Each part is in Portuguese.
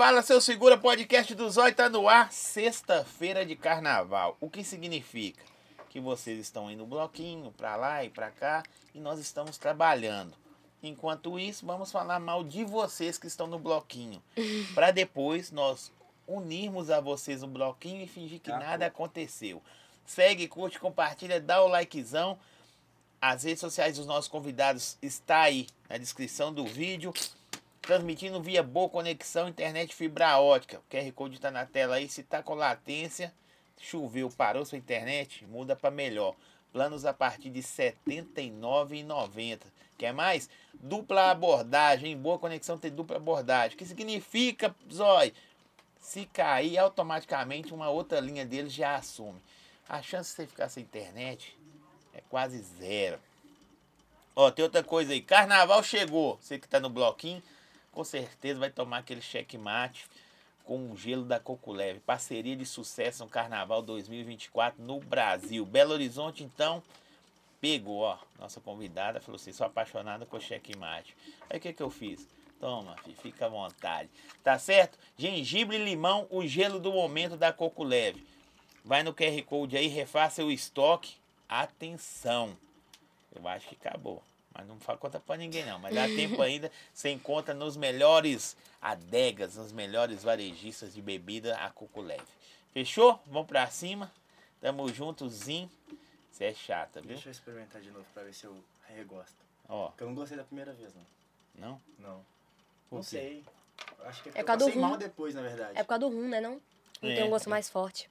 Fala, seu segura, podcast do Zóio tá no ar, sexta-feira de carnaval. O que significa? Que vocês estão indo no bloquinho, pra lá e pra cá, e nós estamos trabalhando. Enquanto isso, vamos falar mal de vocês que estão no bloquinho, pra depois nós unirmos a vocês no bloquinho e fingir que nada aconteceu. Segue, curte, compartilha, dá o likezão. As redes sociais dos nossos convidados está aí na descrição do vídeo. Transmitindo via boa conexão, internet fibra ótica. O QR Code está na tela aí. Se está com latência, choveu, parou sua internet, muda para melhor. Planos a partir de R$ 79,90. Quer mais? Dupla abordagem. Boa conexão tem dupla abordagem. O que significa, Zóio? Se cair, automaticamente uma outra linha deles já assume. A chance de você ficar sem internet é quase zero. Ó, tem outra coisa aí. Carnaval chegou. Você que tá no bloquinho, com certeza vai tomar aquele checkmate com o gelo da Coco Leve. Parceria de sucesso no Carnaval 2024 no Brasil. Belo Horizonte, então, pegou, ó. Nossa convidada falou assim, sou apaixonada com checkmate. Aí o que eu fiz? Toma, filho, fica à vontade. Tá certo? Gengibre e limão, o gelo do momento da Coco Leve. Vai no QR Code aí, refaça o estoque. Atenção. Eu acho que acabou. Mas não faz conta pra ninguém não. Mas dá tempo ainda. Você encontra nos melhores adegas, nos melhores varejistas de bebida, a Coco Leve. Fechou? Vamos pra cima. Tamo juntozinho. Você é chata, viu? Deixa eu experimentar de novo pra ver se eu regosto. Ó. Porque eu não gostei da primeira vez, não. Não? Não. Não sei. Acho que É eu por causa do passei mal rum. depois, na verdade. É por causa do rum, né, não? Não tem um gosto mais forte.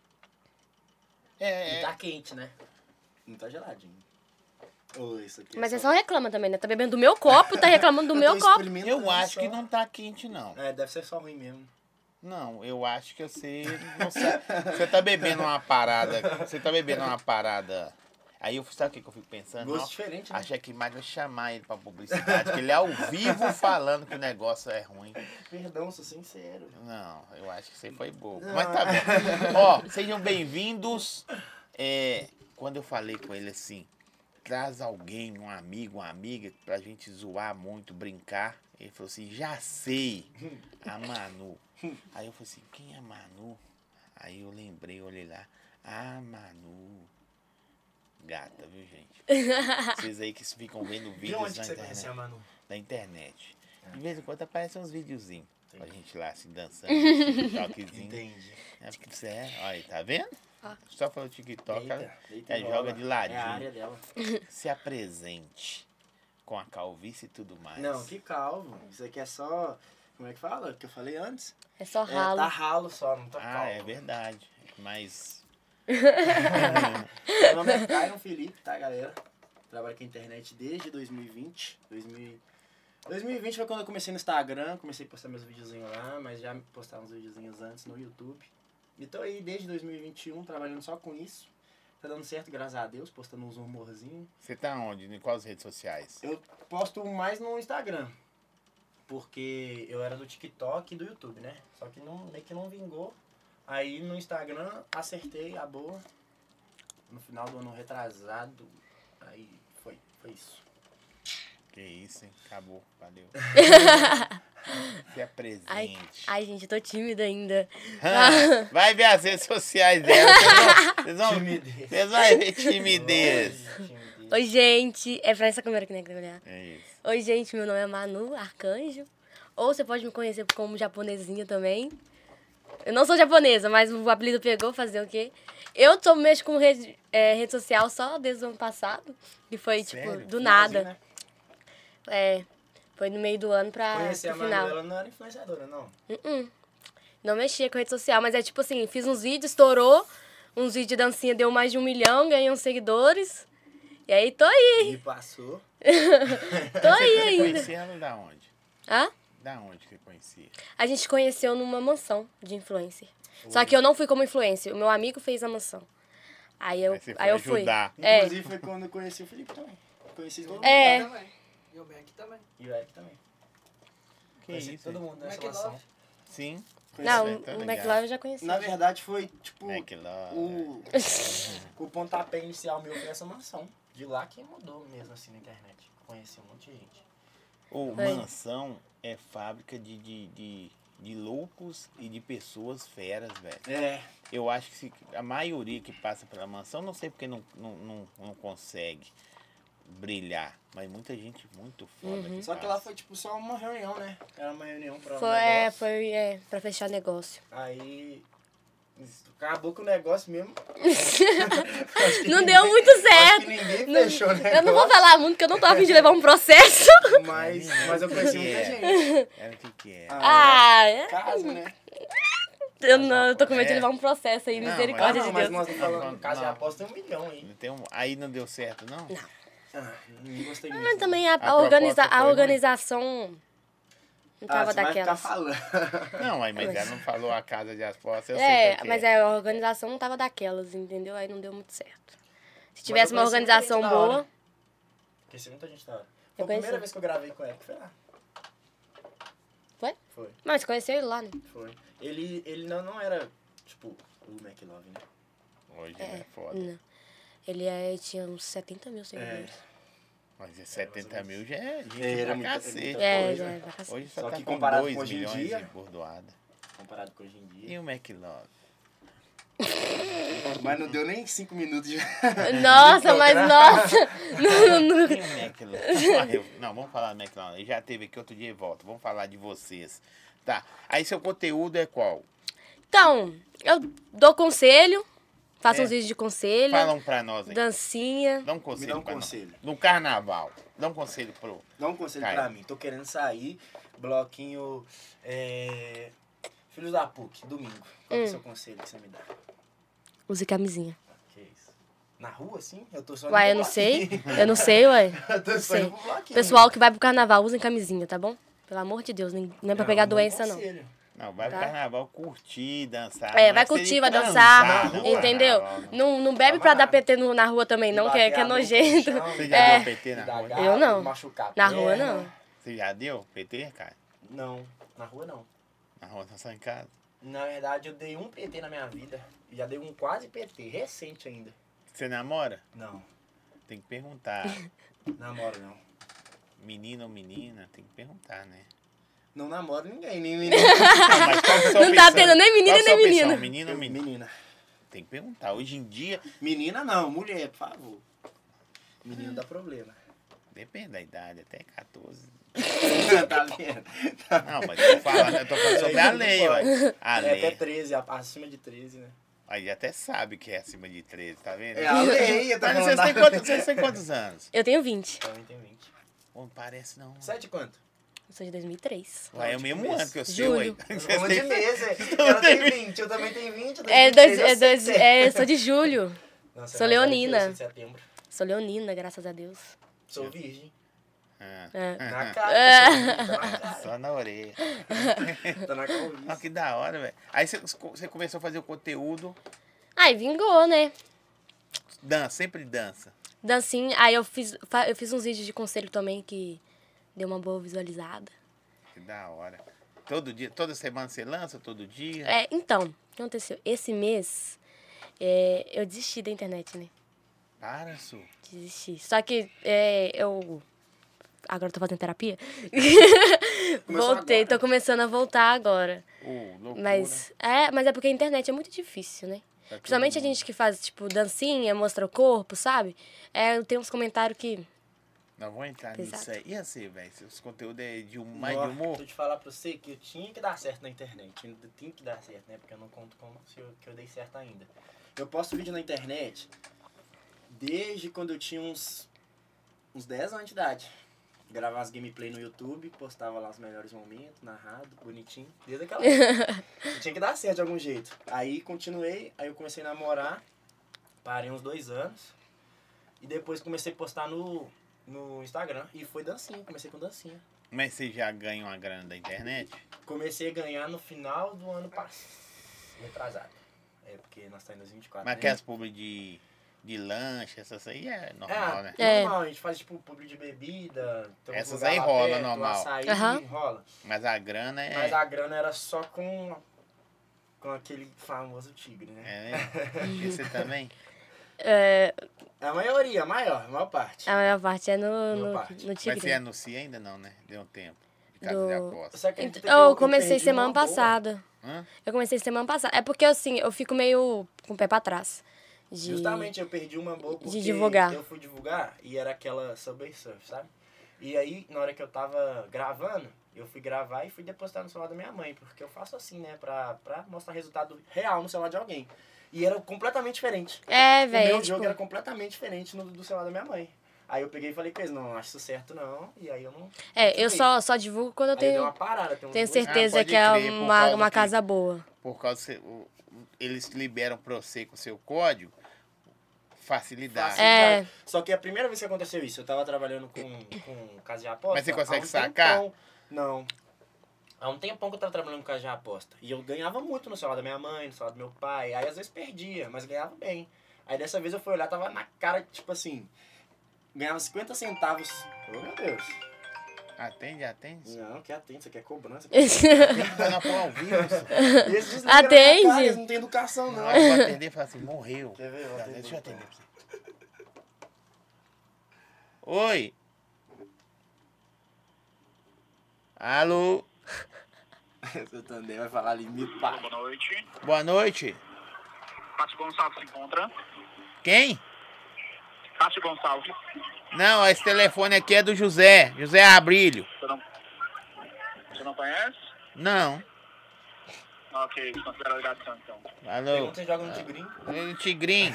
E tá quente, né? Não tá geladinho. Oh, isso aqui Mas você só reclama também, né? Tá bebendo do meu copo, tá reclamando do meu copo. Eu acho que não tá quente, não. É, deve ser só ruim mesmo. Não, eu acho que você não sabe. Você tá bebendo uma parada. Você tá bebendo uma parada. Aí eu sabe o que eu fico pensando? Gosto diferente, né? A Checkmate vai chamar ele pra publicidade, que ele é ao vivo falando que o negócio é ruim. Perdão, sou sincero. Não, eu acho que você foi bobo. Mas tá bom. Ó, sejam bem-vindos. Quando eu falei com ele assim, traz alguém, um amigo, uma amiga, pra gente zoar muito, brincar. Ele falou assim, já sei, a Manu. Aí eu falei assim, quem é a Manu? Aí eu lembrei, olhei lá, a Manu. Gata, viu, gente? Vocês aí que ficam vendo De vídeos onde na que você internet. conheceu a Manu? Na internet. De vez em quando aparecem uns videozinhos. Pra gente lá assim dançando, TikTokzinho. Entendi. É porque você é. Olha aí, tá vendo? Ah. Só falou TikTok, ela Deita e rola. joga de ladinho. É a área dela. Se apresente com a calvície e tudo mais. Não, que calvo. Isso aqui é só... Como é que fala? Que eu falei antes? É só ralo. Tá ralo só, não tá calvo. Ah, é verdade. Mas. Meu nome é Caio Felipe, tá, galera? Trabalho com a internet desde 2020. 2020 foi quando eu comecei no Instagram, comecei a postar meus videozinhos lá, mas já postava uns videozinhos antes no YouTube. E tô aí desde 2021 trabalhando só com isso. Tá dando certo, graças a Deus, postando uns humorzinhos. Você tá onde? Em quais redes sociais? Eu posto mais no Instagram, porque eu era do TikTok e do YouTube, né? Só que meio que não vingou. Aí no Instagram acertei a boa. No final do ano retrasado. Aí foi isso. Que isso, hein? Acabou. Valeu. Se apresente. Ai, gente, eu tô tímida ainda. Vai ver as redes sociais dela. Vocês vão ver timidez. Oi, gente. É pra essa câmera aqui, né? Que eu olhar. É isso. Oi, gente. Meu nome é Manu Arcanjo. Ou você pode me conhecer como japonesinha também. Eu não sou japonesa, mas o apelido pegou, fazer o quê? Eu mexo com rede social só desde o ano passado. Que foi, Sério? tipo, do nada. Né? Foi no meio do ano Conheci a pro Manu, final. ela não era influenciadora, não. Não mexia com rede social, mas é tipo assim, fiz uns vídeos, estourou. Uns vídeos de dancinha deu mais de 1 milhão, ganhei uns seguidores. E aí, tô aí. E passou. Tô aí ainda. Conhecia ela da onde? Hã? Da onde que você conhecia? A gente conheceu numa mansão de influencer. Só que eu não fui como influencer, o meu amigo fez a mansão. Aí eu fui. ajudar. Inclusive foi quando eu conheci o Felipe também. Conheci todo mundo. É. Também. E o Beck também. E o Eric também. Que Conheci isso? todo hein? mundo nessa McLove. mansão. Sim. Não, Tá o ligado. McLaren eu já conheci. Na verdade foi, tipo, McLove. o pontapé inicial meu foi essa mansão. De lá que mudou mesmo assim na internet. Conheci um monte de gente. O Oi. Mansão é fábrica de de loucos e de pessoas feras, velho. É. Eu acho que a maioria que passa pela mansão, não sei porque não consegue brilhar, mas muita gente muito foda. Só que lá foi tipo só uma reunião, né? Era uma reunião pra um Foi, negócio. pra fechar negócio. Aí acabou com o negócio mesmo. Não deu muito Acho certo. que ninguém fechou o negócio. Eu não vou falar muito, porque eu não tô a fim de levar um processo. Mas eu conheci muita gente. Era o que é? Casa, né? Eu tô com medo de levar um processo aí, Não, misericórdia de mas Deus. nós estamos falando Não, casa de não. aposta tem 1 milhão aí. Aí não deu certo, não? Não gostei muito. Mas também a proposta foi ruim. organização não tava você vai ficar daquelas. falando. Não, mas ela não falou a casa de apostas, eu sei qual que Mas a organização não tava daquelas, entendeu? Aí não deu muito certo. Se tivesse eu uma conheci organização muita gente da boa. hora. Conheci muita gente da hora. Foi a conheci. primeira vez que eu gravei com ele, foi lá. Foi? Foi. Mas você conheceu ele lá, né? Foi. Ele não era, tipo, o McLove, né? Hoje é foda. Não. Ele tinha uns 70 mil seguidores. Mas 70 mil já é gente Era pra muita- cacete. muita coisa. Já é pra cacete. Hoje Só só tá que com comparado 2 com hoje em milhões dia- de bordoada. Comparado com hoje em dia. E o McLove? Mas não deu nem 5 minutos de... Nossa, mas nossa! Não. E o McLove? Não, vamos falar do McLove. Ele já teve aqui outro dia e volta. Vamos falar de vocês. Tá. Aí seu conteúdo é qual? Então, eu dou conselho, faço uns vídeos de conselho, Fala um pra nós aí. dancinha. Dá um conselho Me dá um pra nós. conselho. No carnaval. Dá um conselho pro... Dá um conselho Caio. pra mim. Tô querendo sair, bloquinho... Filhos da PUC, domingo. Qual é o seu conselho que você me dá? Use camisinha. Que isso? Na rua, assim? Eu tô só Uai, eu indo não pro sei. bloquinho. Eu não sei, uai. Eu tô Não só sei. indo pro bloquinho. Pessoal que vai pro carnaval, usem camisinha, tá bom? Pelo amor de Deus, não é pra pegar bom doença, não. conselho. Não, vai pro Tá. carnaval curtir, dançar. É, Não vai que seja curtir, vai transar dançar, no entendeu? carnaval, Não bebe pra dar PT na rua também, não, que é Bater a mão no nojento. chão, Você já É. deu PT na dar rua? garfo, Eu não. machucar a Na rua, perna. não. Você já deu PT, cara? Não, na rua não. Na rua, tá só em casa? Na verdade, eu dei um PT na minha vida. E já dei um quase PT, recente ainda. Você namora? Não, Tem que perguntar. namoro não. Menino ou menina, tem que perguntar, né? Não namoro ninguém, nem menino. Não, mas qual que é a sua Não tá opção? tendo nem menino Qual a nem sua menina. opção? Menino ou menina? Menina. Tem que perguntar. Hoje em dia, Menina não, mulher, por favor. Menino dá problema. depende da idade, até 14. Tá vendo? Não, mas eu tô falando sobre a Não lei, pode. ué. A É até lei. 13, acima de 13, né? Aí até sabe que é acima de 13, tá vendo? É a lei, eu tô Mas falando. vocês têm quantos anos? Eu tenho 20. Também tem 20. Pô, não parece não. 7 quanto? Eu sou de 2003. Ué, é o mesmo ano que eu sei, Julho. ué. Um de mês, Ela tem 20, eu também tenho 20. Eu sou de julho. Nossa, sou é mais velho que eu, leonina. sou de setembro. Sou leonina, graças a Deus. Sou virgem. Ah, Na cara. Tá na cara. só na orelha. Tá na calvície. Olha que da hora, velho. Aí você começou a fazer o conteúdo, Aí vingou, né? dança, sempre dança. Dancinha. Aí eu fiz uns vídeos de conselho também que deu uma boa visualizada. Que da hora. Todo dia, toda semana você lança, todo dia? Então, o que aconteceu? Esse mês, eu desisti da internet, né? Para, Su. Desisti. Só que eu... Agora eu tô fazendo terapia. Começou Voltei, agora? tô começando a voltar agora. Loucura. Mas é porque a internet é muito difícil, né? Pra Principalmente todo a gente que faz, tipo, dancinha, mostra o corpo, sabe? Tem uns comentários que... Não vou entrar Exato. nisso aí. E assim, velho? Seus conteúdos é de mais de Nossa, humor? Deixa eu te falar pra você que eu tinha que dar certo na internet. Ainda tinha que dar certo, né? Porque eu não conto como se que eu dei certo ainda. Eu posto vídeo na internet desde quando eu tinha uns 10 anos de idade. Gravava as gameplay no YouTube, postava lá os melhores momentos, narrado, bonitinho. Desde aquela época. Eu tinha que dar certo de algum jeito. Aí continuei, aí eu comecei a namorar, parei uns 2 anos. E depois comecei a postar no Instagram. E foi dancinha, comecei com dancinha. Mas você já ganha uma grana da internet? Comecei a ganhar no final do ano passado. Retrasado. É porque nós estamos em 2024. Mas né? aquelas publi de lanche, essas aí é normal, né? Normal, a gente faz tipo publi de bebida. tem uns Essas lugar aí lá rola, perto, normal. Açaí, Aham. rola. Mas a grana é... Mas a grana era só com aquele famoso tigre, né? É, e você também? A maioria, a maior parte. A maior parte é no Maior parte. Mas Tigre. você anuncia ainda não, né? Deu um tempo. de casa de aposta? Você acredita que Eu comecei perdi semana uma boa? passada. Hã? Eu comecei semana passada. É porque, assim, eu fico meio com o pé pra trás. Justamente, eu perdi uma boa porque divulgar. eu fui divulgar e era aquela Subway Surf, sabe? E aí, na hora que eu tava gravando, eu fui gravar e fui depositar no celular da minha mãe, porque eu faço assim, né, pra mostrar resultado real no celular de alguém. E era completamente diferente. É, O velho. meu Tipo, jogo era completamente diferente do celular da minha mãe. Aí eu peguei e falei com eles, não acho isso certo não, e aí eu não... eu só divulgo quando eu Aí deu tenho, uma parada, tem uns tenho dois- certeza pode que é crer, por causa uma que- casa boa. Por causa que eles liberam pra você com o seu código, facilidade. Facilidade. Só que a primeira vez que aconteceu isso, eu tava trabalhando com casa de aposta. Mas você consegue há um sacar? tempão. Não. Há um tempão que eu tava trabalhando com casa de aposta. E eu ganhava muito no celular da minha mãe, no celular do meu pai. Aí às vezes perdia, mas ganhava bem. Aí dessa vez eu fui olhar, tava na cara, tipo assim, ganhava 50 centavos. Oh, meu Deus. Atende. Não, que atende, você quer cobrança. Vai na pôr ao vivo. E eles desligam na minha Atende. cara, eles não têm educação, não. Não, eu vou atender e falar assim, morreu. Quer ver? Eu vou atender. Deixa eu atender pra você. Oi. Alô. Seu Tandem vai falar limite, pá. Boa noite. Boa noite. Cássio Gonçalves se encontra. Quem? Cássio Gonçalves. Não, esse telefone aqui é do José Abrilho. Você não conhece? Não. Ok, considera a ligação então. Alô. Pergunta se joga no Tigrinho. Tigrinho.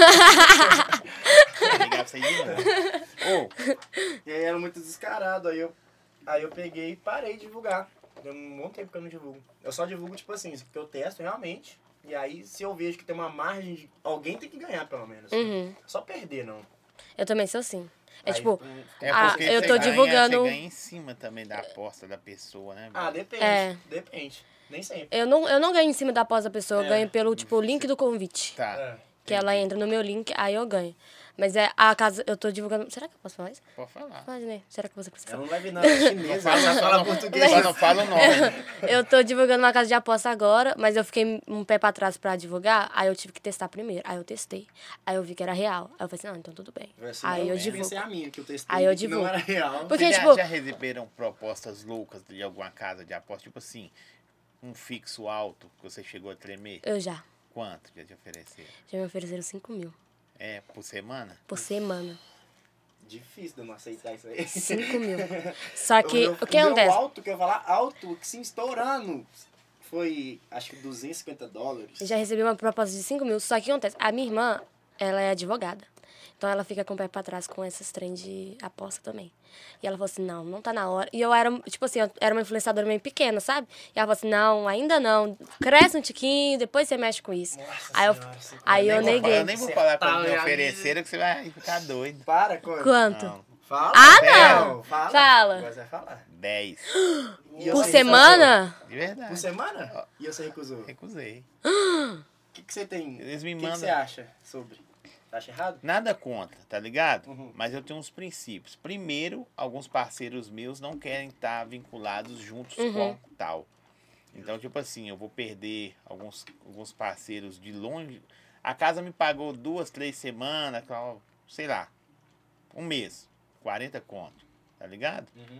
Vou ligar pra você de novo. Ô, E aí era muito descarado, aí eu peguei e parei de divulgar. Deu um bom tempo que eu não divulgo. Eu só divulgo, tipo assim, porque eu testo realmente. E aí, se eu vejo que tem uma margem de... Alguém tem que ganhar, pelo menos. Uhum. Só perder, não. Eu também sou assim. É Aí, tipo, é Ah, porque eu você tô ganha, divulgando- Você ganha em cima também da aposta da pessoa, né? Ah, velho? depende. É. Depende. Nem sempre. eu não ganho em cima da pós da pessoa, eu É. ganho pelo, tipo, link do convite. Tá, É. Que ela entra no meu link, aí eu ganho. Mas é a casa, eu tô divulgando... Será que eu posso falar isso? pode falar. Pode, né? Será que você precisa? Ela não vai vir nada chinesa, ela Só fala não- português. Só não fala o nome. Né? Eu tô divulgando uma casa de aposta agora, mas eu fiquei um pé pra trás pra divulgar, aí eu tive que testar primeiro. Aí eu testei. Aí eu vi que era real. Aí eu falei assim, não, então tudo bem. Aí eu divulgo. Essa é a minha, que eu testei, Aí eu que divulgo. não era real. Porque, Vocês tipo- já receberam propostas loucas de alguma casa de aposta? Tipo assim, um fixo alto que você chegou a tremer? Eu já. Quanto já te ofereceram? Já me ofereceram 5 mil É, por semana? por semana. Difícil de eu não aceitar isso aí. 5 mil. Só que, o que meu acontece? alto, que eu ia falar alto, que sim, estourando, foi, acho que $250. Eu já recebi uma proposta de 5 mil, só que o que acontece? A minha irmã, ela é advogada. Então ela fica com o pé pra trás com esses trem de aposta também. E ela falou assim, não tá na hora. E eu era, tipo assim, eu era uma influenciadora meio pequena, sabe? E ela falou assim, não, ainda não. Cresce um tiquinho, depois você mexe com isso. Nossa Aí eu, senhora, você- aí eu nem vou neguei. Eu nem vou falar quando me Acertar, ofereceram que você vai ficar doido. Para, quanto? Quanto? Não, Fala. Ah, Theo, não. Fala. Fala. Agora você vai falar. 10. E Por você semana? De verdade. recusou? Por semana? E você recusou? Recusei. O que você tem? Eles me O que mandam- você acha sobre? Você acha errado? Nada contra, tá ligado? Uhum. Mas eu tenho uns princípios. Primeiro, alguns parceiros meus não querem estar vinculados juntos com tal. Então, tipo assim, eu vou perder alguns parceiros de longe. A casa me pagou 2, 3 semanas, sei lá, um mês, 40 conto, tá ligado? Uhum.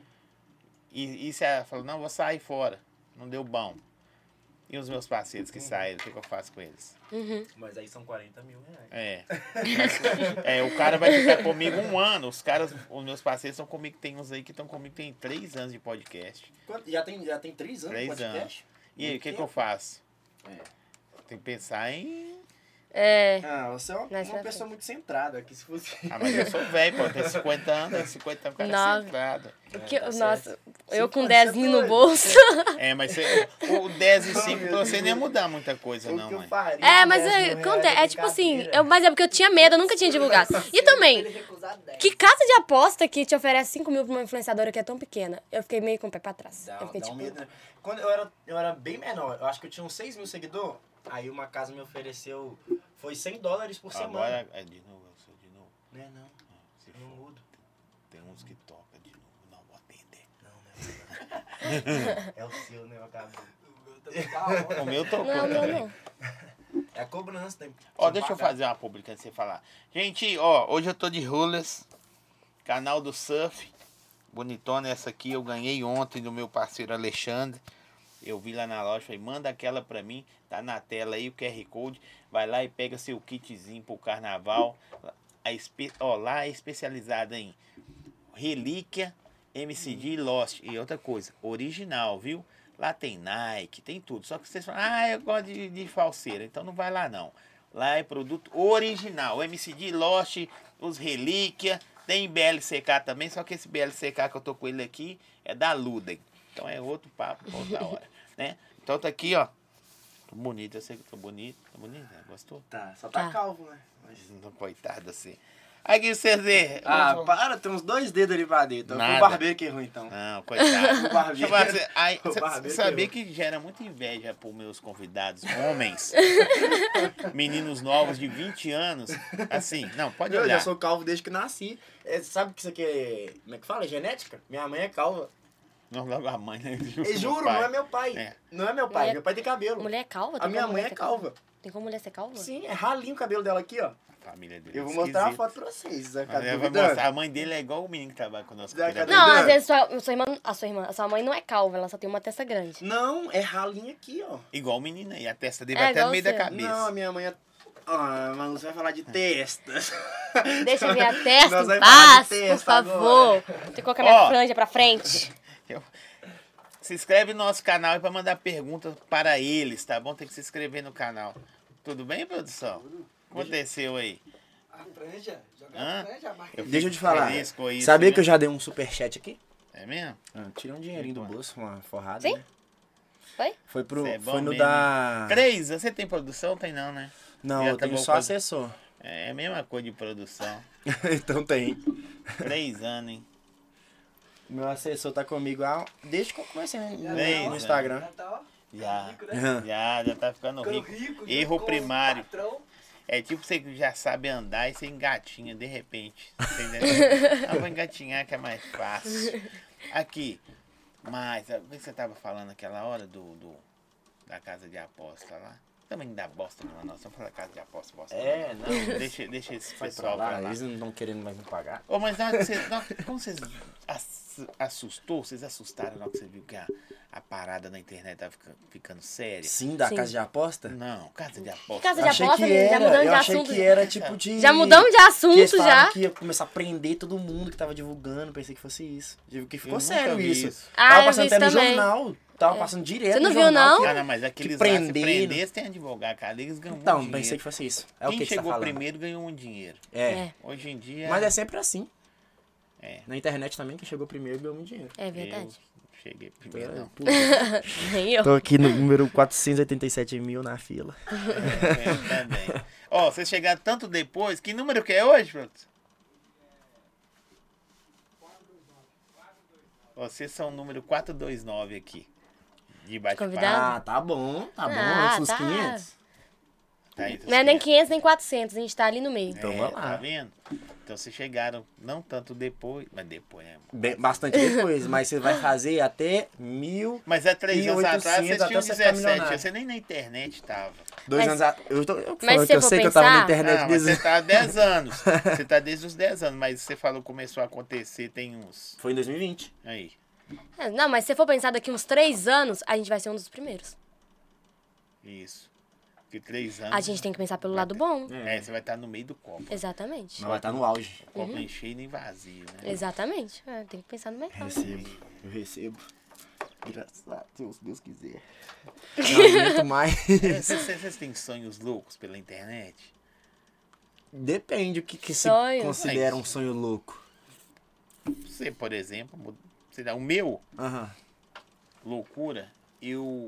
E se ela falou, não, vou sair fora, não deu bom. E os meus parceiros que saíram, o que eu faço com eles? Uhum. Mas aí são R$40 mil. O cara vai ficar comigo 1 ano. Os meus parceiros estão comigo, tem uns aí que estão comigo tem 3 anos de podcast. Já tem 3 anos de 3 podcast? anos. E aí, Muito o que tempo. eu faço? É. Tem que pensar em... É. Ah, você é Mais uma pra pessoa muito centrada. Que se fosse... Ah, mas eu sou velho, pô. Tem 50 anos, tem 50 anos, o cara Não. é centrado. Porque, tá nossa, certo. eu Você com pode 10 ser no doido. bolso. É, mas o 10 e 5 meu pra você Deus. não ia mudar muita coisa, O não, que eu mãe. faria É, com mas 10 mil reais é tipo assim, brincadeira. mas é porque eu tinha medo, eu nunca tinha divulgado. E também, que casa de aposta que te oferece 5 mil pra uma influenciadora que é tão pequena? Eu fiquei meio com o pé pra trás. Dá, Eu fiquei dá um tipo, medo, né? Quando eu era bem menor, eu acho que eu tinha uns 6 mil seguidores, aí uma casa me ofereceu, foi $100 por semana. Agora, de novo, eu sou de novo. Né, não, Se eu não for, mudo. tem uns que tocam de novo, não vou atender. Não. É o seu, né, eu acabo. O meu tocou não, também. não. É a cobrança, tem Ó, deixa eu fazer uma pública antes de você falar. Gente, ó, hoje eu tô de Rules, canal do Surf. Bonitona, essa aqui eu ganhei ontem do meu parceiro Alexandre. Eu vi lá na loja, falei, manda aquela pra mim, tá na tela aí o QR Code, vai lá e pega seu kitzinho pro carnaval. Lá é especializada em relíquia, MCD e Lost. E outra coisa, original, viu? Lá tem Nike, tem tudo. Só que vocês falam, eu gosto de falseira, então não vai lá não. Lá é produto original, MCD, Lost, os relíquia, tem BLCK também, só que esse BLCK que eu tô com ele aqui é da Luden. Então é outro papo, outra hora, né? Então tá aqui, ó. Tô bonito, eu sei que tô bonito. Tá bonito, né? Gostou? Tá, só tá calvo, né? Não, coitado assim. Aqui você vê. Para, tem uns 2 dedos ali pra dentro. Nada. O barbeiro que errou, então. Não, coitado. O barbeiro. Você sabia que gera muita inveja por meus convidados, homens, meninos novos de 20 anos. Assim, não, pode Eu olhar. já sou calvo desde que nasci. Sabe que isso aqui é... Como é que fala? Genética? Minha mãe é calva. Não, logo a mãe, né? Eu juro, não é meu pai. É. Não é meu pai, meu pai tem cabelo. Mulher é calva? A minha mãe é calva. Tem como mulher ser calva? Sim, é ralinho o cabelo dela aqui, ó. A família dele. Eu vou mostrar uma foto pra vocês. Vai ficar Eu vou duvidando. mostrar. A mãe dele é igual o menino que trabalha conosco. Não, Não, às vezes a sua mãe não é calva, ela só tem uma testa grande. Não, é ralinho aqui, ó. Igual o menino aí. A testa dele É vai até igual no meio você. da cabeça. Não, a minha mãe é... mas você vai falar de testas. Deixa minha testa Nós em vamos falar de paz, por testa favor. agora. Tem que colocar minha Ó. franja pra frente. Se inscreve no nosso canal para mandar perguntas para eles, tá bom? Tem que se inscrever no canal. Tudo bem, produção? O que aconteceu aí? A franja, jogar Hã? a franja, a marca. Deixa eu te fico falar. feliz com isso, Sabia né? que eu já dei um superchat aqui? É mesmo? Tirei um dinheirinho do bolso, uma forrada. Sim? Né? Foi? Foi, Cê é bom foi no mesmo, da... 3, você tem produção? Tem não, né? Não, Já eu tenho acabou só com- assessor. É a mesma coisa de produção. Então tem. 3 anos, hein? Meu assessor tá comigo desde que eu comecei Bem, no Instagram. Já tá, ó, Já. rico, né? Já tá ficando Ficando rico. rico, Erro com o primário. patrão. É tipo você que já sabe andar e você engatinha de repente. Entendeu? Vou engatinhar que é mais fácil. Aqui. Mas, o que você tava falando aquela hora da casa de aposta lá? Também dá bosta não, nós vamos falar casa de aposta, bosta. É, não. Deixa esse Vai pessoal pra lá. Eles não estão querendo mais me pagar. Ô, mas como vocês vocês assustaram na hora que você viu que a parada na internet tava ficando séria? Sim, da Sim. casa de aposta? Não, casa de aposta. Casa de Achei aposta, que já era, mudando de eu achei assunto. que era tipo de... Já mudamos de que assunto eles falaram já. que ia começar a prender todo mundo que tava divulgando, pensei que fosse isso. Que ficou Eu sério nunca vi isso. isso. Ah, Tava eu passando vi até no isso também. jornal, tava passando direto Você não no viu, jornal. não? que- Ah, não, mas aqueles que lá, se prenderam. prender, tem advogado, cara, eles ganham Então, muito dinheiro. pensei que fosse isso. É o Quem que você tá chegou falando. primeiro ganhou um dinheiro. É. Hoje em dia... Mas é sempre assim. É. Na internet também, quem chegou primeiro ganhou muito dinheiro. É verdade. Eu cheguei primeiro, não. Nem eu. Tô aqui no número 487 mil na fila. Eu também. Ó, vocês chegaram tanto depois, que número que é hoje, produção? Vocês são o número 429 aqui. De bate-papo. Convidado? Ah, tá bom. Ah, Antes dos tá. 500. Tá aí, Não é nem 500 nem 400, a gente tá ali no meio. Então, vamos lá. Tá vendo? Então vocês chegaram não tanto depois, mas depois é. Bastante depois, mas você vai fazer até 1.000. Mas há 3 anos atrás vocês 1.800 tinham até você ficar 17, milionário. você nem na internet tava. 2 Mas- anos atrás. Eu Mas falando se que eu for sei que eu tava na pensar- internet Não, mas desde. você tá há 10 anos. Você tá desde os 10 anos, mas você falou que começou a acontecer tem uns. Foi em 2020. Aí. É, não, mas se você for pensar daqui uns 3 anos, a gente vai ser um dos primeiros. Isso. Porque 3 anos. A gente tem que pensar pelo lado bom. É, você vai estar no meio do copo. Exatamente. Mas vai estar no auge. O copo nem cheio nem vazio, né? Exatamente. É, tem que pensar no mercado. Eu recebo. Graças a Deus, Deus quiser. Não aguento mais. Vocês têm sonhos loucos pela internet? Depende o que se Sonho? considera um sonho louco. Você, por exemplo, você dá o meu Aham. loucura, eu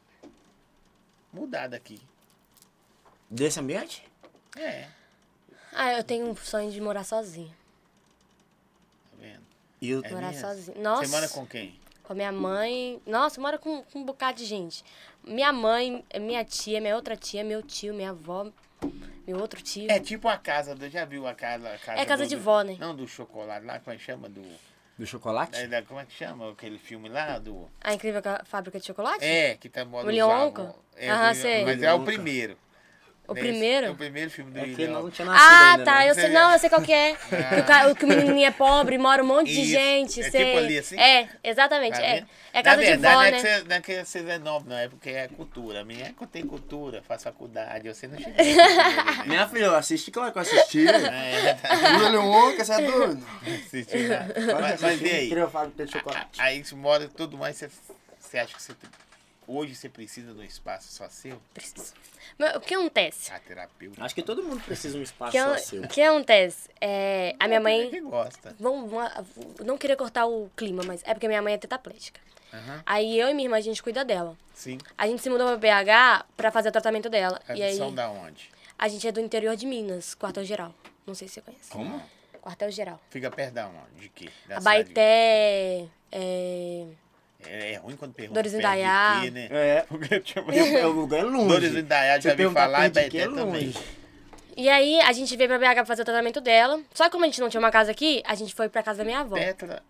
mudar daqui. Desse ambiente? É, Ah, eu tenho um sonho de morar sozinha. tá vendo? E eu... É Morar mesmo? sozinha. Nossa. Você mora com quem? Com a minha mãe. Nossa, eu moro com um bocado de gente. Minha mãe, minha tia, minha outra tia, meu tio, minha avó, meu outro tio. É tipo a casa, já viu a casa? É casa de vó, né? Não, do chocolate lá, como é que chama? Do chocolate? Como é que chama aquele filme lá? A Incrível Fábrica de Chocolate? É, que tá morando William Wonka? Aham, sei. Mas é William o Wonka. primeiro. O primeiro? O primeiro filme do É Rei que nós Leão. não tinha nascido Ah, ainda, tá, né? eu sei, não, eu sei qual que é. Que o menininho é pobre, mora um monte de Isso. gente, É sei. tipo ali, assim? É, exatamente, Tá é. vendo? É casa Na de verdade, vó, não é né? que não é que vocês é novo, não. É porque é cultura. A minha é que eu tenho cultura, faço faculdade. Você não chega. Minha filha, eu assisti, claro que eu assisti. É, Júlia Leon, que você é doido. assisti nada. Mas e aí? Eu falo de chocolate. Aí você mora tudo mais, você acha que hoje você precisa de um espaço só seu? Preciso. Mas o que acontece? Ah, terapeuta. Acho que todo mundo precisa de um espaço O só que, seu. que acontece? A minha mãe... Que gosta. Não queria cortar o clima, mas é porque minha mãe é tetraplégica. Aham. Aí eu e minha irmã, a gente cuida dela. Sim. A gente se mudou pra BH pra fazer o tratamento dela. E aí, São da onde? a gente é do interior de Minas, Quartel-Geral. Não sei se você conhece. Como? Quartel-Geral. Fica perto da onde? De quê? Da Abaeté, É ruim quando pergunta Dores perto Indaiá. de quê, né? É. Porque, tipo, O lugar é longe. Dores do Indaiá, já Você vi perguntar falar, e perto de quê, Baeté também. E aí, a gente veio pra BH pra fazer o tratamento dela. Só que como a gente não tinha uma casa aqui, a gente foi pra casa da minha avó. Tetra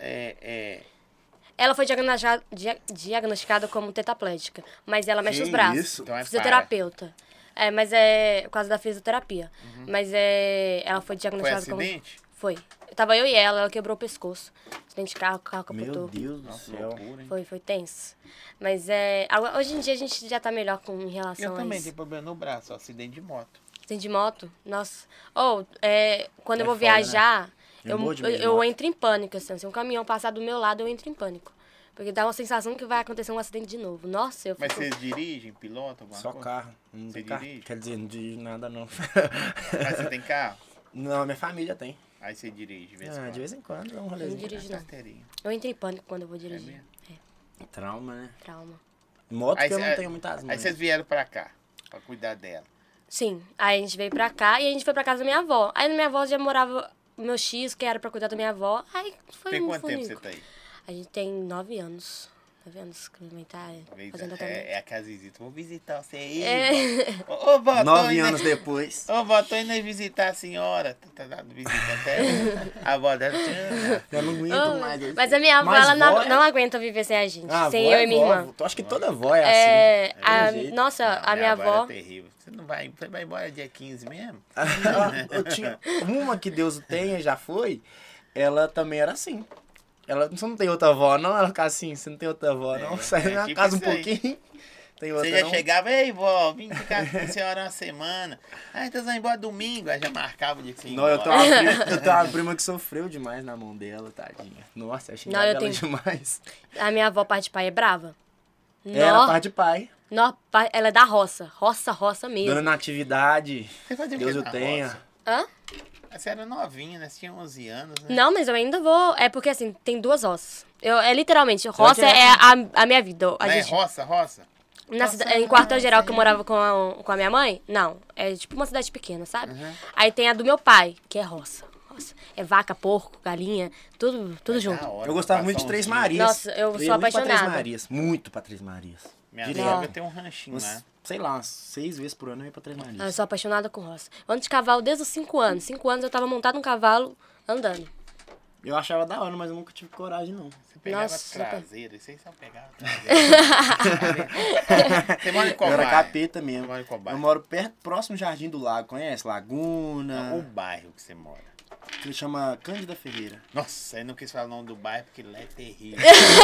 Ela foi diagnosticada como tetraplégica, mas ela mexe Que os braços. isso? Então é Fisioterapeuta. Mas é por causa da fisioterapia. Mas ela foi Foi diagnosticada como... acidente? Foi. Tava eu e ela quebrou o pescoço. Acidente de carro, o carro Meu capotou. Deus do Nossa, céu. loucura, hein? Foi tenso. Mas hoje em dia a gente já tá melhor em relação Eu a também isso. tenho problema no braço, ó, acidente de moto. Acidente de moto, nossa. Quando eu vou foda, né? viajar, Eu morro de medo de eu moto. entro em pânico, assim. Se um caminhão passar do meu lado, eu entro em pânico. Porque dá uma sensação que vai acontecer um acidente de novo. Nossa, eu Mas fico... vocês dirigem, pilotam alguma Só coisa? carro. Não Você tem carro. dirige? Quer dizer, não dirijo nada não. Mas você tem carro? Não, minha família tem. Aí você dirige, de vez em Ah, quando. de vez em quando dá um Eu não rolezinho. dirijo, não. Carteirinha. Eu entro em pânico quando eu vou dirigir. mesmo? Trauma, né? Trauma. Moto que eu cê- não tenho muitas Aí mães. vocês vieram pra cá, pra cuidar dela. Sim, aí a gente veio pra cá e a gente foi pra casa da minha avó. Aí na minha avó já morava o meu X, que era pra cuidar da minha avó. Aí foi Tem um quanto tempo funico. você tá aí? A gente tem 9 anos. 9 anos que minha mãe tá fazendo tratamento. É a casa visita. Vou visitar você aí. É. Ô, vó, tô 9 indo- anos depois. Ô, vó, tô indo aí visitar a senhora. Tá dando visita até. A avó dela tinha... Eu não aguento Oh, mais. mas a minha avó, Mas ela vó não aguenta viver sem a gente. Ah, sem vó eu é e minha vó. irmã. Eu acho que toda avó é assim. A, jeito. nossa, a minha avó avó... era terrível. Você vai embora dia 15 mesmo? Eu tinha uma que Deus o tenha, já foi. Ela também era assim. Você não tem outra avó, não? Ela ficava assim, você não tem outra avó, não? Sai da minha tipo casa um isso aí. pouquinho. Tem outra, Você já não? chegava, ei, vó, vim ficar com a senhora uma semana. Ah, então você vai embora domingo. Aí já marcava o dia que você ia Não, eu embora. tenho uma prima que sofreu demais na mão dela, tadinha. Nossa, eu achei Não, eu ela tenho- demais. A minha avó, parte de pai, é brava. Era Nó, parte de pai. ela é da roça. Roça mesmo. Dona Natividade. Você fazia o Deus quê o na tenha. roça? Hã? Você era novinha, né? Você tinha 11 anos, né? Não, mas eu ainda vou. É porque assim, tem duas roças. Literalmente, roça direto, é a minha vida. A Não é gente, roça? em Quartel-Geral que eu morava com a minha mãe, não. É tipo uma cidade pequena, sabe? Aí tem a do meu pai, que é roça. É vaca, porco, galinha, tudo junto. Da hora, Eu gostava passar muito de uns Três dias. Marias. Nossa, eu ia sou muito pra Três apaixonada. Marias. Muito pra Três Marias. Minha Direto. sogra tem um ranchinho Uns, lá. sei lá, umas 6 vezes por ano eu ia pra Três Marias. Eu sou apaixonada com roça. Eu ando de cavalo desde os 5 anos. 5 anos eu tava montado num cavalo andando. Eu achava da hora, mas eu nunca tive coragem, não. Você pegava Nossa, traseira, isso aí só pegava traseira. Você mora em qual Eu era bairro? capeta mesmo. Você mora em qual Eu bairro? moro próximo do Jardim do Lago, conhece? Laguna. O bairro que você mora. Que chama Cândida Ferreira. Nossa, eu não quis falar o nome do bairro porque lá é terrível.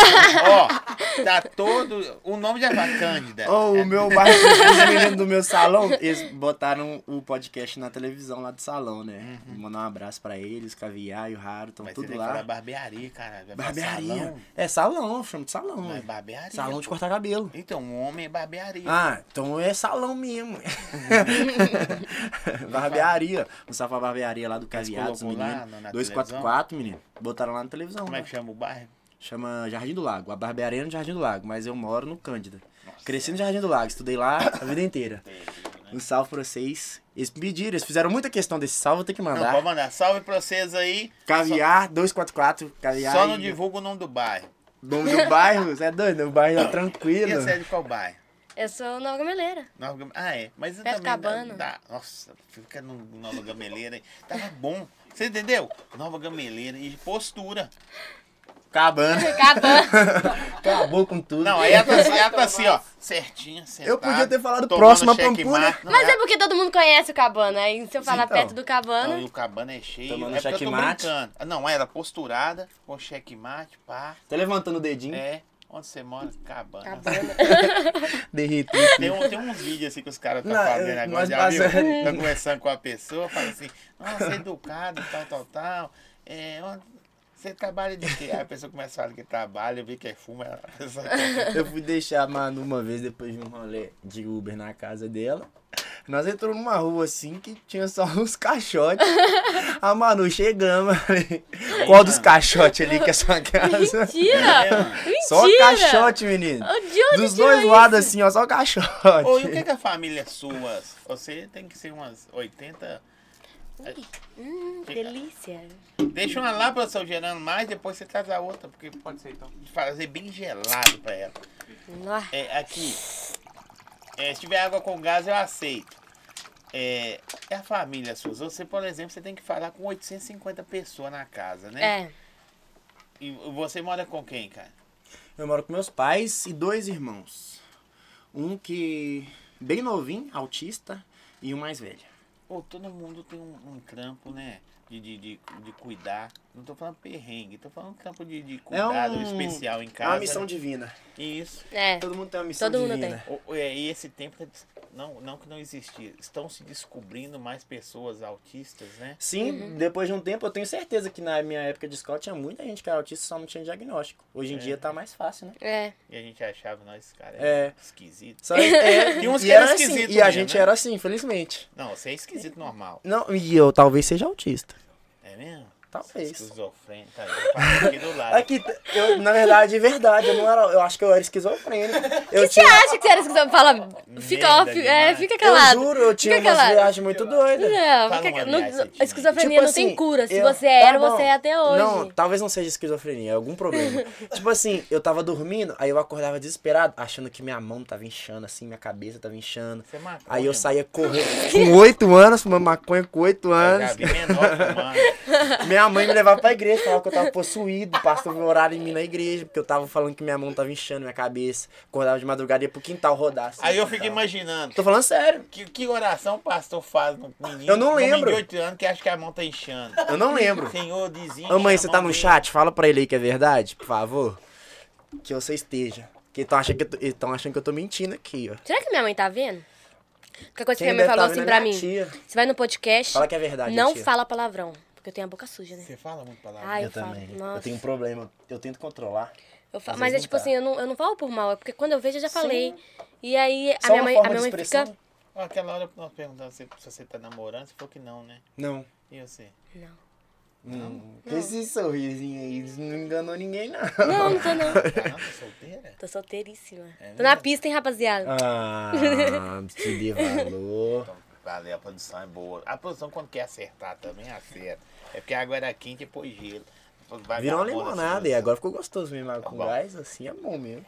Ó, tá todo... O nome já vai Cândida. Oh, o meu bairro, os meninos do meu salão, eles botaram o podcast na televisão lá do salão, né? Vou mandar um abraço pra eles, Caviar e o Raro, estão Mas você tudo tem que falar lá. barbearia, caralho. Vai falar Barbearia. salão. É salão, eu chamo de salão. Não é né? barbearia. Salão de pô. cortar cabelo. Então, um homem é barbearia. Ah, então é salão mesmo. Barbearia. O Safá Barbearia lá do Caviar, dos colocou lá meninos. na 244, menino. Botaram lá na televisão. Como é né? que chama o bairro? Chama Jardim do Lago. A barbearia é no Jardim do Lago, mas eu moro no Cândida. Cresci no Jardim do Lago, estudei lá a vida inteira. Um salve pra vocês. Eles pediram, eles fizeram muita questão desse salve, vou ter que Não, mandar. pode mandar. Salve pra vocês aí. Caviar 244, Caviar. Só não e- divulga o nome do bairro. Nome do bairro, você é doido? O bairro é E tranquilo. você é de qual bairro? Eu sou Nova Gameleira. Ah, é. Mas Perto também Cabana. Nossa, fica no Nova Gameleira. Tava bom. Você entendeu? Nova Gameleira e postura. Cabana. Acabou com tudo. Não, aí ela tá assim, ó, certinha, sentada. Eu podia ter falado tomando próximo a checkmate. Pampulha. Não, Mas é porque todo mundo conhece o Cabana. Aí se eu falar então. perto do Cabana... Não, e o Cabana é cheio. Tomando É porque eu tô checkmate. brincando. Não, ela posturada, com checkmate, pá. Tá levantando o dedinho. É, onde você mora? Cabana. Cabana. Derretido. Tem uns vídeos assim que os caras Não, estão fazendo agora, nós já viu? passamos- Tá conversando com a pessoa, fala assim, nossa, é educado, tal. Você trabalha de quê? Aí a pessoa começa a falar que trabalha, vê que é fumo, a pessoa... Eu fui deixar a Manu uma vez, depois de um rolê de Uber na casa dela. Nós entramos numa rua assim que tinha só uns caixotes. A Manu, chegamos. Falei, qual dos caixotes ali que é sua casa? Mentira! Só Mentira! caixote, menino. De onde Dos tirou dois isso? lados assim, ó, só caixote. Ô, e o que a família sua? Você tem que ser umas 80... Delícia. Deixa uma lá, professor, gerando mais, depois você traz a outra, porque pode ser então. Fazer bem gelado pra ela. Nossa. Aqui, se tiver água com gás, eu aceito. É a família sua. Você, por exemplo, você tem que falar com 850 pessoas na casa, né? É. E você mora com quem, cara? Eu moro com meus pais e 2 irmãos. Um que bem novinho, autista, e um mais velho. Pô, todo mundo tem um trampo, né? De cuidar. Não tô falando perrengue, tô falando trampo de cuidado especial em É casa. uma missão né? divina. Isso. É. Todo mundo tem uma missão Todo mundo divina. E esse tempo, não que não existia, estão se descobrindo mais pessoas autistas, né? Sim, depois de um tempo, eu tenho certeza que na minha época de escola tinha muita gente que era autista e só não tinha diagnóstico. Hoje em dia tá mais fácil, né? É. E a gente achava, nós, cara, É. esquisito. Só, Tem uns e que era eram assim, esquisitos e a mesmo, gente né? era assim, infelizmente. Não, você é esquisito normal. Não, e eu talvez seja autista. É mesmo? Talvez. Esquizofrênico. Tá, eu passo aqui do lado. Aqui, na verdade, eu acho que eu era esquizofrênico. Eu Você acha que você era esquizofrênico? Fala, fica Merda off, demais. fica calado. Eu juro, eu tinha Fica umas calado. viagens muito doidas. Não, Fala fica, uma não, viagem que você tinha. esquizofrenia Tipo não assim, tem cura. Se eu- você era, tá bom. você é até hoje. Não, talvez não seja esquizofrenia, é algum problema. Tipo assim, eu tava dormindo, aí eu acordava desesperado, achando que minha mão tava inchando, assim, minha cabeça tava inchando. Você é maconha, Aí eu mano. saía correndo. Com 8 anos, fumando maconha com 8 Eu anos. já vi menor fumando. Minha mãe me levava pra igreja, falava que eu tava possuído, o pastor me horário em mim na igreja, porque eu tava falando que minha mão tava inchando minha cabeça. Acordava de madrugada e ia pro quintal rodar. Assim, Aí eu no fico quintal. imaginando. Tô falando sério. Que oração o pastor faz no menino? Eu não no menino lembro. de 8 anos que acha que a mão tá inchando. Eu não lembro. Senhor, desincha Ô mãe, a você mão tá no dele. chat? Fala pra ele aí que é verdade, por favor. Que você esteja. Que estão achando que eu tô mentindo aqui, ó. Será que minha mãe tá vendo? Porque a coisa que Quem minha mãe deve falou tá assim vendo pra é minha mim. tia. Você vai no podcast, Fala que é verdade, não tia. fala palavrão. Porque eu tenho a boca suja, né? Você fala muito palavra. Ai, Eu falo. também. Nossa. Eu tenho um problema. Eu tento controlar. Mas vezes é não tipo tá. assim, eu não falo por mal, é porque quando eu vejo eu já falei. E aí a Só minha uma mãe, forma a minha de mãe expressão. fica. Ó, aquela hora que nós perguntamos se você tá namorando, você falou que não, né? Não. E você? Que esse sorrisinho aí não enganou ninguém, não. Não, não tô não. Ah, não, tá solteira? Tô solteiríssima. É Tô na mesmo? pista, hein, rapaziada? Ah, te dê valor. Então, valeu, a produção é boa. A produção, quando quer acertar, também acerta. É porque a água era quente e depois gelo. Vai Virou uma dar boa nessa limonada e produção. agora ficou gostoso mesmo. Água com bom. gás, assim é bom mesmo.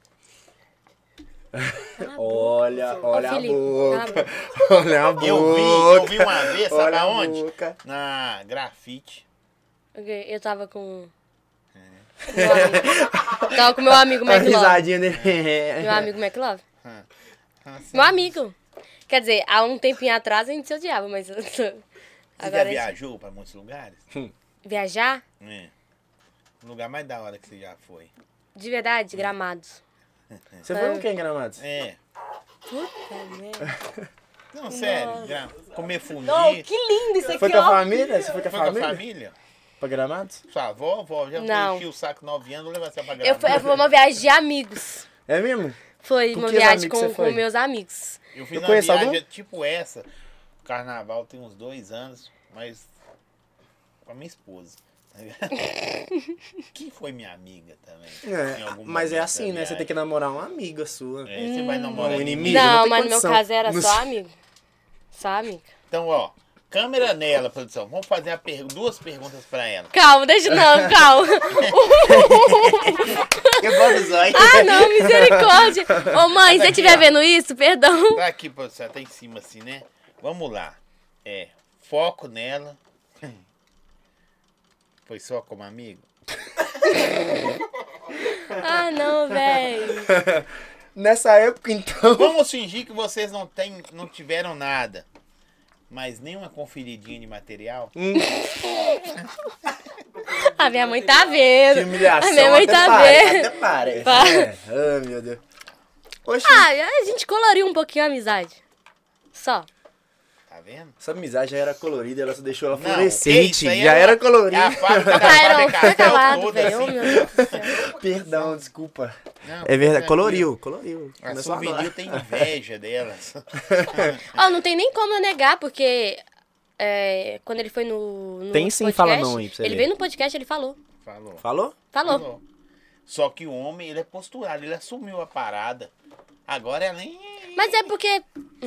Cala a Olha, boca. olha Ô, a Felipe, boca. cala a Olha a boca. Eu vi uma vez, sabe Olha a aonde? boca. Na grafite. Ok, eu tava com. Meu amigo. Tava com meu amigo A McLove. risadinha dele. Meu amigo McLove. Nossa, Meu amigo. Quer dizer, há um tempinho atrás a gente se odiava, mas. Você já Agora a gente- viajou pra muitos lugares? Viajar? É. O lugar mais da hora que você já foi. De verdade, Gramados. Você foi com quem, Gramados? É. Puta merda. Não, sério. Comer fundi. Não, que lindo isso aqui, Foi com a ó. família? Você foi com a Foi com a família? família? Pra Gramados? Sua avó, já Não. enchi o saco 9 anos, vou levar você pra Eu gravar. fui uma viagem de amigos. É mesmo? Foi Com uma que viagem amigos você com foi? meus amigos. Eu fiz Eu uma conheço viagem algum? tipo essa. Carnaval tem uns 2 anos, mas com a minha esposa. tá ligado? Que foi minha amiga também. em algum Mas é momento assim, da né? Você tem que viagem. namorar uma amiga sua. É, você vai namorar Um inimigo. inimigo. Não, tem mas no meu condição. caso era Não só sei. amigo. Só amigo. Então, ó, câmera nela, produção. Vamos fazer 2 perguntas pra ela. Calma, deixa não, calma. Eu gosto do zóio. Ah, não, misericórdia. Ô, mãe, se você estiver vendo isso, perdão. Tá aqui, produção, tá em cima assim, né? Vamos lá. Foco nela. Foi só como amigo? Ah, não, velho. Nessa época, então... Vamos fingir que vocês não tiveram nada. Mas nenhuma conferidinha de material. A minha mãe tá vendo. Que humilhação. A minha mãe tá vendo. Até parece. Para. Ai, meu Deus. Oxi, Ah, a gente coloriu um pouquinho a amizade. Só. Tá vendo? essa amizade já era colorida, ela só deixou ela Não, fluorescente. isso aí Já é era É a colorida. fábrica da Cairão, Faber fica Castell calado, toda, velho. Oh, assim. meu Deus do céu. Perdão, desculpa. Não, É verdade, tranquilo. coloriu. A Começou a Souvenir falar. tem inveja delas. Ó, não tem nem como eu negar, porque quando ele foi no Tem sim, podcast, fala não aí pra você ele ver. veio no podcast, ele falou. Falou. Falou? Falou. Só que o homem, ele é posturado, ele assumiu a parada. Agora ela nem... Mas é porque...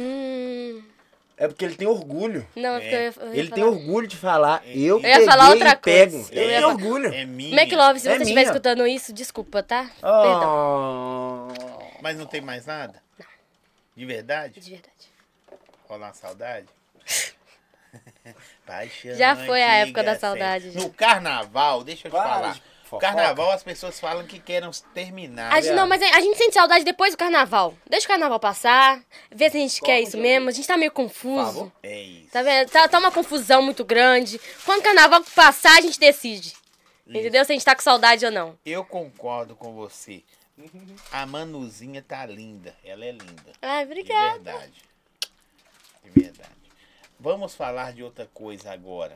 É porque ele tem orgulho. Não, é porque eu ia Ele falar. tem orgulho de falar. Eu ia falar peguei outra e pego. coisa. Ele Eu ia tem falar- orgulho. É minha. McLove, se É você estiver minha. escutando isso, desculpa, tá? Perdão. Oh. Mas não tem mais nada? De verdade? De verdade. Rolar uma saudade? Paixão Já foi a antiga, época da sério. saudade, No carnaval, deixa eu te Para falar. de No fofoca. carnaval as pessoas falam que querem terminar. Não, mas a gente sente saudade depois do carnaval. Deixa o carnaval passar, vê se a gente quer isso mesmo. A gente tá meio confuso. É isso. Tá vendo? Tá uma confusão muito grande. Quando o carnaval passar, a gente decide. Entendeu? Se a gente tá com saudade ou não. Eu concordo com você. A Manuzinha tá linda. Ela é linda. Ai, De obrigada. verdade. De verdade. Vamos falar de outra coisa agora.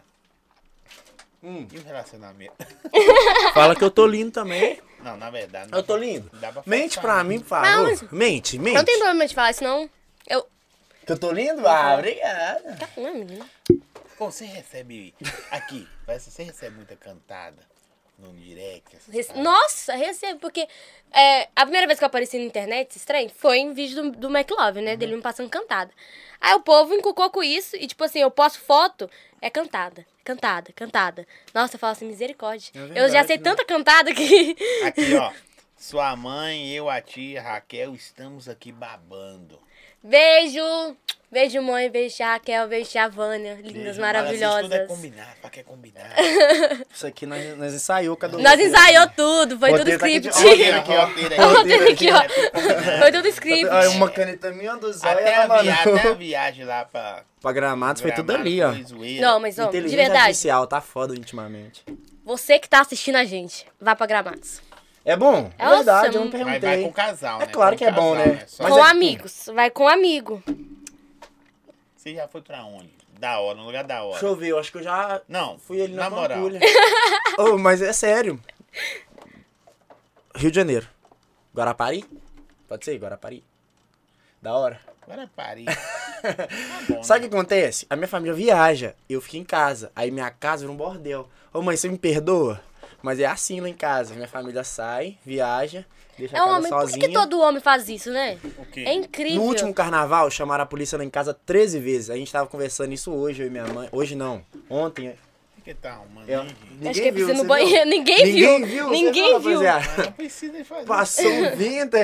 E o relacionamento? Fala que eu tô lindo também. Não, na verdade. não Eu dá tô pra- lindo. não dá pra Mente forçar, pra né? mim, por Não, favor. mas- Mente. Não tem problema de falar isso, não. Eu... Que eu tô lindo? Ah, obrigada. Tá com menina. Pô, você recebe. Aqui, você recebe muita cantada no direct? essas paradas? Nossa, recebo, porque a primeira vez que eu apareci na internet, esse trem, foi em vídeo do McLove, né? Dele me passando cantada. Aí o povo encucou com isso e, tipo assim, eu posto foto, é cantada. Nossa, eu falo assim, misericórdia. verdade, eu já sei né? tanta cantada que... Aqui, ó. Sua mãe, eu, a tia Raquel, estamos aqui babando. Beijo! Beijo, mãe, beijo, tia Raquel, beijo, tia Vânia. Lindas, Beijo. maravilhosas. Tudo é combinado, pra que é combinado? Isso aqui nós ensaiou cada um. Nós ensaiou tudo, foi tudo Roteiro tá aqui de- script. Roteiro aqui, roteiro O roteiro aqui, ó. É tudo combinado. Foi tudo script. Aí uma caneta minha do zóio. Até ela mandou. até a viagem lá pra... Pra Gramados foi tudo Gramado ali, ó. foi zoeira. Não, mas ó, de Inteligência verdade, artificial, tá foda ultimamente. você que tá assistindo a gente, vá pra Gramados. É bom? É Nossa, verdade, eu não mas Mas vai perguntei. com o casal, É né? claro Com que é bom, casal, né? Só- Mas Com é- amigos, vai com amigo. Você já foi pra onde? Da hora, no lugar da hora. Deixa eu ver, eu acho que eu já Não, fui ali na na moral. Pampulha. Oh, mas é sério. Rio de Janeiro. Guarapari? Pode ser, Guarapari? Da hora. Agora é Paris. Tá bom, Sabe o né? que acontece? A minha família viaja, eu fico em casa. Aí minha casa vira um bordel. Ô mãe, você me perdoa? Mas é assim lá em casa. Minha família sai, viaja, deixa É a um casa homem, por que sozinha. que todo homem faz isso, né? O quê? É incrível. No último carnaval, chamaram a polícia lá em casa 13 vezes. A gente tava conversando isso hoje, eu e minha mãe. Hoje não, ontem. O que tá arrumando Eu, aí, gente? ninguém Acho que viu, precisa no você banheiro. viu? Ninguém viu. viu? Ninguém Você viu. rapaziada? Não precisa fazer. Passou um vento.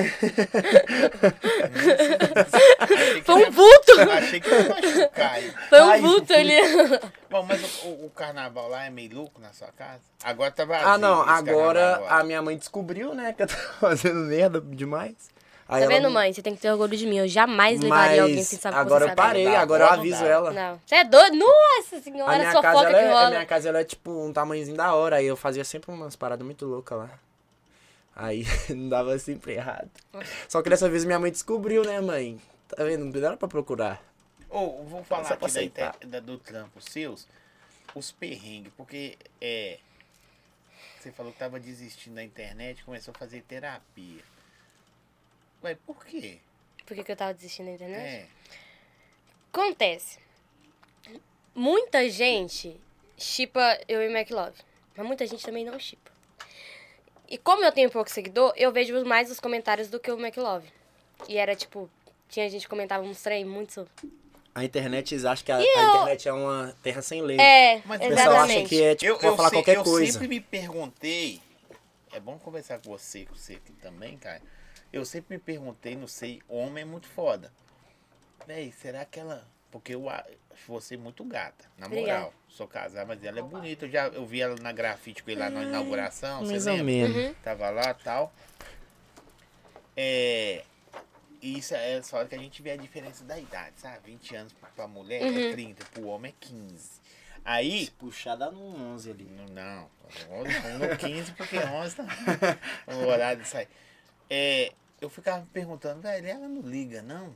Achei que Foi um ia- vulto. Achei que ia machucar aí. Foi um Ai, vulto ali. Bom, mas o carnaval lá é meio louco na sua casa? Agora tá vazio. Ah, não. esse Agora carnaval. a minha mãe descobriu, né, que eu tava fazendo merda demais. Aí Tá ela vendo, não- mãe? Você tem que ter orgulho de mim. Eu jamais levaria alguém sem Mas saber que agora você eu sabe. parei, Não dá, agora eu agora não aviso dá. ela. Não. Você é doido? Nossa A senhora, minha, sua casa, foca ela que é, a rola. minha casa ela é tipo um tamanhozinho da hora. Aí eu fazia sempre umas paradas muito loucas lá. Aí não dava sempre errado. Só que dessa vez minha mãe descobriu, né, mãe? Tá vendo? Não era pra procurar. Ô, vou falar Só pra aqui aceitar. do trampo seus, os perrengues, porque você falou que tava desistindo da internet, começou a fazer terapia. Ué, por quê? Por que eu tava desistindo da internet? É. Acontece. Muita gente shippa eu e McLove. Mas muita gente também não shippa. E como eu tenho pouco seguidor, eu vejo mais os comentários do que o McLove. E era tipo, tinha gente que comentava uns trem muito. A internet, eles acham que a internet é uma terra sem lei. Mas O o pessoal acha exatamente. que é tipo, pode falar qualquer coisa. Eu sempre me perguntei, é bom conversar com você aqui também, cara. Eu sempre me perguntei, não sei, homem é muito foda. Véi, será que ela porque eu acho você muito gata, na Obrigada. moral. Sou casado, mas ela é bonita. Eu vi ela na grafite com ele lá na inauguração, você Mais ou lembra? menos. Tava lá e tal. Isso é só que a gente vê a diferença da idade, sabe? 20 anos pra mulher é 30, pro homem é 15. Aí. Se puxar, dá num 11 ali. Não, 11, 15, porque 11 tá o horário disso aí. Eu ficava me perguntando, velho, ela não liga, não?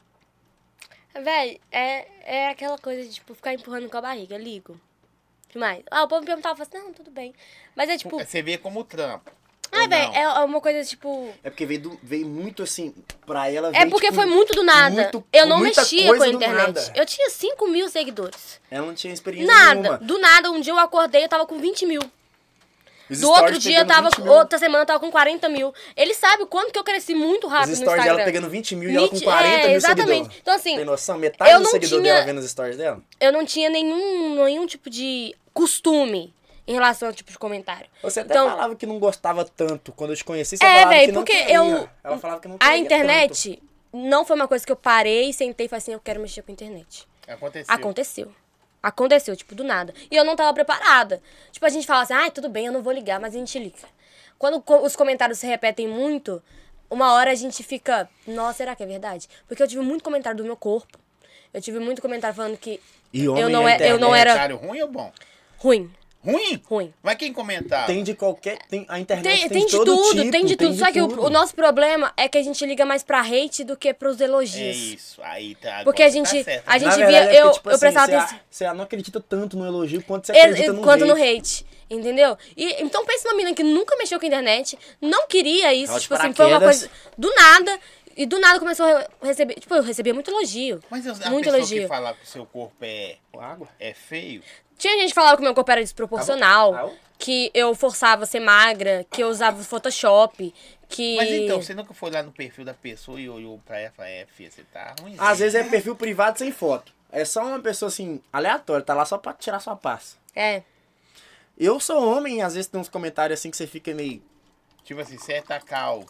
Véi, é aquela coisa de, tipo, ficar empurrando com a barriga. Eu ligo. Demais. O povo me perguntava, eu falava assim, não, tudo bem. Mas é tipo... Você vê como trampo. Ah, ou velho, não? é uma coisa, tipo... É porque veio muito assim, pra ela É veio, porque tipo, foi muito do nada. Eu não muita mexia coisa com a do internet. nada. Eu tinha 5 mil seguidores. Ela não tinha experiência Nada. nenhuma. Do nada, um dia eu acordei, eu tava com 20 mil. Os Do outro stories dia, eu pegando tava... 20 mil. Outra semana, eu tava com 40 mil. Ele sabe o quanto que eu cresci muito Os rápido no stories Instagram. dela pegando 20 mil e ela com 20 40 mil exatamente. seguidores. Então, assim, Tem noção? Metade eu do não seguidor tinha- dela vendo os stories dela? eu não tinha nenhum tipo de costume em relação ao tipo de comentário. Você até Então, falava que não gostava tanto. Quando eu te conheci, você É, falava véi, que não porque queria. eu- Ela falava que não a queria internet não foi uma coisa que eu parei, sentei e falei assim, eu quero mexer com a internet. Aconteceu. Aconteceu, tipo, do nada. E eu não tava preparada. Tipo, a gente fala assim, tudo bem, eu não vou ligar, mas a gente liga. Quando os comentários se repetem muito, uma hora a gente fica, nossa, será que é verdade? Porque eu tive muito comentário do meu corpo. Eu tive muito comentário falando que E homem eu não, na eu não internet. era Comentário ruim ou bom? ruim. Ruim? Mas quem comentava? Tem de qualquer... A internet Tem de todo tudo, tipo, tem de tudo. Só que tudo. o nosso problema é que a gente liga mais pra hate do que pros É elogios. isso. Aí tá. Porque agora a você gente- tá certo. a gente Na via- verdade, é eu- porque, tipo eu assim, prestava você atenção. Você não acredita tanto no elogio quanto você acredita no Quanto hate. no hate, entendeu? E então pensa numa menina que nunca mexeu com a internet, não queria isso, Tava de tipo assim, foi uma paraquedas. coisa do nada, e do nada começou a receber, tipo, eu recebia muito elogio. Mas a muito pessoa elogio. que fala que o seu corpo Água. é feio, Tinha gente que falava que meu corpo era desproporcional, Tá bom. que eu forçava a ser magra, que eu usava Photoshop, que... mas então, você nunca foi lá no perfil da pessoa e olhou pra ela e falou, filha, você tá ruim. Às vezes é perfil privado sem foto. É só uma pessoa assim, aleatória, tá lá só pra tirar sua paz. É. Eu sou homem e às vezes tem uns comentários assim que você fica meio... Tipo assim, você tá calvo.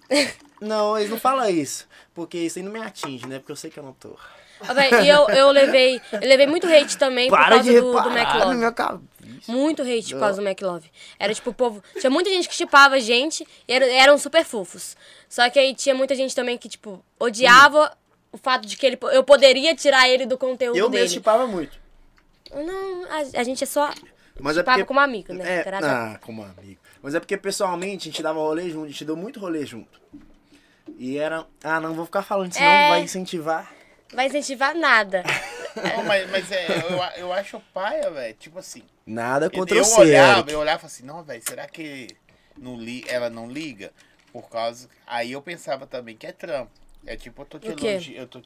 Não, eles não falam isso. Porque isso aí não me atinge, né? Porque eu sei que eu não tô. Ó, véi, e eu levei muito hate também por causa do no McLove. meu cabeça. Muito hate por causa do McLove. Era tipo o povo. Tinha muita gente que chipava a gente e eram super fofos. Só que aí tinha muita gente também que, tipo, odiava o fato de que eu poderia tirar ele do conteúdo Eu dele. mesmo chipava muito. Não, a gente é só. Mas é chipava porque... como amigo, né? Terapia. como amigo. Mas é porque pessoalmente a gente dava rolê junto, a gente deu muito rolê junto. E era... não vou ficar falando, senão vai incentivar. Vai incentivar nada. Não, mas eu acho paia, velho. Tipo assim. Nada contra eu você, olhava, Eric. eu olhava assim, não, velho, será que ela não liga? Por causa. Aí eu pensava também que é trampo. É tipo, O quê?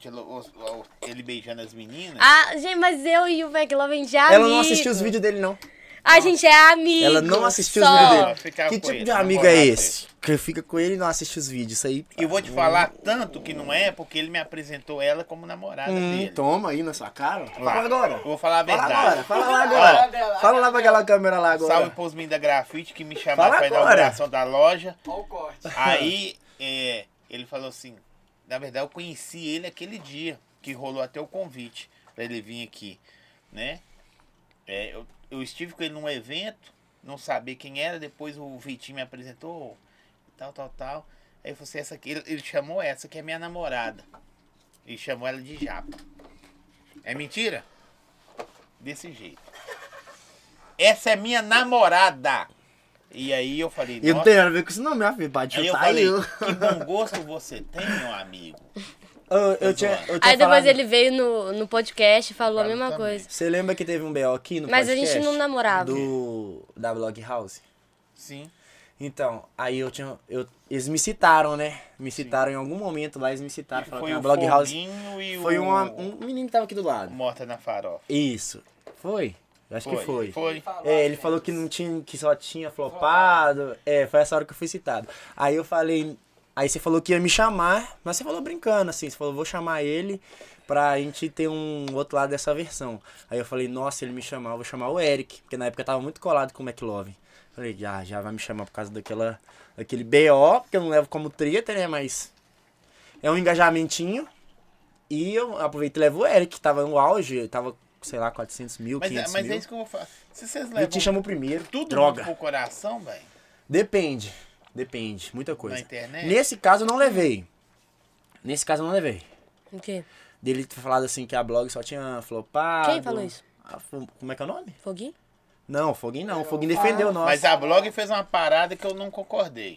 ele beijando as meninas. Gente, mas eu e o McLove já Ela não assistiu os vídeos dele, não. A gente é amigo. Ela não assistiu só. os vídeos Ela dele. ficava Que com tipo ele, de amigo namorava é ele. esse? Que fica com ele e não assiste os vídeos. Isso aí... E vou te falar tanto que não é, porque ele me apresentou ela como namorada dele. Toma aí na sua cara. Lá. Fala agora. Eu vou falar a Fala verdade. agora. Fala lá agora. Fala lá pra aquela câmera lá agora. Salve pros meninos da grafite que me chamaram Fala pra agora. inauguração da loja. Olha o corte. Aí ele falou assim, na verdade eu conheci ele aquele dia, que rolou até o convite pra ele vir aqui, né? Eu estive com ele num evento, não sabia quem era, depois o Vitinho me apresentou, tal. Aí eu falei assim, essa aqui, ele chamou essa que é minha namorada. Ele chamou ela de Japa. É mentira? Desse jeito. Essa é minha namorada. E aí eu falei, E não nossa. tem nada a ver com isso não, minha filha. Pode Aí eu chutar falei, eu. que bom gosto você tem, meu amigo. Eu tinha Aí depois falado- ele veio no podcast e falou a Falou mesma também. coisa. Você lembra que teve um BO aqui no Mas a podcast? gente não namorava. Da Blog House? Sim. Então, aí eles me citaram, né? Me citaram em algum momento lá, eles me citaram. Falaram Foi que a o Blog House Foguinho e foi o um menino que tava aqui do lado. Morta na Farofa. Isso. Foi? Eu acho que foi. Foi. Ele falou que não tinha, que só tinha flopado. Foi essa hora que eu fui citado. Aí eu falei. Aí você falou que ia me chamar, mas você falou brincando, assim. Você falou, vou chamar ele pra gente ter um outro lado dessa versão. Aí eu falei, nossa, se ele me chamar, eu vou chamar o Eric. Porque na época eu tava muito colado com o McLove. Falei, já vai me chamar por causa daquele BO, que eu não levo como treta, né? Mas é um engajamentinho. E eu aproveitei e levo o Eric, que tava no auge, tava, sei lá, 400 mil, 500 Mas mil. é isso que eu vou falar. Se vocês Ele levam te chamou primeiro. tudo Droga. muito pro coração, velho, Depende, muita coisa. na internet. Nesse caso eu não levei. O quê? Dele ter falado assim que a blog só tinha flopado. Quem falou isso? Como é que é o nome? Foguinho? Não, o Foguinho não. O Foguinho defendeu nós. Mas a blog fez uma parada que eu não concordei.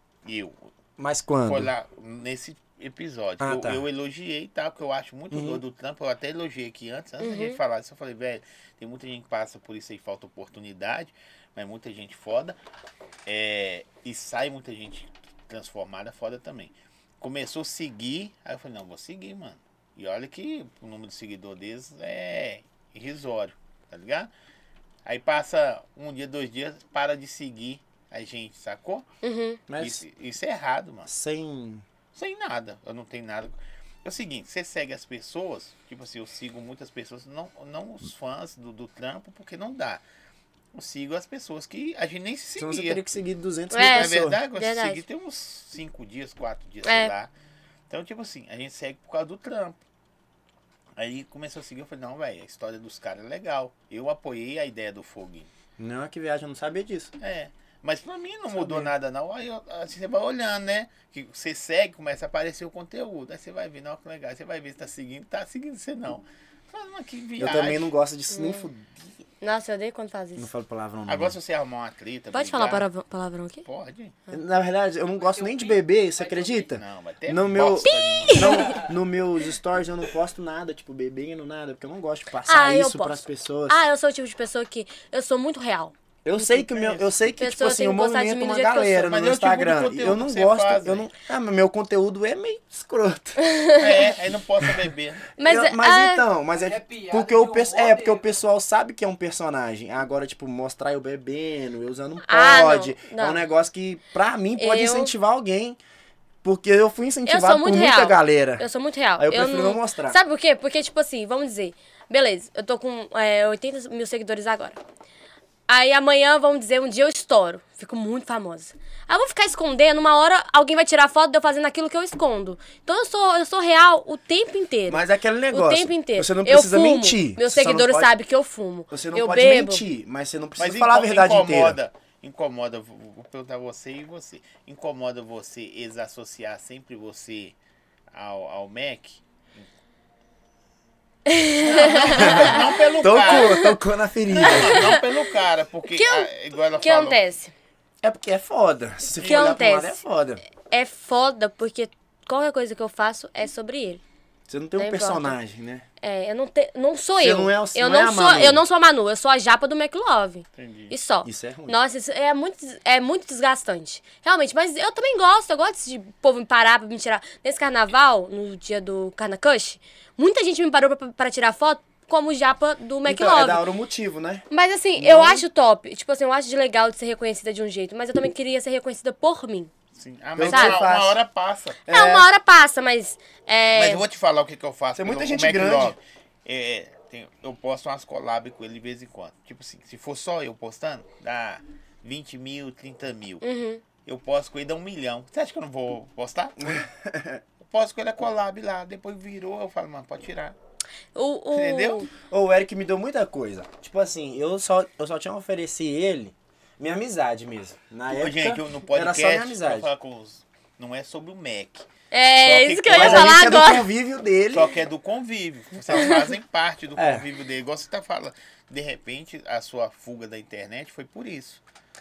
Mas quando? Foi lá nesse episódio. Ah, eu, tá. eu elogiei, tá? Porque eu acho muito doido do trampo. Eu até elogiei aqui antes da gente falar isso. Eu falei, velho, tem muita gente que passa por isso aí, falta oportunidade, mas muita gente foda. E sai muita gente transformada foda também. Começou a seguir, aí eu falei, não, vou seguir, mano. E olha que o número de seguidores deles é irrisório, tá ligado? Aí passa um dia, 2 dias, para de seguir a gente, sacou? Uhum. Mas Isso é errado, mano. sem... Sem nada, eu não tenho nada. É o seguinte, você segue as pessoas, tipo assim, eu sigo muitas pessoas, não os fãs do trampo, porque não dá. Eu sigo as pessoas que a gente nem se Senão você seguia. teria que seguir 200 É, mil Não é pessoas. verdade? Eu Verdade. segui tem uns 5 dias, 4 dias, É. sei lá. Então, tipo assim, a gente segue por causa do trampo. Aí começou a seguir, eu falei, não, velho, a história dos caras é legal. Eu apoiei a ideia do Foguinho. Não, que viagem, eu não sabia disso. Mas pra mim não mudou nada, não. Aí assim, você vai olhando, né? Que você segue, começa a aparecer o conteúdo. Aí você vai ver, não, que legal. Aí você vai ver se tá seguindo você não. Fala, mas que Eu viagem. também não gosto disso nem fuder. Nossa, eu odeio quando faz Não isso. falo palavrão não. Agora se você arrumar uma treta. Pode brigar, falar palavrão aqui? Pode. Na verdade, eu não gosto nem de beber, você acredita? Não, vai ter No meu, bosta nenhuma. no meus stories eu não posto nada, tipo, bebendo, nada, porque eu não gosto de passar eu isso posto. pras pessoas. Ah, eu sou o tipo de pessoa que... Eu sou muito real. Eu sei que tipo Pessoa assim, tem eu que gostar de movimento mim do uma jeito que eu galera sou. no Mas meu é o tipo de Instagram. conteúdo Eu não que você gosto, faz, eu não. velho. Ah, mas meu conteúdo é meio escroto. Aí não possa beber. Mas, Mas é piada porque de humor porque o pessoal sabe que é um personagem. Agora, tipo, mostrar eu bebendo, eu usando um Ah, não, pod, é não. um negócio que pra mim pode Eu- incentivar alguém. Porque eu fui eu incentivado sou por muito muita real. galera. Eu sou muito real. Aí eu prefiro não mostrar. Sabe por quê? Porque, tipo assim, vamos dizer... Beleza, eu tô com 80 mil seguidores agora. Aí amanhã, vamos dizer, um dia eu estouro. Fico muito famosa. Aí eu vou ficar escondendo, uma hora alguém vai tirar foto de eu fazendo aquilo que eu escondo. Então eu sou real o tempo inteiro. Mas é aquele negócio. O tempo inteiro. Você não Eu precisa fumo. mentir. Meus Você só não seguidores pode- sabem que eu fumo. Você não eu pode bebo. mentir, mas você não precisa Mas falar a verdade inteira. Incomoda, vou perguntar você e você. Incomoda você desassociar sempre você ao Mac? Não pelo cara. Tocou na ferida. Não pelo cara, porque igual ela O que falou. acontece? É porque é foda. Se você O for que olhar pra um lado, é acontece? foda. É foda porque qualquer coisa que eu faço é sobre ele. Você não tem um Não importa. personagem, né? Eu não sou Você eu. não é o- eu não é não a sou, Manu. eu não sou a Manu, eu sou a japa do McLove. Entendi. E só. Isso é ruim. Nossa, isso é muito desgastante. Realmente, mas eu também gosto, eu gosto de povo me parar pra me tirar. Nesse carnaval, no dia do Carnacush, muita gente me parou pra tirar foto como japa do Então, McLove. é da hora o motivo, né? Mas assim, eu acho top. Tipo assim, eu acho de legal de ser reconhecida de um jeito, mas eu também queria ser reconhecida por mim. Sim. Mas Sabe? uma hora passa. Uma hora passa, mas. Mas eu vou te falar o que eu faço. Tem muita pelo- gente com o McLove. grande. Eu posto umas collabs com ele de vez em quando. Tipo assim, se for só eu postando, dá 20 mil, 30 mil. Uhum. Eu posto com ele, dá 1 milhão. Você acha que eu não vou postar? Eu posto com ele a collab lá, depois virou, eu falo, mano, pode tirar. Entendeu? O Eric me deu muita coisa. Tipo assim, eu só tinha que oferecer ele minha amizade mesmo. Na época, Gente, no era podcast, só minha eu amizade. falar com os... Não é sobre o Mac. É Só que isso que eu ia Mas a falar gente é do agora. convívio dele. Só que é do convívio. Vocês fazem parte do É. convívio dele. Igual você tá falando. De repente, a sua fuga da internet foi por isso.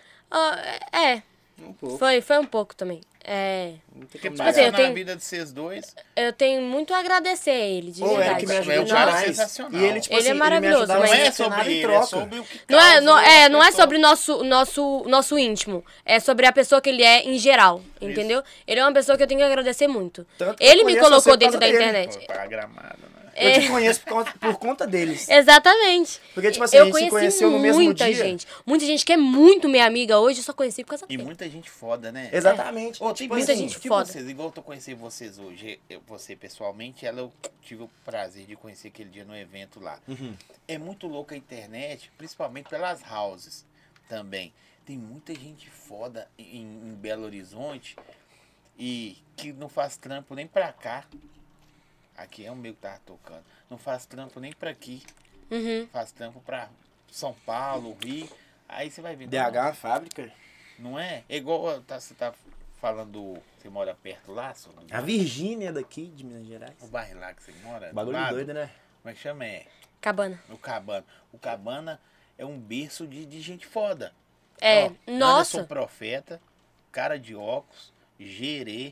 Um pouco. Foi um pouco também. Porque como passa assim, eu na tenho- vida de vocês dois. Eu tenho muito a agradecer a ele, de O verdade. Eric me É ajudou um cara demais. sensacional. E ele, tipo Ele assim, é maravilhoso, ele me ajudava mas- Não sem é ter sobre nada em ele, troca. é sobre o que Não é, causa não é pessoa. sobre nosso íntimo. É sobre a pessoa que ele é em geral, entendeu? Ele é uma pessoa que eu tenho que agradecer muito. Tanto que eu Ele me conheço colocou você por dentro causa da dele. internet. Pra gramado, né? Eu te conheço por conta deles. Exatamente. Porque, tipo assim, a eu gente se conheci conheceu no mesmo muita dia. gente. Muita gente que é muito minha amiga hoje, eu só conheci por causa E dele. muita gente foda, né? Exatamente. Ô, tipo muita assim, gente tipo foda. vocês, igual eu tô conhecendo vocês hoje, você pessoalmente, eu tive o prazer de conhecer aquele dia no evento lá. É muito louca a internet, principalmente pelas houses também. Tem muita gente foda em Belo Horizonte e que não faz trampo nem pra cá. Aqui é o meu que tá tocando. Não faz trampo nem pra aqui. Uhum. Faz trampo pra São Paulo, Rio. Aí você vai ver. DH é uma fábrica. Não é? É igual você tá falando. Você mora perto lá? A Virgínia daqui, de Minas Gerais. O bairro lá que você mora? do Bagulho lado, doido, né? Como é que chama? Cabana. O Cabana. O Cabana é um berço de gente foda. É, Ó, nossa. Anderson Profeta, Cara de Óculos, Gerê,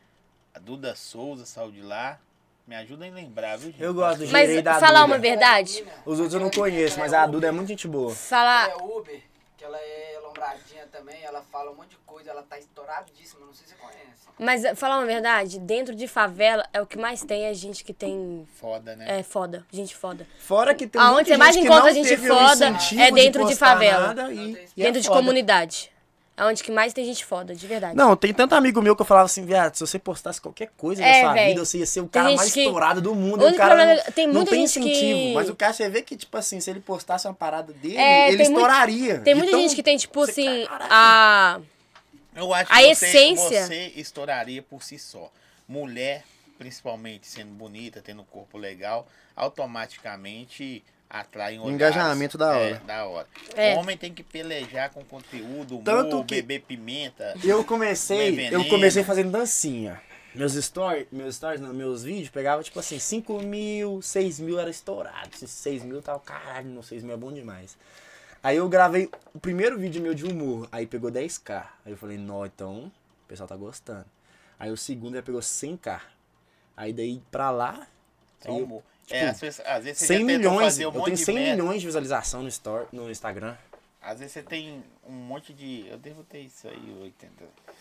a Duda Souza saiu de lá. Me ajuda a lembrar, viu, gente? Eu gosto do Mas Gerei da falar Duda. uma verdade? Os outros eu não conheço, mas a Duda é muito gente boa. Falar. Ela é Uber, que ela é lombradinha também, ela fala um monte de coisa, ela tá estouradíssima, não sei se você conhece. Mas falar uma verdade, dentro de favela é o que mais tem é gente que tem. Foda, né? É foda, gente foda. Fora que tem Aonde muita você mais gente que encontra não gente teve o foda incentivo é dentro de postar favela. nada e Dentro é de foda. comunidade. É onde que mais tem gente foda, de verdade. Não, tem tanto amigo meu que eu falava assim, viado, se você postasse qualquer coisa da sua véi. vida, você ia ser o Tem cara gente mais que- estourado do mundo. o E o único cara problema não, tem não muita tem gente incentivo. que- Mas o cara, você vê que, tipo assim, se ele postasse uma parada dele, É, ele tem muito- estouraria. Tem muita Então, gente que tem, tipo você, assim, caraca. a. Eu acho A que essência- você estouraria por si só. Mulher, principalmente sendo bonita, tendo um corpo legal, automaticamente atrai um Engajamento da hora. da hora. É. O homem tem que pelejar com conteúdo, Tanto humor, que- beber pimenta. Eu Não é comecei veneno. fazendo dancinha. Meus stories, não, meus vídeos pegava tipo assim, 5 mil, 6 mil era estourado. Esses 6 mil tava, caralho, não, 6 mil é bom demais. Aí eu gravei o primeiro vídeo meu de humor, aí pegou 10k. Aí eu falei, não, então o pessoal tá gostando. Aí o segundo já pegou 100k. Aí daí pra lá, Só aí eu- humor. tipo, Às vezes você 100 já tentou milhões, fazer um eu monte tenho de 100 merda. milhões de visualização no Instagram. Às vezes você tem um monte de... Eu devo ter isso aí, 80.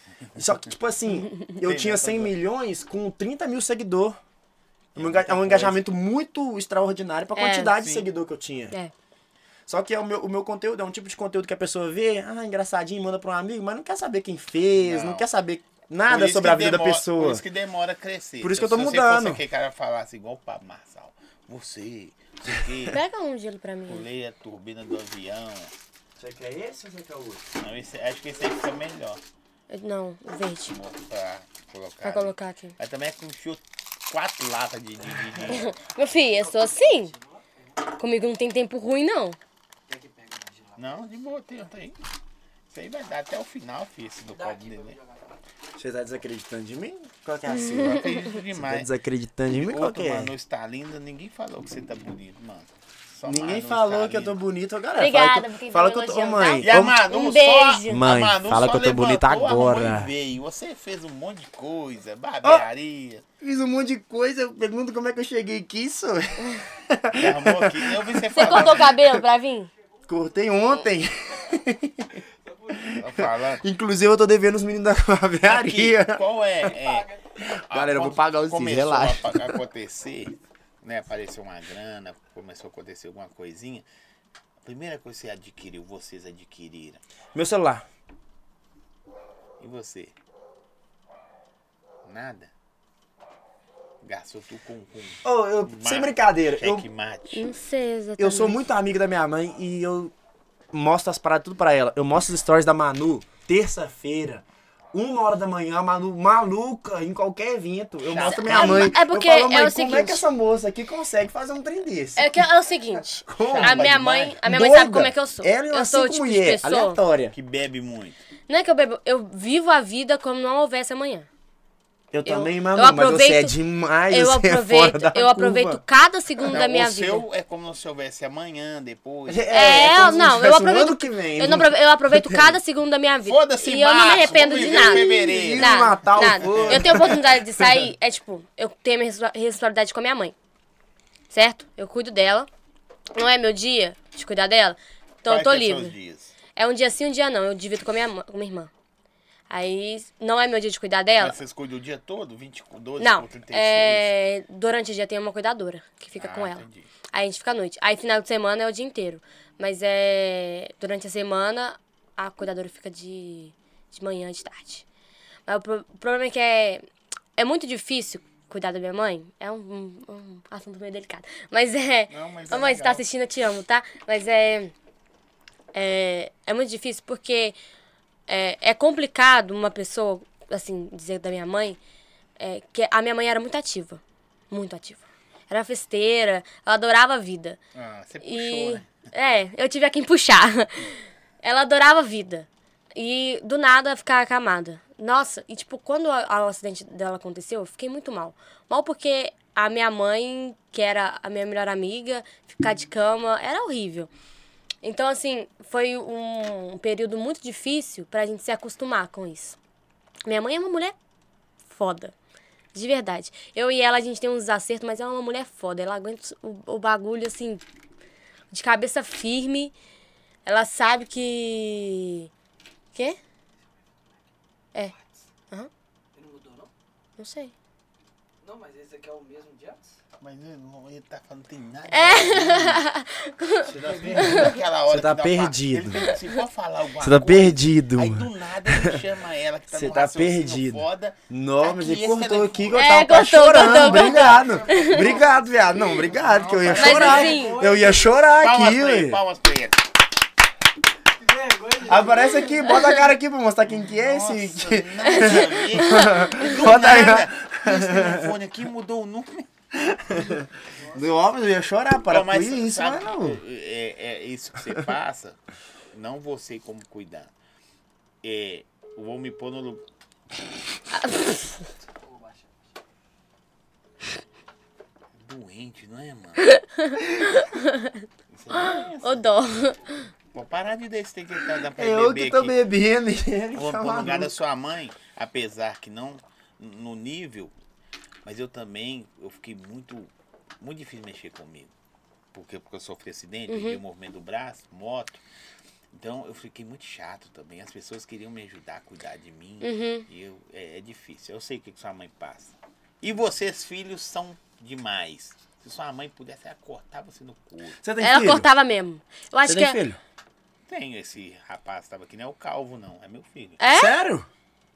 Só que, tipo assim, eu Tem tinha nessa 100 agora. milhões com 30 mil seguidores. É É um muita engajamento muito extraordinário pra É, quantidade de sim. seguidor que eu tinha. É. Só que o meu conteúdo é um tipo de conteúdo que a pessoa vê, engraçadinho, manda pra um amigo, mas não quer saber quem fez, não Não. quer saber Por nada isso sobre que a vida da demora- pessoa. Por isso que demora a crescer. Por isso que eu tô Se mudando. Se fosse aquele cara falasse igual o Pablo Marçal, você, sei o quê, Pega um gelo pra mim. pulei a turbina do avião. Você quer esse ou você quer outro? Não, acho que esse aí fica melhor Não, o verde. pra colocar. Pra ali. colocar aqui. Mas também é que enfiou 4 latas de... Meu filho, eu sou assim. Comigo não tem tempo ruim, não. Não, de boa, tem. Isso aí vai dar até o final, filho, esse do copo dele. Você tá desacreditando de mim? Qual que é a Eu sua? acredito Tá demais. desacreditando de mim? Qual Outro, que é? mano, está linda, ninguém falou que você tá bonito, mano. Só Ninguém Manu falou está que eu tô linda. bonito, galera. Obrigada por quem Fala tá que me eu tô... Ô, elogiando, mãe, E a ô, Manu Um só... beijo. Mãe, a Manu fala só que eu tô bonita levantou, arrumou agora. e veio. Você fez um monte de coisa, barbearia. fiz um monte de coisa, eu pergunto como é que eu cheguei aqui, isso. Você arrumou aqui. Eu vi você Você falando. cortou o cabelo pra vir? Cortei ontem. Tô falando. Inclusive eu tô devendo os meninos da barbearia. Aqui, qual é? Galera, eu vou quando pagar os começou relaxa. a acontecer, né? Apareceu uma grana, começou a acontecer alguma coisinha. A primeira coisa que você adquiriu, vocês adquiriram. Meu celular. E você? Nada? Gastou tudo com Sem brincadeira, checkmate. Não sei exatamente. eu sou muito amigo da minha mãe e eu mostro as paradas tudo pra ela. Eu mostro os stories da Manu, terça-feira, 1h da manhã, a Manu maluca em qualquer evento. Eu mostro minha É- mãe. é porque eu falo, mãe, é o como é seguinte. que essa moça aqui consegue fazer um trem desse? É o seguinte. Como? A minha demais. mãe sabe Doida. como é que eu sou. Ela é Eu uma sou o cinco tipo de mulher, pessoa. aleatória. Que bebe muito. Não é que eu bebo, eu vivo a vida como não houvesse amanhã. Eu também, eu Manu, mas você é aproveito- demais, Eu você é aproveito, fora da eu aproveito curva. cada segundo Não, da minha o vida. seu é como se houvesse amanhã, depois. como se Não, eu tivesse um aproveito. ano que vem. Eu aproveito cada segundo da minha vida. Foda-se, E eu não me março, arrependo vamos de viver nada. fevereiro. Nada, Natal, nada. foda. Eu tenho oportunidade de sair, é tipo, eu tenho a minha responsabilidade com a minha mãe. Certo? Eu cuido dela. Não é meu dia de cuidar dela. Então eu tô Quais que são livre. os dias? É um dia sim, um dia não. Eu divido com a com minha irmã. Aí, não é meu dia de cuidar dela. Mas vocês cuidam o dia todo? 12 Não, por 36? durante o dia tem uma cuidadora que fica com ela. Entendi. Aí a gente fica à noite. Aí final de semana é o dia inteiro. Mas durante a semana a cuidadora fica de manhã, de tarde. Mas o problema é que é muito difícil cuidar da minha mãe. É um assunto meio delicado. Mas Não, mas Ô, é mãe, você tá legal. assistindo, eu te amo, tá? Mas é muito difícil porque é complicado uma pessoa, assim, dizer da minha mãe, que a minha mãe era muito ativa. muito ativa. Era festeira, ela adorava a vida. Ah, você puxou, né? Eu tive a quem puxar. Ela adorava a vida. E do nada ficar acamada. Nossa, e tipo, quando o acidente dela aconteceu, eu fiquei muito mal. Mal porque a minha mãe, que era a minha melhor amiga, ficar de cama, era horrível. Então, assim, foi um período muito difícil pra gente se acostumar com isso. Minha mãe é uma mulher foda. De verdade. Eu e ela, a gente tem uns acertos, mas ela é uma mulher foda. Ela aguenta o bagulho, assim, de cabeça firme. Ela sabe que... Quê? É. Aham. Ele não mudou, não? Não sei. Não, mas esse aqui é o mesmo de antes? Mas ele tá falando que tem nada. Você tá perdido. Naquela hora Você tá que perdido. Ele fez assim, pode falar alguma Você tá coisa? perdido. Aí do nada ele chama ela que tá Você num tá raciocínio perdido. foda. Não, mas Aqui, ele esse cortou telefone. aqui que eu tava quase cortou, chorando. cortou. Obrigado. Obrigado, viado. Não, obrigado, que eu ia Mas chorar. assim- Eu ia chorar Palmas aqui, pra ele, ué. palmas pra ele. Que vergonha, gente. Aparece aqui, bota a cara aqui pra mostrar quem que é esse. Nossa, nada a ver. Do Bota aí, nada, esse telefone aqui mudou o número. Óbvio, eu ia chorar, para Não, com isso, sabe, mas não. é isso que você passa, não você como cuidar. Eu vou me pôr no lugar. Doente, não é, mano? Isso é doença. Ô, dó. Vou parar de deixar que tá dando pra Eu beber que tô aqui. bebendo e ele Vou tá pôr no lugar da maluco. sua mãe, apesar que não no nível, mas eu fiquei muito difícil mexer comigo. Porque eu sofri acidente, perdi o movimento do braço, moto. Então eu fiquei muito chato também. As pessoas queriam me ajudar a cuidar de mim. E é difícil. Eu sei o que sua mãe passa. E vocês, filhos, são demais. Se sua mãe pudesse, ela cortava você no cu. Você tem Ela filho? cortava mesmo. Eu acho Você que... tem filho? Tem esse rapaz que estava aqui, não é o Calvo, não. É meu filho. É? Sério?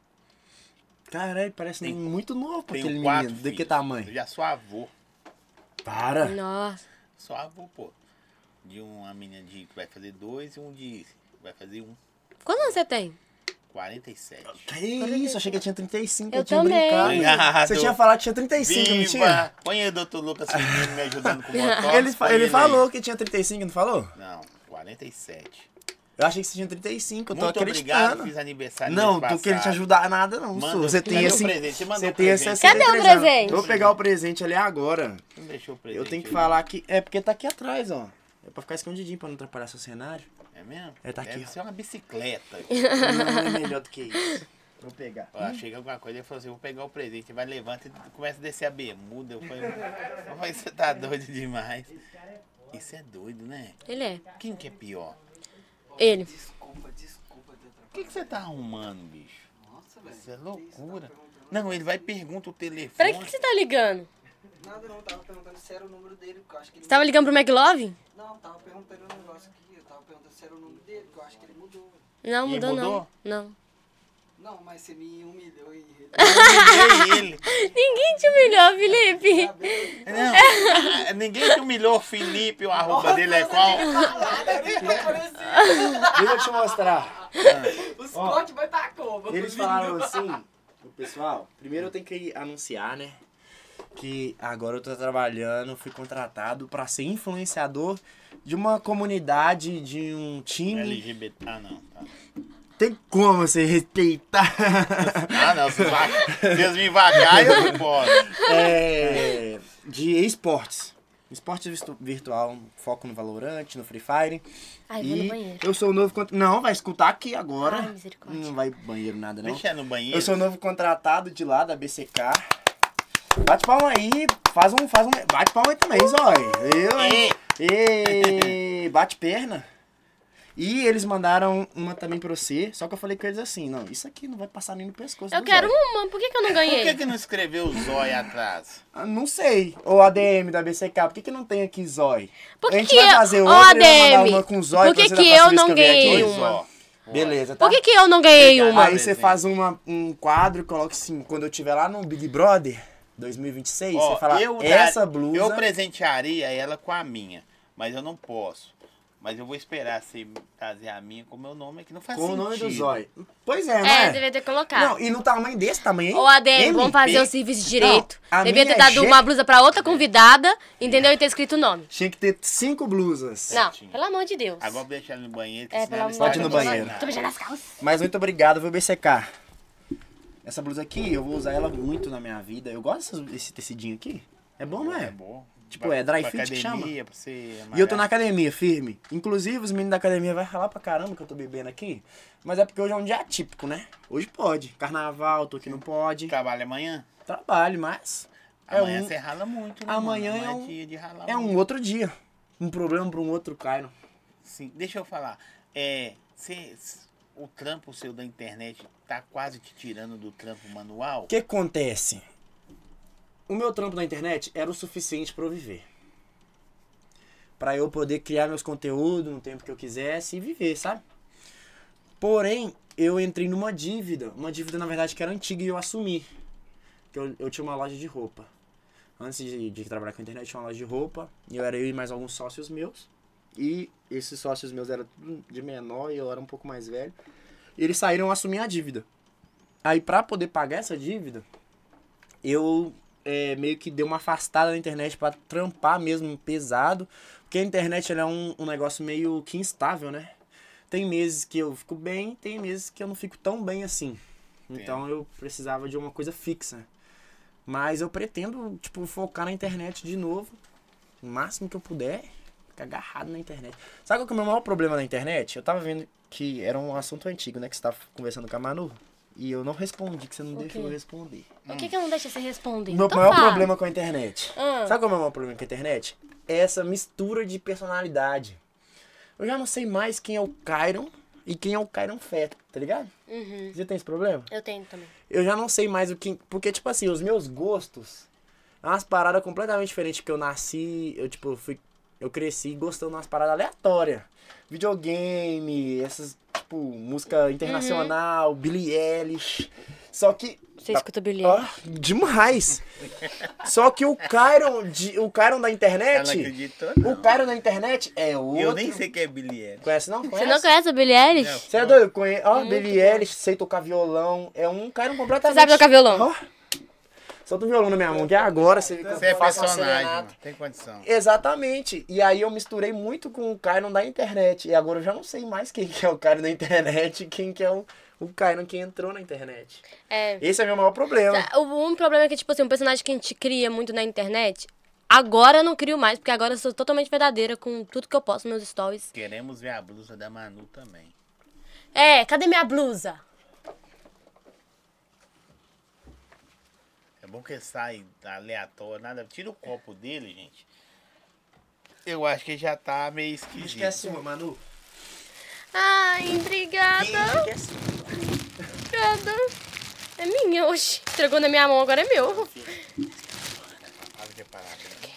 Caralho, parece Tem- muito novo pra Tenho aquele 4 menino. De filhos. que tamanho? Eu já sou avô. Para. Nossa. Sou avô, pô. De uma menina que vai fazer 2 e um de vai fazer 1. Quantos anos você tem? 47. Que isso, achei que eu tinha 35. Eu tinha também. brincado. Obrigado. Você tinha falado que tinha 35, não tinha? Viva! Põe aí o Dr. Lucas Firmino me ajudando com o motor. Ele falou que tinha 35, não falou? Não, 47. Eu achei que você tinha 35, eu tô Muito acreditando. obrigado, fiz aniversário Não, mês tô querendo te passado. ajudar nada não, Manda, sou. Você cadê tem o assim, presente? Você mandou você o tem presente. 63 Cadê o anos. presente? Eu vou pegar o presente ali agora. Não deixou o presente. Eu tenho que aí. falar que é porque tá aqui atrás, ó. É pra ficar escondidinho pra não atrapalhar seu cenário. É mesmo? É, tá aqui, Deve ó. ser uma bicicleta. Não é melhor do que isso. Vou pegar. Ó, chega alguma coisa, ele falou assim, vou pegar o presente. Ele vai, levanta e começa a descer a bermuda. Eu falei, mas você tá doido demais. Isso é doido, né? Ele é. Quem que é pior? Ele. Desculpa de O que você tá arrumando, bicho? Nossa, velho. Isso é loucura. Não, ele vai e pergunta o telefone. Pra que você tá ligando? Nada não, tava perguntando se era o número dele, porque eu acho que ele... Você tava ligando pro McLove? Não, tava perguntando um negócio aqui, eu tava perguntando se era o número dele, porque eu acho que ele mudou. Não, E mudou, mudou? não. Não, mas você me humilhou e... Eu humilhei ele. Ninguém te humilhou, Felipe. Não, ninguém te humilhou, Felipe, o arroba dele é qual? Deixa eu te mostrar. Os cortes vai estar como? Eles falaram assim, o pessoal, primeiro eu tenho que anunciar, né? Que agora eu tô trabalhando, fui contratado pra ser influenciador de uma comunidade, de um time. LGBT. Ah, não. Tá. Tem como você respeitar? Ah, não. Se vocês me vagar, eu não posso. De esportes. Esporte virtual, foco no Valorant, no Free Fire. Ai, vou no E banheiro. eu sou o novo... Não, vai escutar aqui agora. Ai, misericórdia. Não vai banheiro nada, não. Deixa no banheiro. Eu sou o novo contratado de lá, da BCK. Bate palma aí, faz um... Bate palma aí também, Zói. Eu, hein? E bate perna. E eles mandaram uma também pra você, só que eu falei com eles assim, não, isso aqui não vai passar nem no pescoço Eu do quero Zói. uma, por que eu não Por ganhei? que não escreveu o zóio atrás? Ah, não sei. Ou ADM da BCK, por que não tem aqui Zói? Por A que gente que vai eu... fazer Ô, outra, eu vou mandar ADM, uma com Zói por que pra você que da próxima eu vez não que eu vier ganhei aqui. uma? Ó. Beleza, tá? Por que eu não ganhei Obrigado. uma? Aí você Presente. faz um quadro, coloca assim, quando eu estiver lá no Big Brother 2026, Ó, você fala, eu essa dar- blusa... Eu presentearia ela com a minha, mas eu não posso. Mas eu vou esperar você trazer a minha com o meu nome, que não faz Com o sentido. nome do zóio. Pois é, né? É, devia ter colocado. Não, e no tamanho desse tamanho, hein? Ô, ADM, MP. vamos fazer o serviço direito. Não, a Devia minha ter dado G- uma blusa pra outra convidada, entendeu? E ter escrito o nome. Tinha que ter 5 blusas. Não, Tinha. pelo amor de Deus. Agora eu vou deixar ela no banheiro, que É, senão pelo ela amor está Pode ir no de Deus. banheiro. Tô beijando as calças. Mas muito obrigado, vou secar. Essa blusa aqui, eu vou usar ela muito na minha vida. Eu gosto desse tecidinho aqui. É bom, não É é? bom. Tipo, é dry Pra fit que chama? academia, pra você E eu tô na malhar. academia, firme. Inclusive, os meninos da academia vão falar pra caramba que eu tô bebendo aqui. Mas é porque hoje é um dia atípico, né? Hoje pode. Carnaval, tô aqui não pode. Trabalha amanhã? Trabalho, mas... Amanhã você rala muito, né, Amanhã mano? é Amanhã um- dia de ralar É um muito. outro dia. Um problema pra um outro cai. Sim, deixa eu falar. O trampo seu da internet tá quase te tirando do trampo manual? O que acontece? O meu trampo na internet era o suficiente pra eu viver. Pra eu poder criar meus conteúdos no tempo que eu quisesse e viver, sabe? Porém, eu entrei numa dívida. Uma dívida, na verdade, que era antiga e eu assumi. Que eu tinha uma loja de roupa. Antes de trabalhar com a internet, eu tinha uma loja de roupa. E eu era eu e mais alguns sócios meus. E esses sócios meus eram tudo de menor e eu era um pouco mais velho. E eles saíram a assumir a dívida. Aí, pra poder pagar essa dívida, eu meio que dei uma afastada da internet pra trampar mesmo pesado. Porque a internet ela é um negócio meio que instável, né? Tem meses que eu fico bem, tem meses que eu não fico tão bem assim. Então eu precisava de uma coisa fixa. Mas eu pretendo, tipo, focar na internet de novo. O máximo que eu puder. Ficar agarrado na internet. Sabe qual que é o meu maior problema na internet? Eu tava vendo que era um assunto antigo, né? Que você tava conversando com a Manu. E eu não respondi, que você não deixou eu responder. Por que eu não deixo você responder? O meu Então maior fala. problema com a internet. Ah. Sabe qual é o meu maior problema com a internet? É essa mistura de personalidade. Eu já não sei mais quem é o Kyron e quem é o Kyron Feto, tá ligado? Uhum. Você tem esse problema? Eu tenho também. Eu já não sei mais o que... Porque, tipo assim, os meus gostos... É umas paradas completamente diferentes. Porque eu nasci... Eu cresci gostando de umas paradas aleatórias. Videogame, essas, tipo, música internacional, Billie Eilish. Só que... Você escuta Billie Ó, demais! Só que o Kyron da Ela internet... acreditou, não. O Kyron da internet é outro... Eu nem sei quem é Billie Eilish. Conhece não? Você não conhece a Billie Eilish? Não. Você é doido? Ó, Billie Eilish, sei tocar violão. É um Kyron completamente... Você sabe tocar violão? Ó, solta o violão na minha mão, que é agora você Você é faça uma personagem, serenata. mano. Tem condição. Exatamente. E aí eu misturei muito com o Kyron da internet. E agora eu já não sei mais quem que é o Kyron da internet e quem que é o Kyron que entrou na internet. É. Esse é o meu maior problema. O único problema é que, tipo assim, um personagem que a gente cria muito na internet, agora eu não crio mais, porque agora eu sou totalmente verdadeira com tudo que eu posto nos meus stories. Queremos ver a blusa da Manu também. Cadê minha blusa? É bom que sai aleatório, nada. Tira o copo dele, gente. Eu acho que já tá meio esquisito. Acho que é sua, Manu. Ai, obrigada. Finge que é sua. Obrigada. É minha, oxi. Entregou na minha mão, agora é meu. Fala de parada, né?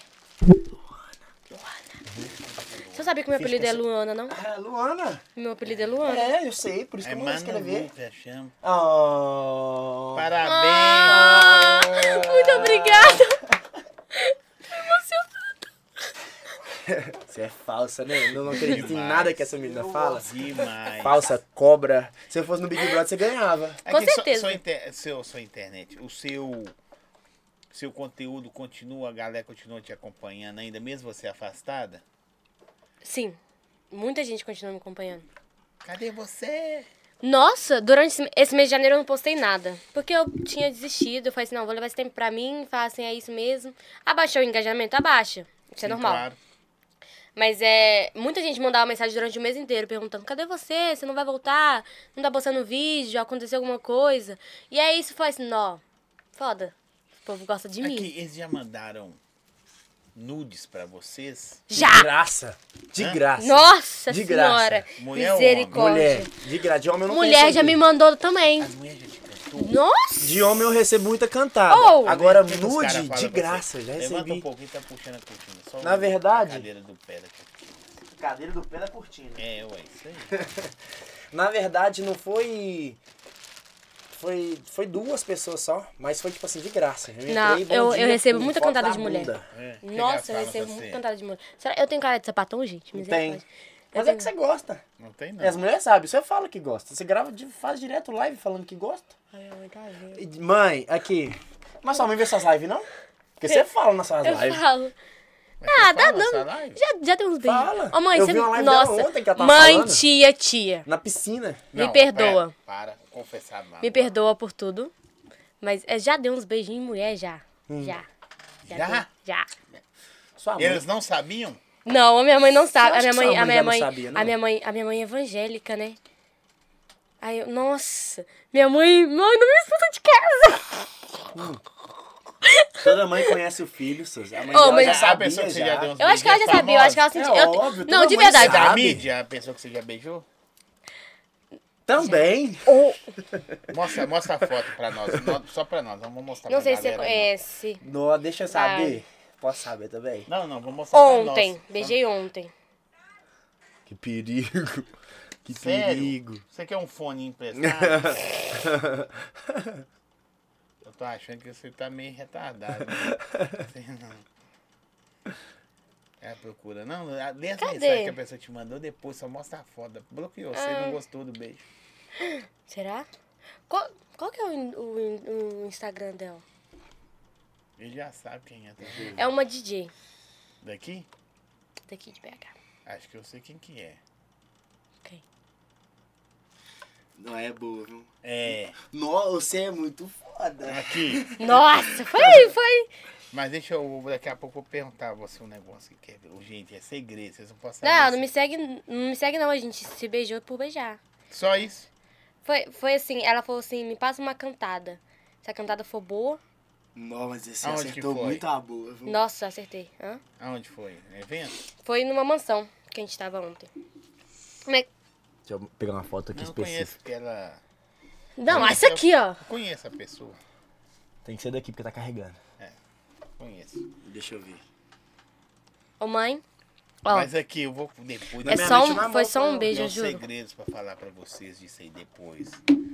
Você sabia que meu apelido é Luana, não? Ah, Luana. Meu apelido é Luana. É, eu sei, por isso que É eu não vou Manu, escrever. que chama. Oh. Parabéns! Ah, muito obrigada. Você é falsa, né? Eu não acredito em nada que essa menina fala. Demais. Falsa, cobra. Se eu fosse no Big Brother, você ganhava. Com que certeza. Sua internet, o seu conteúdo continua, a galera continua te acompanhando ainda, mesmo você afastada? Sim, muita gente continua me acompanhando. Cadê você? Nossa, durante esse mês de janeiro eu não postei nada. Porque eu tinha desistido. Eu falei assim, não, vou levar esse tempo pra mim. Falar assim, é isso mesmo. Abaixou o engajamento? Abaixa. Isso é Sim, normal. Claro. Mas muita gente mandava mensagem durante o mês inteiro perguntando, cadê você? Você não vai voltar? Não tá postando vídeo? Aconteceu alguma coisa? E aí isso foi assim, não, foda. O povo gosta de mim. Aqui, eles já mandaram nudes pra vocês? De Já! graça. De Hã? graça. Nossa De senhora! graça. Mulher ou Misericórdia. Mulher. De graça. De homem eu não Mulher conheço já me aqui. mandou também. As mulheres já te cantou? Nossa! De homem eu recebo muita cantada. Oh! Agora, O que que os caras nude, falam de pra graça. você? Já Levanta recebi. um pouquinho, tá puxando a cortina. Só Na verdade- a cadeira do pé da cortina. Cadeira do pé da cortina. É, ué, isso aí. Na verdade, não foi... Foi duas pessoas só, mas foi tipo assim, de graça. Não, entrei, bom eu dia, recebo pum, muita foto cantada da de mulher. bunda. É. O que Nossa, que eu elas falam recebo pra muito você? cantada de mulher. Será eu tenho cara de sapatão, gente? Tem. Misericórdia. Mas é que você gosta. Não tem, E não. as mulheres sabem, você fala que gosta. Você grava, faz direto live falando que gosta. Ai, minha mãe tá vendo. E, mãe, aqui. Mas sua mãe vê suas lives, não? Porque você fala nas suas Eu lives. falo. Mas você Ah, fala dá na sua não. live? Já tem uns beijos. Fala. Ô, mãe, Eu você... vi uma live dela Nossa. ontem que ela tava Mãe, falando. tia. Na piscina. Me Não, perdoa. Para, confessar mal. Me perdoa por tudo. Mas já deu uns beijinhos em mulher, já. Já? Já? Sua mãe. Eles não sabiam? Não, a minha mãe não sabe. Você A acha minha que mãe, sua mãe já não sabia, não? a minha mãe é evangélica, né? Aí eu, nossa, minha mãe não me expulsa de casa. Toda mãe conhece o filho, Suzy. A mãe Ô, dela mas já A sabia pessoa que você já já. deu uns Eu acho que ela já beijinhos sabia, eu acho que ela famosos? sentiu. É Eu- óbvio, não, toda de mãe verdade. sabe. Da mídia, a pessoa que você já beijou? Também. Mostra a foto pra nós. Só pra nós, não vamos mostrar Não pra sei se você galera, conhece. Não, deixa eu saber. Posso saber também? Não, vou mostrar pra nós. Ontem, beijei ontem. Que perigo. Que Sério? perigo. Você quer um fone emprestado? Eu tô achando que você tá meio retardado. Sei não. É, procura. Não, lê as Cadê? mensagens que a pessoa te mandou, depois só mostra a foto. Bloqueou, você não gostou do beijo. Será? Qual que é o Instagram dela? Ele já sabe quem é. Tá vendo? É uma DJ Daqui? daqui de BH. Acho que eu sei quem que é. Ok. Não é boa, viu? É. Nossa, você é muito foda. Aqui. Nossa, foi. Mas deixa eu, daqui a pouco eu vou perguntar a você um negócio que quer ver. Gente, é segredo, vocês não podem saber. Não, assim. não me segue não, a gente se beijou por beijar. Só isso? Foi assim, ela falou assim, me passa uma cantada. Se a cantada for boa, Não, mas você Aonde que acertou foi? muito a boa, viu? nossa, acertei. Hã? Aonde foi? Evento? Foi numa mansão que a gente tava ontem. Mas, Deixa eu pegar uma foto aqui Não conheço específica. porque ela... não, Conheço, essa aqui, ó. Eu conheço a pessoa. Tem que ser daqui porque tá carregando. Conheço. Deixa eu ver. Ô, mãe. Ó, Mas aqui eu vou depois... é minha só mente na foi mão, só um não. beijo, Tem eu uns juro. segredos pra falar pra vocês disso aí depois.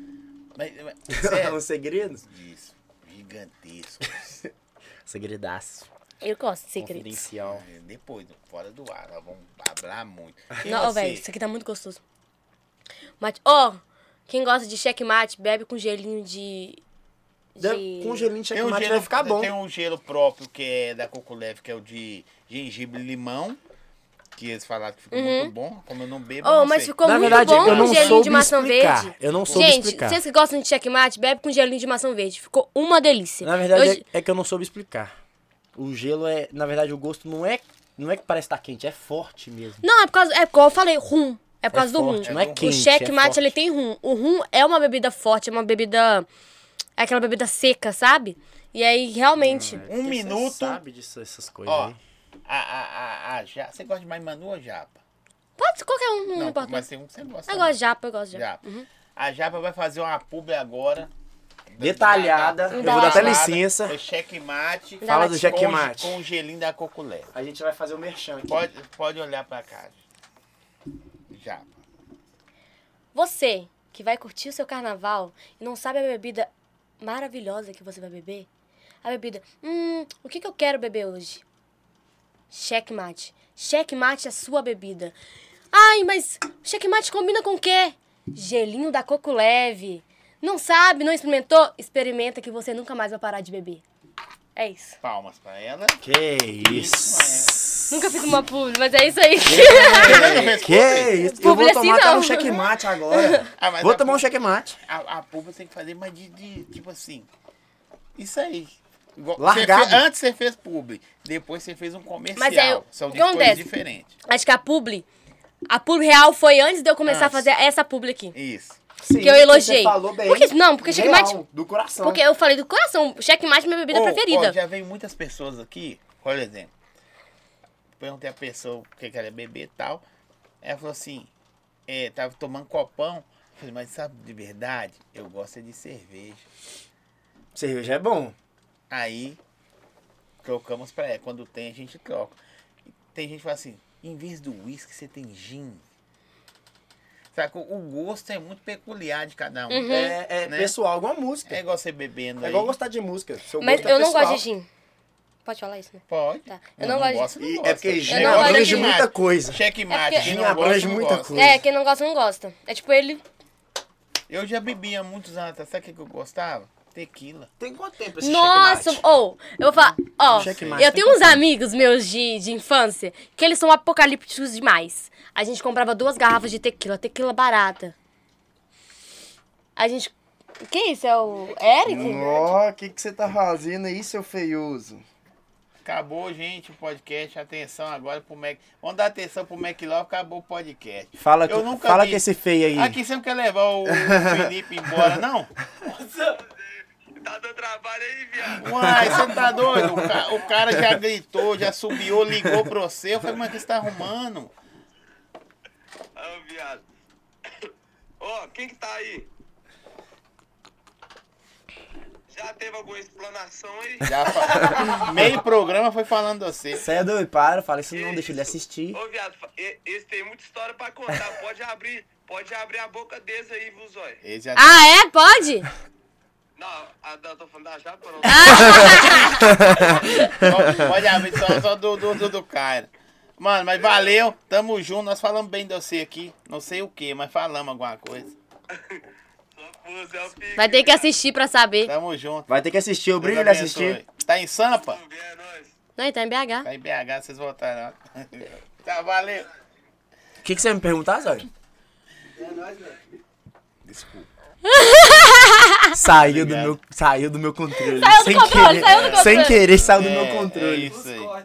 Mas sério, Um segredo? disso. Gigantescos. Segredaço. Eu gosto de segredos. Confidencial. Depois, fora do ar, nós vamos falar muito. E Não, você? velho, isso aqui tá muito gostoso. Mate. Ó, quem gosta de checkmate, bebe com gelinho de... Com gelinho de Tem um checkmate gelo, vai ficar bom. Tem um gelo próprio que é da Coco Leve, que é o de gengibre e limão. Que eles falaram que ficou muito bom. Como eu não bebo, eu Oh, não mas sei. ficou Na muito verdade, bom eu com não gelinho soube de maçã explicar. verde. Eu não soube Gente, explicar. vocês que gostam de checkmate, bebe com gelinho de maçã verde. Ficou uma delícia. Na verdade, Eu- é que eu não soube explicar. O gelo é... Na verdade, o gosto não é que parece estar quente, é forte mesmo. Não, é por causa... É como eu falei, rum. É por causa do forte, rum. não é O quente, O checkmate, é forte. ele tem rum. O rum é uma bebida forte, é uma bebida... É aquela bebida seca, sabe? E aí, realmente... Um Porque minuto. Você sabe disso, essas coisas Ó, aí. você gosta de mais Manu ou Japa? Pode ser qualquer um, não, Não, importa. mas tem um que você gosta. Eu também. gosto de japa, eu gosto de japa. Japa. A Japa vai fazer uma publi agora. Detalhada. Eu Da- vou dar até da- licença. É checkmate. Fala do checkmate. Com o gelinho da Coco Leve. A gente vai fazer o merchan aqui. Pode olhar pra cá. Japa. Você que vai curtir o seu carnaval e não sabe a bebida maravilhosa que você vai beber, a bebida, o que eu quero beber hoje? Checkmate. Checkmate é a sua bebida. Ai, mas checkmate combina com o quê? Gelinho da Coco Leve. Não sabe, não experimentou? Experimenta que você nunca mais vai parar de beber. É isso. Palmas pra ela. Que isso. Nunca fiz uma publi, mas é isso aí. Que isso. Eu vou Publi assim, tomar até não. um checkmate agora. Ah, mas Vou a tomar um publi- checkmate. A publi tem que fazer mais de tipo assim. Isso aí. Igual Largado. Antes você fez publi, depois você fez um comercial. Mas é, São o que coisas acontece? diferentes. Acho que a publi real foi antes de eu começar a Antes. fazer essa publi aqui. Isso. Sim, Que eu elogiei. Você falou bem. Porque- não, porque real, checkmate- do coração. Porque eu falei do coração, checkmate é minha bebida preferida. Já veio muitas pessoas aqui, por exemplo. Perguntei a pessoa o que ela ia beber e tal. Ela falou assim, tava tomando copão. Eu falei, mas sabe de verdade? Eu gosto é de cerveja. Cerveja é bom. Aí, trocamos pra ela. Quando tem, a gente troca. Tem gente que fala assim, em vez do uísque, você tem gin. Sabe, o gosto é muito peculiar de cada um. É Né? pessoal, igual música. É igual você bebendo É aí. igual gostar de música. Seu Mas gosto é eu não pessoal. gosto de gin. Pode falar isso, né? Pode. Tá. Eu não gosto não E gosta. é porque Eu gin não gosto abrange de muita coisa. Checkmate. É porque- Quem Gin não gosta, abrange não muita gosta. coisa. É, quem não gosta, não gosta. É tipo ele... Eu já bebi há muitos anos atrás. Sabe o que eu gostava? Tequila. Tem quanto tempo esse Nossa, checkmate? eu vou falar, Checkmate eu tem tenho uns quanto tempo? amigos meus de infância que eles são apocalípticos demais. A gente comprava 2 garrafas de tequila barata. A gente... Que isso? É o Eric? Ó, o que você tá fazendo aí, seu feioso? Acabou, gente, o podcast. Atenção agora pro Mac. Vamos dar atenção pro McLove. Acabou o podcast. Fala, Eu nunca fala vi. que esse feio aí. Aqui você não quer levar o Felipe embora, não? Tá dando trabalho aí, viado. Uai, você tá doido? O cara já gritou, já subiu, ligou pra você. Eu falei, mas o que você tá arrumando? Ô, viado. Ó, quem que tá aí? Já teve alguma explanação aí? Meio programa foi falando de você. Você é doido, para, fala isso não, deixa ele assistir. Ô, viado, esse tem muita história pra contar. Pode abrir a boca deles aí, viu, Zóio? Ele já Ah, é? Pode? Não, eu tô falando da chapa, não. pode abrir só do cara. Mano, mas valeu, tamo junto, nós falamos bem de você aqui. Não sei o que, mas falamos alguma coisa. Vai ter que assistir pra saber. Tamo junto. Vai ter que assistir, eu brilho Deus ele abençoe. assistir. Tá em Sampa? Não, ele tá em BH. Tá em BH, vocês voltaram. Tá, valeu. O que você vai me perguntar, Zóio? Desculpa. Saiu Obrigado. do meu controle. Saiu do Sem controle, querer, saiu do controle. Sem querer, saiu do É, meu controle. É isso aí.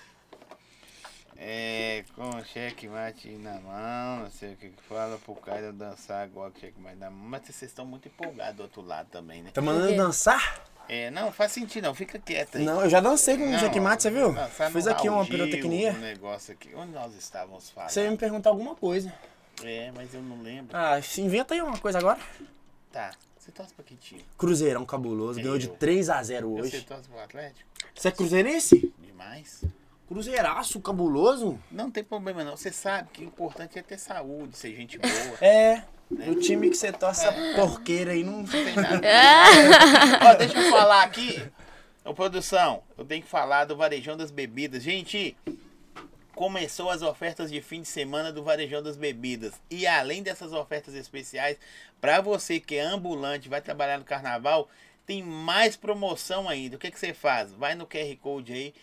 É, com checkmate na mão, não sei o que fala pro cara dançar igual que checkmate na mão. Mas vocês estão muito empolgados do outro lado também, né? Tá mandando Por quê? dançar? É, não, faz sentido não, fica quieto aí. Não, eu já dancei com um checkmate, você viu? Dançar no Fiz aqui uma Raul Gil, pirotecnia. Um negócio aqui. Onde nós estávamos falando? Você ia me perguntar alguma coisa. É, mas eu não lembro. Ah, inventa aí uma coisa agora. Tá, você torce pra que time? Cruzeirão cabuloso, ganhou de Eu. 3-0 Você hoje. torce pro Atlético? Você é cruzeirense? Demais. Cruzeiraço cabuloso? Não tem problema não, você sabe que o importante é ter saúde, ser gente boa. É, o time que você torce essa porqueira aí não... Não tem nada. Ó, deixa eu falar aqui. Ô, produção, eu tenho que falar do Varejão das Bebidas. Gente, começou as ofertas de fim de semana do Varejão das Bebidas. E além dessas ofertas especiais, para você que é ambulante, vai trabalhar no carnaval, tem mais promoção ainda. O que você faz? Vai no QR Code aí.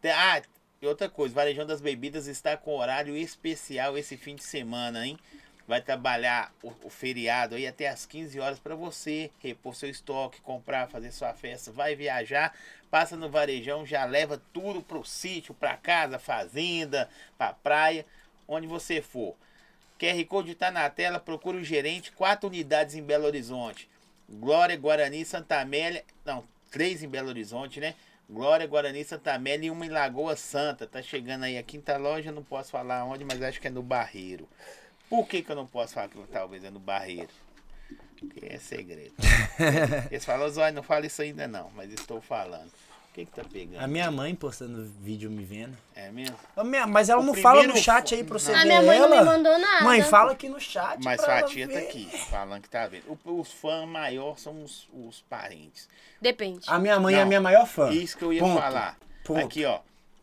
E outra coisa, o Varejão das Bebidas está com horário especial esse fim de semana, hein? Vai trabalhar o feriado aí até as 15 horas para você repor seu estoque, comprar, fazer sua festa. Vai viajar, passa no Varejão, já leva tudo pro sítio, pra casa, fazenda, pra praia, onde você for. QR Code tá na tela, procura o gerente, 4 unidades em Belo Horizonte. Glória, Guarani, Santa Amélia, não, 3 em Belo Horizonte, né? Glória, Guarani, Santa Amélia e uma em Lagoa Santa. Tá chegando aí a quinta loja, não posso falar onde, mas acho que é no Barreiro. Por que eu não posso falar que talvez é no Barreiro? Porque é segredo. Eles falam, Zóio, não fala isso ainda não, mas estou falando. O que tá pegando? A minha mãe postando vídeo me vendo. É mesmo? Mas ela O não fala no primeiro chat aí pra você A ver minha mãe não ela. me mandou nada. Mãe, fala aqui no chat. Mas pra sua ela tia tá ver. aqui, falando que tá vendo. Os fãs maiores são os parentes. Depende. A minha mãe é a Não, minha maior fã. Isso que eu ia Ponto. falar. Ponto. Aqui, ó.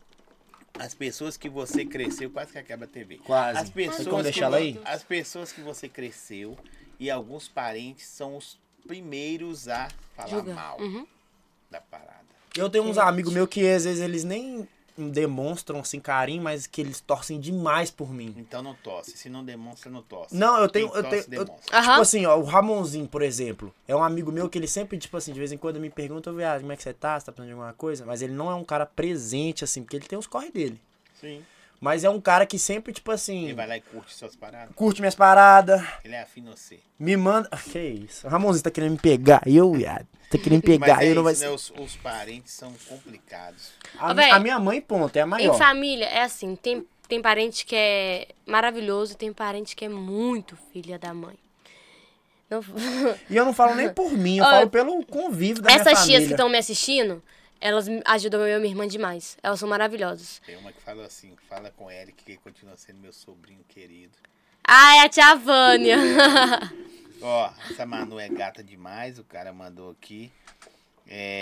As pessoas que você cresceu, quase que acaba a TV. Quase. As pessoas, Tem como que, deixar ela aí? as pessoas que você cresceu e alguns parentes são os primeiros a falar Julga. mal Uhum. da parada. Eu tenho uns amigos meus que às vezes eles nem demonstram assim carinho, mas que eles torcem demais por mim. Então não tosse. Se não demonstra, não tosse. Não, eu tenho. Quem Eu tosse, tenho eu- demonstra. Aham. Tipo assim, ó, o Ramonzinho, por exemplo, é um amigo meu que ele sempre, tipo assim, de vez em quando me pergunta, ô viado, como é que você tá? Você tá precisando de alguma coisa? Mas ele não é um cara presente, assim, porque ele tem os corre dele. Sim. Mas é um cara que sempre, tipo assim, Ele vai lá e curte suas paradas. curte minhas paradas, Ele é afim a você. me manda. Que isso? O Ramonzinho tá querendo me pegar. Eu, viado. Tá querendo me pegar. Mas é Eu não vai isso, né? ser. Os parentes são complicados. A, Ô, véi, a minha mãe, ponto, é a Em maior. família, é assim, tem parente que é maravilhoso, tem parente que é muito filha da mãe. Não- E eu não falo nem por mim, eu Ó, falo pelo convívio da minha Essas família. tias que estão me assistindo, elas ajudam eu e minha irmã demais. Elas são maravilhosas. Tem uma que fala assim, fala com o Eric, que continua sendo meu sobrinho querido. Ah, é a tia Vânia. Ó, essa Manu é gata demais, o cara mandou aqui.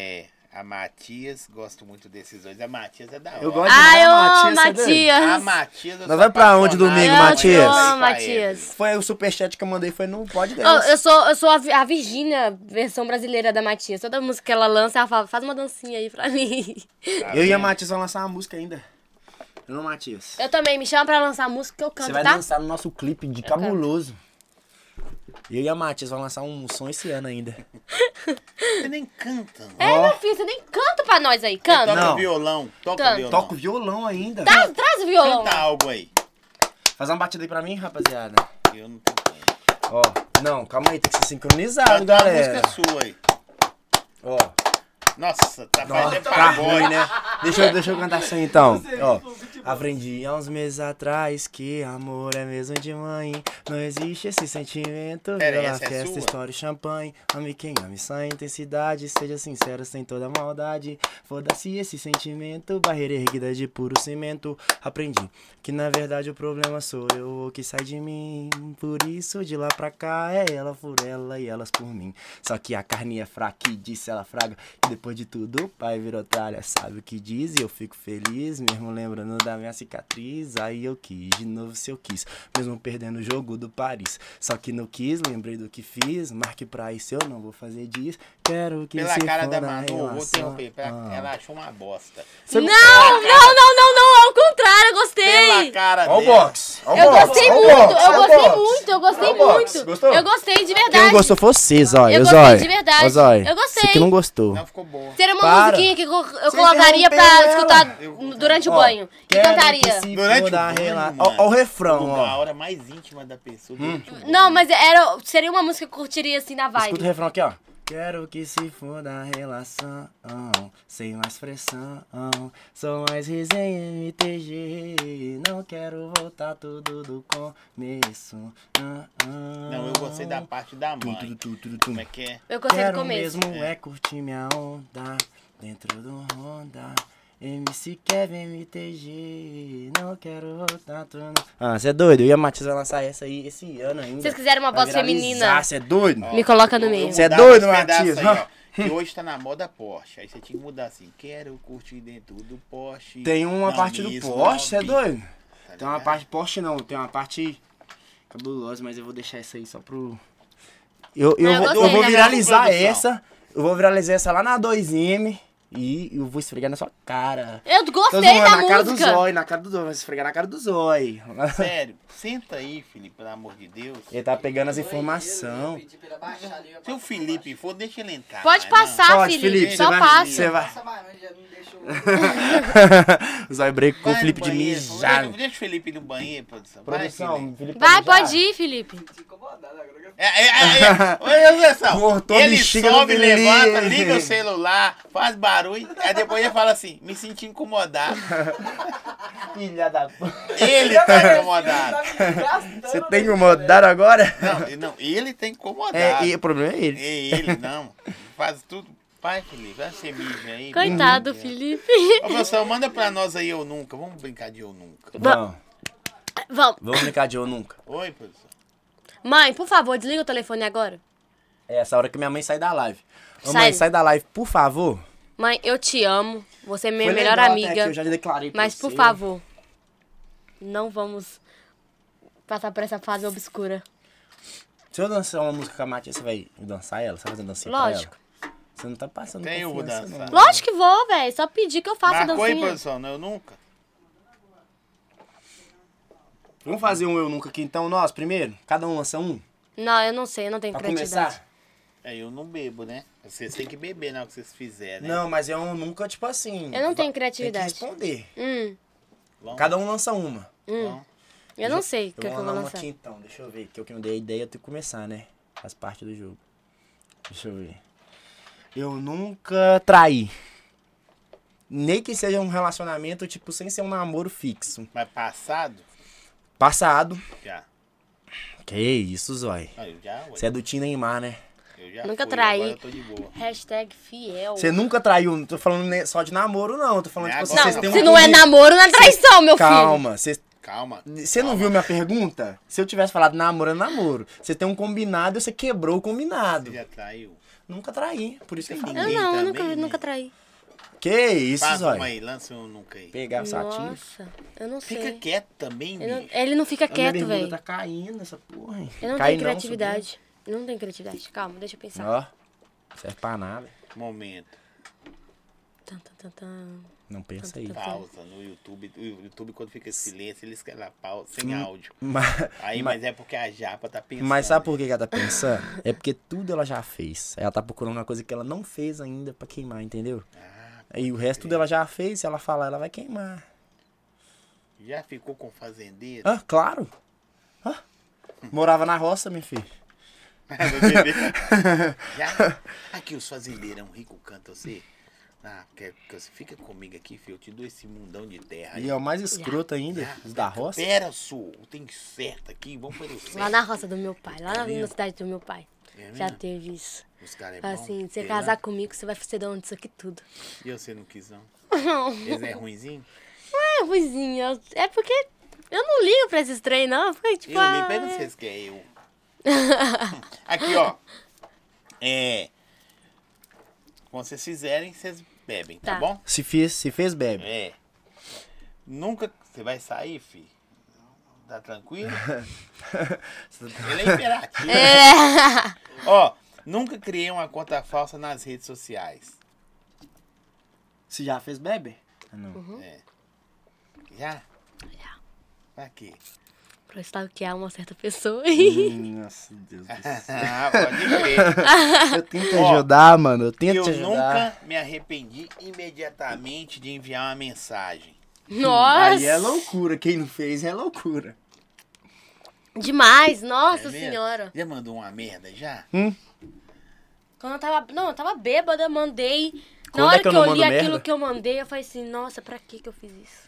A Matias, gosto muito desses dois. A Matias é da hora. Eu gosto Ai, eu amo demais da Matias, você A Matias. Matias, eu Nós sou vai pra onde apaixonado. domingo, Eu Matias? amo Matias. Foi o superchat que eu mandei, foi no Pod Oh, 10. eu sou a Virgínia, versão brasileira da Matias. Toda música que ela lança, ela fala, faz uma dancinha aí pra mim. Tá Eu e a vendo? Matias vamos lançar uma música ainda. Eu não, Matias. Eu também, me chama pra lançar música que eu canto, Você vai tá? dançar no nosso clipe de Cabuloso. Eu e a Matias vamos lançar um som esse ano ainda. Você nem canta. É, meu filho, você nem canta pra nós aí, canta. Toca Não. violão. Toca Canta. violão. Toco violão ainda. Traz o violão. Canta algo aí. Faz uma batida aí pra mim, rapaziada. Eu não tenho como. Ó, não, calma aí, tem que ser sincronizado, Canta uma galera. música sua aí. Ó, Nossa, tá nossa, fazendo tá pagode, ruim, né? Deixa eu cantar assim então. Ó, aprendi há uns meses atrás que amor é mesmo de mãe. Não existe esse sentimento. Pera aí, Pela essa é festa, sua? história e champanhe. Ame quem ame sem intensidade. Seja sincero, sem toda maldade. Foda-se esse sentimento. Barreira erguida de puro cimento. Aprendi que na verdade o problema sou eu, o que sai de mim. Por isso de lá pra cá é ela por ela e elas por mim. Só que a carne é fraca e disse ela fraga. Que depois de tudo o pai virou tralha. Sabe o que diz e eu fico feliz. Mesmo lembrando da minha cicatriz. Aí eu quis, de novo se eu quis. Mesmo perdendo o jogo do Paris. Só que não quis, lembrei do que fiz. Marque pra isso, eu não vou fazer disso. Quero que Pela se cara da foda a Manu, eu vou relação. interromper. Ela achou uma bosta. Não, ao contrário, eu gostei. Pela cara Ó o dela. box. Ó o Eu box, gostei ó o muito, box, eu ó o gostei box. muito, eu gostei Ó o box. muito. Gostou? Eu gostei de verdade. Quem não gostou foi você, Zói. Eu Ô, gostei Zói. de verdade. Ô, Zói. Eu gostei. Você que não gostou. Não ficou boa. Seria uma Para. musiquinha que eu Você colocaria pra interrompeu ela. escutar durante o Ó, banho. E quero cantaria. que se Durante o foda a banho, rela- mano. Ó o refrão, A ó. hora mais íntima da pessoa. durante o banho. Não, mas seria uma música que eu curtiria assim na vibe. Escuta o refrão aqui, ó. Quero que se foda a relação, sem mais pressão. Sou mais resenha MTG. Não quero voltar tudo do começo. Não, eu gostei da parte da mãe. Como é que é? Eu gostei do Quero começo. mesmo é curtir minha onda dentro do Honda. MC Kevin MTG. Não quero voltar tudo. Ah, você é doido? Eu e a Matias vai lançar essa aí esse ano ainda. Se vocês quiserem uma Vai voz feminina, viralizar, você é doido? me coloca no meio. Cê é Mudar doido, uns pedaços Matias? aí, ó, que hoje tá na moda Porsche. Aí você tinha que mudar assim. Quero curtir dentro do Porsche. Tem uma Não parte do mesmo, Porsche, você é lobby. doido? Tá Tem uma ligado? parte Porsche não, tem uma parte cabulosa, mas eu vou deixar isso aí só pro... Eu eu vou gostei, né, viralizar produção. essa, eu vou viralizar essa lá na 2M e eu vou esfregar na sua cara. Eu Tô gostei zoando, da na cara do música. Zói, na cara do Zói, vai esfregar na cara do Zói. Sério, senta aí, Felipe, pelo amor de Deus. Ele tá pegando as Eu informações. pedi pra ele abaixar ali. Se o Felipe for, deixa ele entrar. Pode mas não. passar, Pode, Felipe. Felipe, Só você vai- passa. você vai- Nossa, mas já não deixou. O Zói brecou o Vai Felipe no de banheiro, mijar. Deixa o Felipe ir no banheiro, produção. Vai, Produção, Felipe. Felipe Vai, mijar. pode ir, Felipe. Tô incomodado agora. Olha, pessoal. Cortou a Ele bexiga sobe, do Felipe. levanta, liga o celular, faz barulho, aí depois ele fala assim, me senti incomodado. Filha da p... Ele tá incomodado. Você tá incomodado agora? Não, ele tá incomodado. É, e o problema é ele. É ele, não. Faz tudo. Vai, Felipe, vai ser mija aí. Coitado, Felipe. Ô, pessoal, manda pra nós aí Eu Nunca. Vamos brincar de Eu Nunca. Vamos, Vamos. vamos brincar de eu nunca. Oi, produção. Mãe, por favor, desliga o telefone agora. É essa hora que minha mãe sai da live. Ô, Sai. mãe, sai da live, por favor. Mãe, eu te amo. Você é minha Foi melhor legal até amiga. que eu já declarei pra Mas, por você. favor, não vamos passar por essa fase obscura. Se eu dançar uma música com a Matias, você vai dançar ela? Você vai fazer dancinha Lógico. pra ela? Você não tá passando Tem, eu vou confiança, dançar. não. Lógico que vou, velho. Só pedir que eu faça a Marcou aí, dancinha. produção, não Eu Nunca? Vamos fazer um eu nunca aqui então, nós, primeiro? Cada um lança um? Não, eu não sei, eu não tenho Pra criatividade. começar? É, eu não bebo, né? Vocês têm que beber na hora que vocês fizerem, né? Não, mas é um nunca, tipo assim... Eu não tenho Tem criatividade. que responder. Vamos, Cada um lança uma. vamos. Eu não sei o que, Eu eu vou vou lançar uma lançar. aqui então, deixa eu ver. Que eu que não dei a ideia, eu tenho que começar, né? Faz parte do jogo. Deixa eu ver. Eu nunca traí. Nem que seja um relacionamento, tipo, sem ser um namoro fixo. Mas passado? Passado. Já. Que isso, Zói. Ah, eu já, ué. Você é do Tim Neymar, né? Eu já Nunca fui, traí. agora eu tô de boa. Hashtag fiel. Você nunca traiu, não tô falando só de namoro, não. Tô falando, É tipo assim, agora. vocês Não, têm se um não é convívio- namoro, não é traição, meu filho. Calma, vocês... Calma. Você não viu minha pergunta? Se eu tivesse falado namoro, é namoro. Você tem um combinado e você quebrou o combinado. Você já traiu? Nunca traí, por isso que eu falo. Eu Ninguém não, eu também, né? nunca traí. Que isso, Faz uma Zóio? aí, lança um nunca aí. Pegar o satinho. Nossa, eu não sei. Fica quieto também, bicho. Ele não fica A minha quieto, bermuda velho. tá caindo essa porra, hein? Eu não Cai tenho criatividade. Eu não tenho criatividade. Calma, deixa eu pensar. Ó, serve pra nada. Momento. Tan, tan, tan, tan. Não pensa aí. Pausa no YouTube. O YouTube, quando fica silêncio, ele escreve lá, pausa, sem áudio. Mas, Aí, mas é porque a japa tá pensando. mas sabe por que ela tá pensando? É porque tudo ela já fez. Aí ela tá procurando uma coisa que ela não fez ainda pra queimar, entendeu? Aí o resto tudo ela já fez, se ela falar, ela vai queimar. Já ficou com fazendeiro? Ah, claro. Ah, morava na roça, meu filho. Já? Aqui os fazendeiros ricos cantam você. Ah, porque você fica comigo aqui, filho. Eu te dou esse mundão de terra aí. E é o mais escroto ainda, Já. os da roça. Pera, sou. Tem certo aqui. Vamos fazer o certo. Lá na roça do meu pai, lá na mesmo? cidade do meu pai. É Já mesmo? teve isso. Os caras é Fala bom. assim, se você Será? casar comigo, você vai ser dono disso aqui tudo. E você não quis, não? Eles é ruinzinho? É, ruizinho. É porque eu não ligo pra esses trem, não. Foi tipo. Eu nem pergunto se vocês querem eu. Aqui, ó. Quando vocês fizerem, vocês bebem, tá Tá. bom? Se fez, bebe. É. Nunca. Você vai sair, filho? Tá tranquilo? Ele é imperativo. É. Ó, nunca criei uma conta falsa nas redes sociais. Se já fez, bebe? Ah, não. Já? Já. Pra quê? Pra stalkear uma certa pessoa. Nossa, Deus do céu. Ah, pode crer. Eu tento Ó, ajudar, mano. Eu tento Eu te ajudar. nunca me arrependi imediatamente de enviar uma mensagem. Nossa. Aí é loucura. Quem não fez é loucura. Demais, nossa É mesmo? senhora. Já mandou uma merda já? Quando eu tava. Não, eu tava bêbada, eu mandei. Quando Na hora é que que eu eu não li mando aquilo merda? que eu mandei, eu falei assim, nossa, pra que eu fiz isso?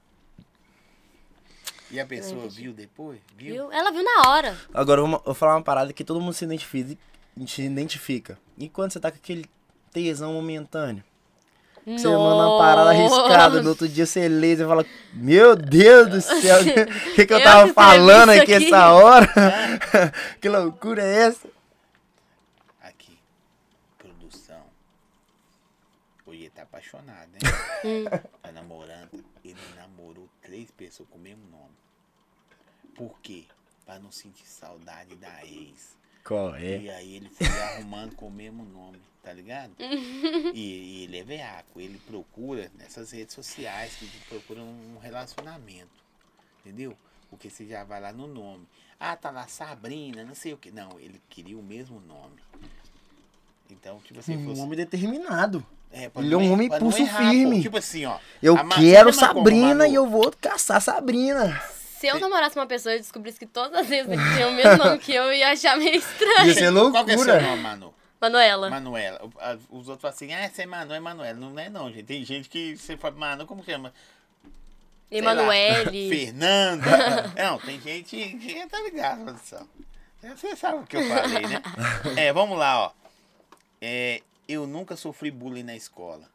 E a pessoa viu depois? Viu? Ela viu na hora. Agora eu vou falar uma parada que todo mundo se identifica. E quando você tá com aquele tesão momentâneo? Você manda uma parada arriscada, no outro dia você lê e fala, meu Deus do céu, o que eu Eu tava escrevi falando isso aqui aqui. essa hora? Que loucura é essa? Aqui. Produção. Hoje ele tá apaixonado, né? Tá namorando. Ele namorou 3 pessoas com o mesmo nome. Por quê? Pra não sentir saudade da ex. Qual é? E aí ele foi arrumando com o mesmo nome, tá ligado? E ele é veaco, ele procura nessas redes sociais que procuram um relacionamento, entendeu? Porque você já vai lá no nome. Ah, tá lá Sabrina, não sei o que. Não, ele queria o mesmo nome. Então, tipo assim, Um homem determinado. pra Ele é um homem pra não pulso errar, firme. pô. Tipo assim, ó. Eu a Ma- quero você lembra como, Sabrina Manu? e eu vou caçar Sabrina. Se eu namorasse uma pessoa e descobrisse que todas as vezes ele tinha o mesmo nome que eu ia achar meio estranho. Ia ser Qual que é seu loucura. nome, Manu? Manuela. Manuela. Os outros falam assim, você é Manu, é Manuela. Não é não, gente. Tem gente que você fala, Manu, como chama? Sei lá, Emanuele. Fernanda. Não, tem gente que tá ligado, produção. Você sabe o que eu falei, né? Vamos lá, ó. Eu nunca sofri bullying na escola.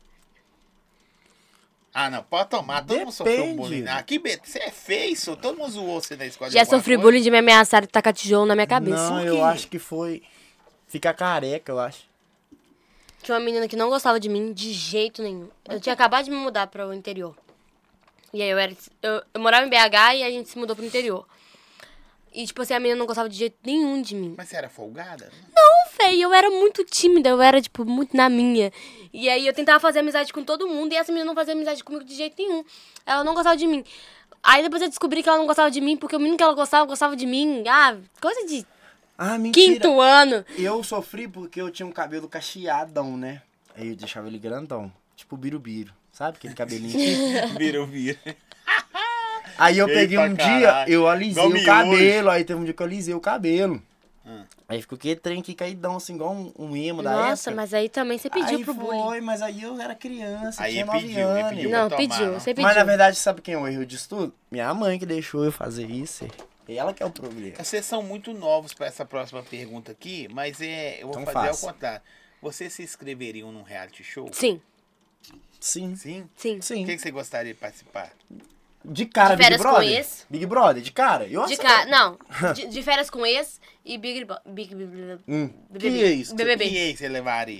Ah, não, pode tomar. Todo mundo sofreu Depende. bullying. Aqui, você é feio, só. Todo mundo zoou você na escola. de Já alguma sofri coisa. bullying de me ameaçar e tacar tijolo na minha cabeça. Não, eu acho que foi ficar careca, eu acho. Tinha uma menina que não gostava de mim de jeito nenhum. Eu tinha acabado de me mudar para o interior. E aí eu morava em BH e a gente se mudou pro interior. E tipo assim, a menina não gostava de jeito nenhum de mim. Mas você era folgada? Não, véi, eu era muito tímida, eu era tipo muito na minha. E aí eu tentava fazer amizade com todo mundo e essa menina não fazia amizade comigo de jeito nenhum. Ela não gostava de mim. Aí depois eu descobri que ela não gostava de mim porque o menino que ela gostava de mim. Ah, coisa de Ah, mentira. quinto ano. Eu sofri porque eu tinha um cabelo cacheadão, né? Aí eu deixava ele grandão, tipo birubiru. Sabe aquele cabelinho? Virou. Aí eu Feio peguei pra um caralho. dia, eu alisei Igual o miojo. cabelo. Aí teve um dia que eu alisei o cabelo. Ah. Aí ficou aquele trem aqui caidão, assim, igual um emo da Nossa, época. mas aí também você pediu aí pro bullying. foi, mas aí eu era criança, Aí tinha ele 9 pediu, ele anos. pediu. Não, pra tomar, pediu, não? você pediu. Mas na verdade, sabe quem é o erro disso tudo? Minha mãe que deixou eu fazer isso. E ela que é o problema. Vocês são muito novos para essa próxima pergunta aqui, mas eu vou Então fazer faça. ao contrário. Vocês se inscreveriam num reality show? Sim, Sim. Sim? sim. Sim. O que você gostaria de participar? De cara, De Big férias com Brother? ex. Big Brother, de cara? Eu De aceito. cara, não. De férias com ex e Big Que é isso? BBB. Que aí você levaria?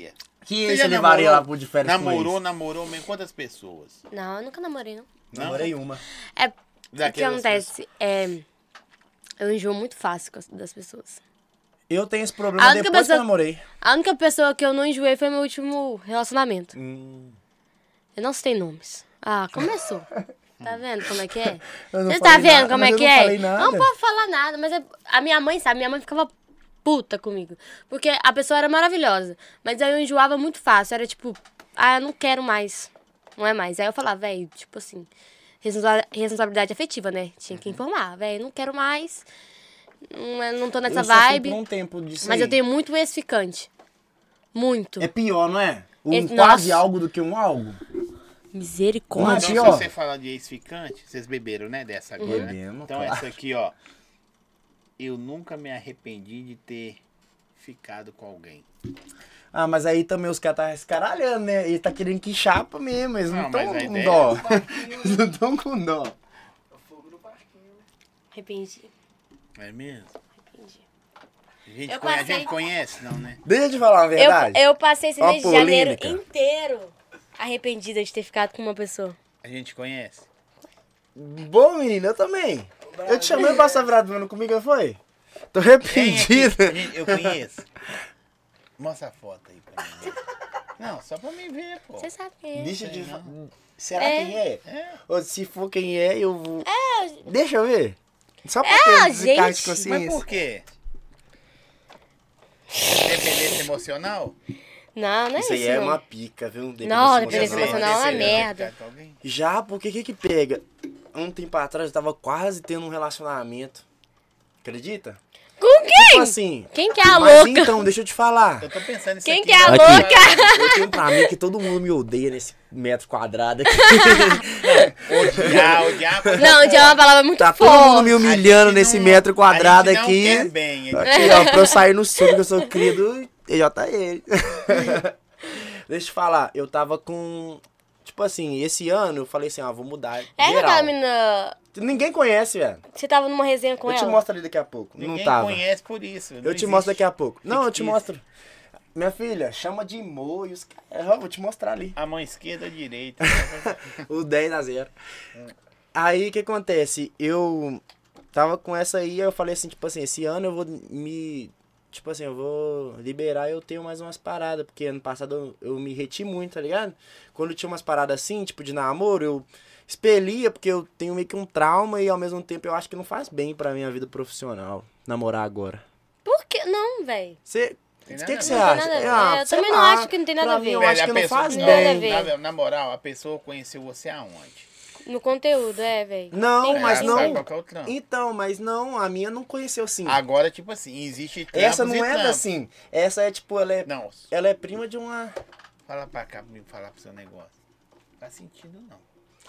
Quem Você você já levaria lá pro de férias com namorou mesmo quantas pessoas? Não, eu nunca namorei, não. ex? Namorei uma. É, o que Daquelas acontece? Eu enjoo muito fácil das pessoas. Eu tenho esse A problema única depois que eu pessoa- namorei. A única pessoa que eu não enjoei foi meu último relacionamento. Eu não citei nomes. Ah, começou. Tá vendo como é que é? Eu não Você falei tá vendo nada, como mas é eu que não é? falei nada. Não pode falar nada, mas a minha mãe, sabe? Minha mãe ficava puta comigo. Porque a pessoa era maravilhosa. Mas aí eu enjoava muito fácil. Era tipo, eu não quero mais. Não é mais. Aí eu falava, velho, tipo assim, responsabilidade afetiva, né? Tinha que informar, velho, não quero mais. Não tô nessa Eu sofri vibe. por um tempo disso Mas aí. eu tenho muito ex-ficante. Muito. É pior, não é? Esse- Quase nossa. algo do que um algo. Misericórdia. Aqui, Então, ó. se você falar de ex-ficante, vocês beberam, né? Dessa agora, né? Bebemos, Então, claro. essa aqui, ó. Eu nunca me arrependi de ter ficado com alguém. Ah, mas aí também os caras tá escaralhando, né? Eles tá querendo que chapa mesmo, eles não Não, estão mas a com ideia dó. Eles não estão com dó. Arrependi. É mesmo? Arrependi. A passei- gente conhece, não, né? Deixa eu te falar a verdade. Eu passei esse Ó a mês de janeiro polêmica. inteiro arrependida de ter ficado com uma pessoa. A gente conhece. Bom, menino, eu também. Eu te chamei pra passar virado do ano comigo, não foi? Tô Quem arrependido. aqui? Gente, eu conheço. Mostra a foto aí pra mim. Não, só pra mim ver, pô. Você sabe quem é. Deixa Sei de... não. Será É. quem é? É. Ou se for quem é, eu vou... Deixa eu ver. Só pra É, ter um descargo de gente. consciência. Mas por quê? Dependência emocional? Não, não é Isso aí isso, é não. uma pica, viu? Não, Dependência dependência emocional é uma Você já merda. ficado com alguém? Já, porque que pega? Um tempo atrás eu tava quase tendo um relacionamento. Acredita? Com quem? Tipo assim. Quem que é a Mas louca? então, deixa eu te falar. Eu tô pensando nisso Quem aqui. que é a mas- louca? Eu tenho pra mim que todo mundo me odeia nesse metro quadrado aqui. Odiar. Não, já é uma palavra muito Tá todo mundo me forte. humilhando nesse metro quadrado a gente aqui. Não quer bem. Aqui, ó, pra eu sair no sul, que eu sou cria do EJL. Deixa eu te falar, eu tava com... Tipo assim, esse ano eu falei assim, vou mudar É geral. aquela menina... Ninguém conhece, velho. Você tava numa resenha com Eu te ela? mostro ali daqui a pouco. Ninguém não tava. conhece por isso. Eu te mostro daqui a pouco. Não, eu te mostro. Minha filha, chama de Mo e os caras. Eu vou te mostrar ali. A mão esquerda ou a direita. O 10-0. Aí o que acontece? Eu tava com essa aí, eu falei assim, tipo assim, esse ano eu vou me. Tipo assim, eu vou liberar e eu tenho mais umas paradas. Porque ano passado eu me reti muito, tá ligado? Quando tinha umas paradas assim, tipo de namoro, eu expelia, porque eu tenho meio que um trauma e ao mesmo tempo eu acho que não faz bem pra minha vida profissional namorar agora. Por que? Não, velho. Você. Tem O nada que você a ver. Não tem acha? nada a ver. Eu sei também não lá. acho que não tem nada Pra a ver. mim, eu Velho, acho a que não pessoa- faz Nada a bem. ver. Na moral, a pessoa conheceu você aonde? No conteúdo, velho. Não, Tem mas que não. sabe qual que é o trampo. Então, mas não, a minha não conheceu assim. Agora, tipo assim, existe trampos Essa não e é trampos. assim. Essa é tipo, Não, ela é prima de uma. fala pra cá pra mim falar pro seu negócio. Não faz sentido, não.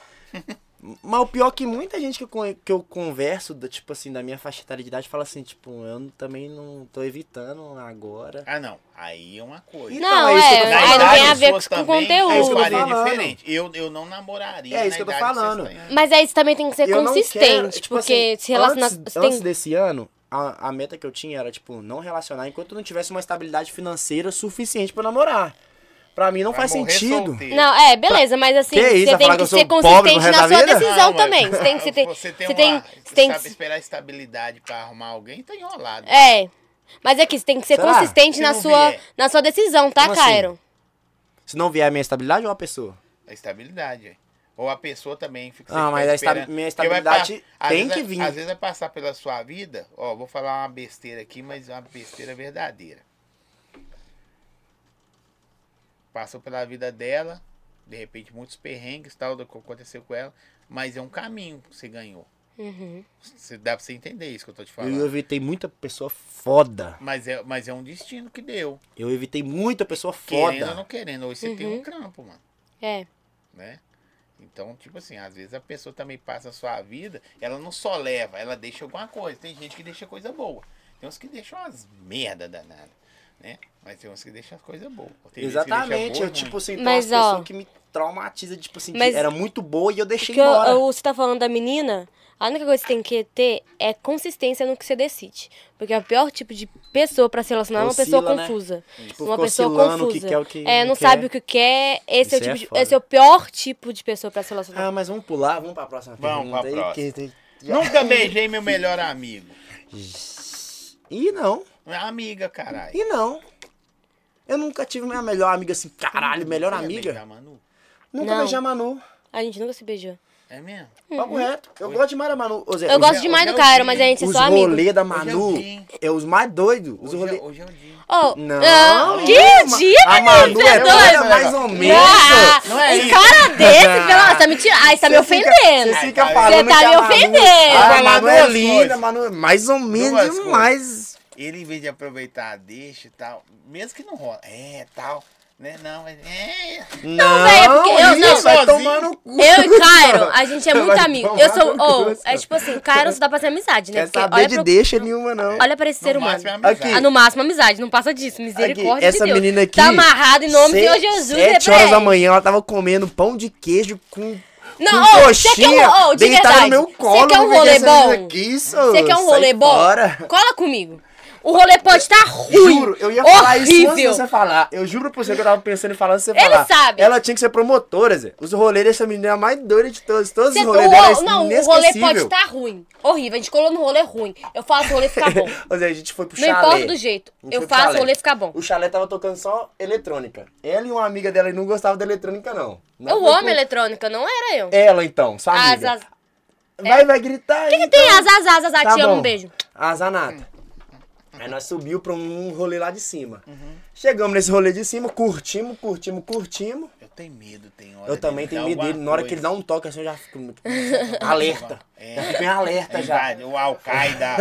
Mas o pior é que muita gente que eu converso, tipo assim, da minha faixa etária de idade, fala assim, tipo, eu também não tô evitando agora. Ah, não. Aí é uma coisa. Então, Não, é isso que eu tô aí falando. não idade tem a das ver pessoas com também, conteúdo. É isso que eu tô eu faria falando. diferente. Eu não namoraria É isso que eu tô na idade que falando. vocês têm. Mas aí você também tem que ser Eu não consistente. quero, tipo porque assim, se relacionar. Antes, Você tem... antes desse ano, a meta que eu tinha era, tipo, não relacionar enquanto eu não tivesse uma estabilidade financeira suficiente pra namorar. Pra mim não Vai faz morrer sentido. solteiro. Não, beleza, mas assim, Que isso, você vai tem falar que que eu sou ser pobre pro consistente resto na da sua vida? decisão Não, mas também. Você tem que. você tem você uma, tem, você tem sabe, que. esperar estabilidade pra arrumar alguém, tá enrolado. É. Mas é que você tem que ser Será? consistente Se na não sua, vier. na sua decisão, tá, Como assim? Cairo? Se não vier a minha estabilidade ou a pessoa? A estabilidade. É. Ou a pessoa também fica Ah, mas minha estabilidade tem que vir. Às vezes vai passar pela sua vida, ó, vou falar uma besteira aqui, mas é uma besteira verdadeira. Passou pela vida dela, de repente muitos perrengues, tal, do que aconteceu com ela, mas é um caminho que você ganhou. Uhum. Dá pra você entender isso que eu tô te Eu falando. evitei muita pessoa foda. Mas é um destino que deu. Eu evitei muita pessoa Querendo ou foda. não querendo. Hoje você tem um trampo, mano. É. Né? Então, tipo assim, às vezes a pessoa também passa a sua vida, ela não só leva, ela deixa alguma coisa. Tem gente que deixa coisa boa. Tem uns que deixam umas merda danadas. né? Mas tem uns que deixam as coisas boas. Tem vezes que Exatamente, deixa eu, boa, tipo ruim. assim, tem Mas, umas pessoas ó, que me traumatiza, tipo assim, mas- que era muito boa e eu deixei Porque embora. você tá falando da menina, a única coisa que você tem que ter é consistência no que você decide. Porque o pior tipo de pessoa pra se relacionar é uma pessoa Oscila, né? confusa. Tipo, Uma fica pessoa oscilando o confusa. que quer, o que não não sabe quer. o que quer. Esse é, o Isso é tipo de, foda. esse é o pior tipo de pessoa pra se relacionar. Ah, mas vamos pular, vamos pra próxima Vamos pergunta pra aí. próxima. Que... Nunca beijei meu melhor amigo. E não, Amiga, caralho. e não. Eu nunca tive minha melhor amiga assim, caralho, melhor Você ia amiga. beijar, Manu? Nunca Não. beijei a Manu. A gente nunca se beijou. É mesmo? Papo reto. Eu gosto demais da Manu. Ô, Zé, Eu os- gosto demais do hoje é o Cairo, dia. mas a gente é Os só amigo. rolês da Hoje é o Manu dia, hein? é os mais doidos. Os Hoje, rolês... hoje é o dia. Oh, Não, que dia, a menino, Manu você é é doido? mais ou menos. Ah, Não é esse isso. cara desse, você tá me tirando. Ai, você tá me Você fica- ofendendo. Você fica Você falando tá que a me Manu- ofendendo. Ah, a Vou Manu falar é duas linda, coisas. Manu é mais ou menos Duas demais. Ele, em vez de aproveitar, deixa e tal. Mesmo que não rola. Tal. Né? Não, mas. Não, velho, porque eu isso, não- vai sozinho. tomar no cu. Eu e Cairo, a gente é muito Vai amigo. tomar Eu sou. no Oh, cu, é tipo assim, Cairo só dá pra ser amizade, né? Quer Porque saber olha, de deixa nenhuma, não. olha pra esse ser No humano. máximo é amizade. Aqui. Ah, no máximo amizade, não passa disso. Misericórdia Aqui, essa de Deus. menina aqui, Tá amarrado em nome do Senhor Jesus. 7 horas da manhã, ela tava comendo pão de queijo com Não, com ô, você quer coxinha, um, ô, de deitada verdade. no meu colo. Você quer um porque rolê essa menina bom? aqui, Você quer um sai rolê bom? fora. Cola comigo. O rolê pode estar ruim. Juro, eu ia falar isso antes de horrível. você falar. Eu juro pra você que eu tava pensando em falar antes de você falar. Ele sabe. Ela tinha que ser promotora, Zé. Os rolês dessa menina é a mais doida de todos. Todos Você- os rolês dela é não, o rolê inesquecível. pode estar ruim. Horrível. A gente colou no rolê ruim. Eu faço o rolê ficar bom. Ô, Zé, a gente foi pro Não chalé. importa do jeito. A gente Eu foi pro faço chalé. o rolê ficar bom. O chalé tava tocando só eletrônica. Ela e uma amiga dela não gostavam da eletrônica, não. Nós Eu foi amo pro- eletrônica, não era eu. Ela, então, sua As, amiga. as, Vai gritar aí. que tem? As, Tá te amo, bom. um beijo. A Zanata. Aí nós subiu pra um rolê lá de cima. Chegamos nesse rolê de cima, curtimos. Eu tenho medo, tem hora. Eu também dele tenho dar medo dele. alguma Na hora que coisa. ele dá um toque assim, eu já fico muito... alerta. Já fico em alerta já. Vai, o Al-Qaeda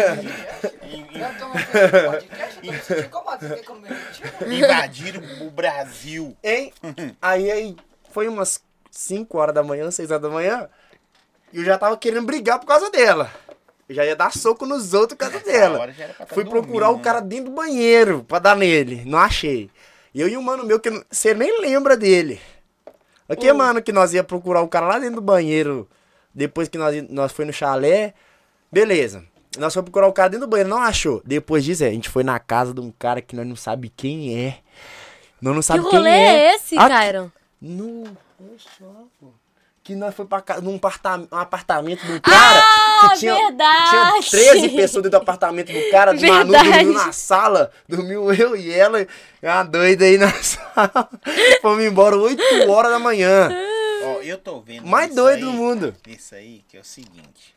Eu tô no podcast, eu tô me sentindo incomodado. Você quer comer? invadiram o Brasil. Hein? Aí foi umas 5 horas da manhã, 6 horas da manhã. E eu já tava querendo brigar por causa dela. Eu já ia dar soco nos outros por causa dela. hora já era pra tá Fui procurar dormindo, o cara dentro do banheiro pra dar nele. Não achei. E eu e um mano meu que você nem lembra dele. Aqui, mano, que nós ia procurar o cara lá dentro do banheiro. Depois que nós foi no chalé. Beleza. Nós fomos procurar o cara dentro do banheiro, não achou. Depois disso, a gente foi na casa de um cara que nós não sabe quem é. Nós não Que sabe quem rolê é esse, Aqui- Cairo? No que nós foi pra casa, num apartamento de um cara Ah, que tinha verdade. 13 pessoas dentro do apartamento do cara, de Manu Verdade. dormiu na sala, dormiu eu e ela, uma doida aí na sala. Fomos embora 8 horas da manhã. Ó, eu tô vendo. Mais isso doido aí, do mundo. Isso aí, que é o seguinte.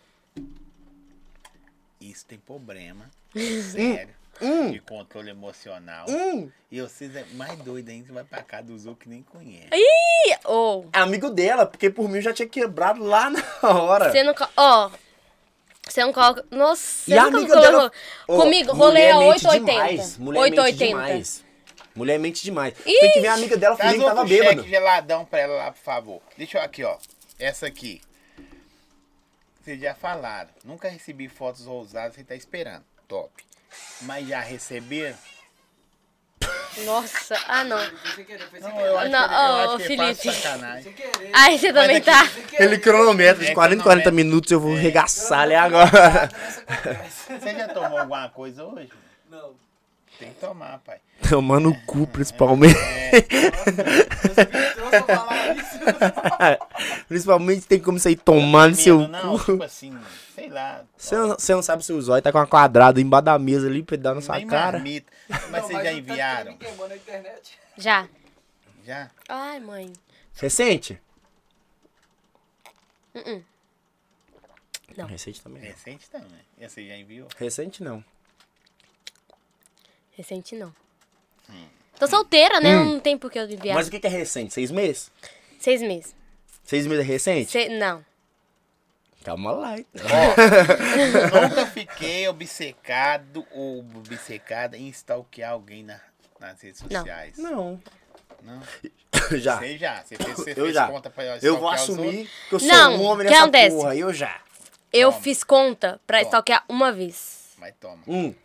Isso tem problema. Sério. De controle emocional. E vocês é mais doido ainda, você vai pra casa dos outros que nem conhece. Ih, ô, É amigo dela, porque por mim eu já tinha quebrado lá na hora. você não... Ó, você não coloca... Nossa, você E a nunca amiga colocou... dela... Ô, Comigo, rolê é mulher mente 880. demais, mulher mente 880. demais. Mulher mente demais. Tem que ver a amiga dela, Traz fingindo que tava outro bêbado. cheque geladão pra ela lá, por favor. Deixa eu aqui, ó. Essa aqui. Vocês já falaram. Nunca recebi fotos ousadas, você tá esperando. Top. Mas já receberam? Nossa, ah, não. Sem querer, foi sem Não, querer. eu acho Não, que ele, eu ô, acho que ele faz Felipe. sacanagem. Sem querer. Aí você também aqui- tá... sem querer. Ele cronômetro de É, 40 cronômetro. minutos, eu vou regaçar ele agora. Nessa conversa. Você já tomou alguma coisa hoje? Não. Tem que tomar, pai. Tomando o cu, principalmente. Você me trouxe pra falar isso. Principalmente tem como você ir tomando seu Medo, não, cu. tipo assim, sei lá. Você não sabe se o zóio tá com uma quadrada embaixo da mesa ali pra ele dar na sua Nem cara. marmita. Mas Não, vocês já o tanto que enviaram? ele me queimou na internet. Já. Já? Ai, mãe. Recente? Não. Recente também. não. Recente também. E você já enviou? Recente não. Recente, não. Tô solteira, né? Não tem por que eu enviar. Mas o que é recente? 6 meses? 6 meses. 6 meses é recente? Não. Calma lá, então. Nunca fiquei obcecado ou obcecada em stalkear alguém nas redes Não. sociais. Não. Não? Já. Você já. Você Eu fez já. conta pra Eu vou stalkear os outros? assumir que eu sou Não, um homem que nessa acontece? porra. Eu já. Eu Toma. fiz conta pra Toma. stalkear uma vez. Mas toma.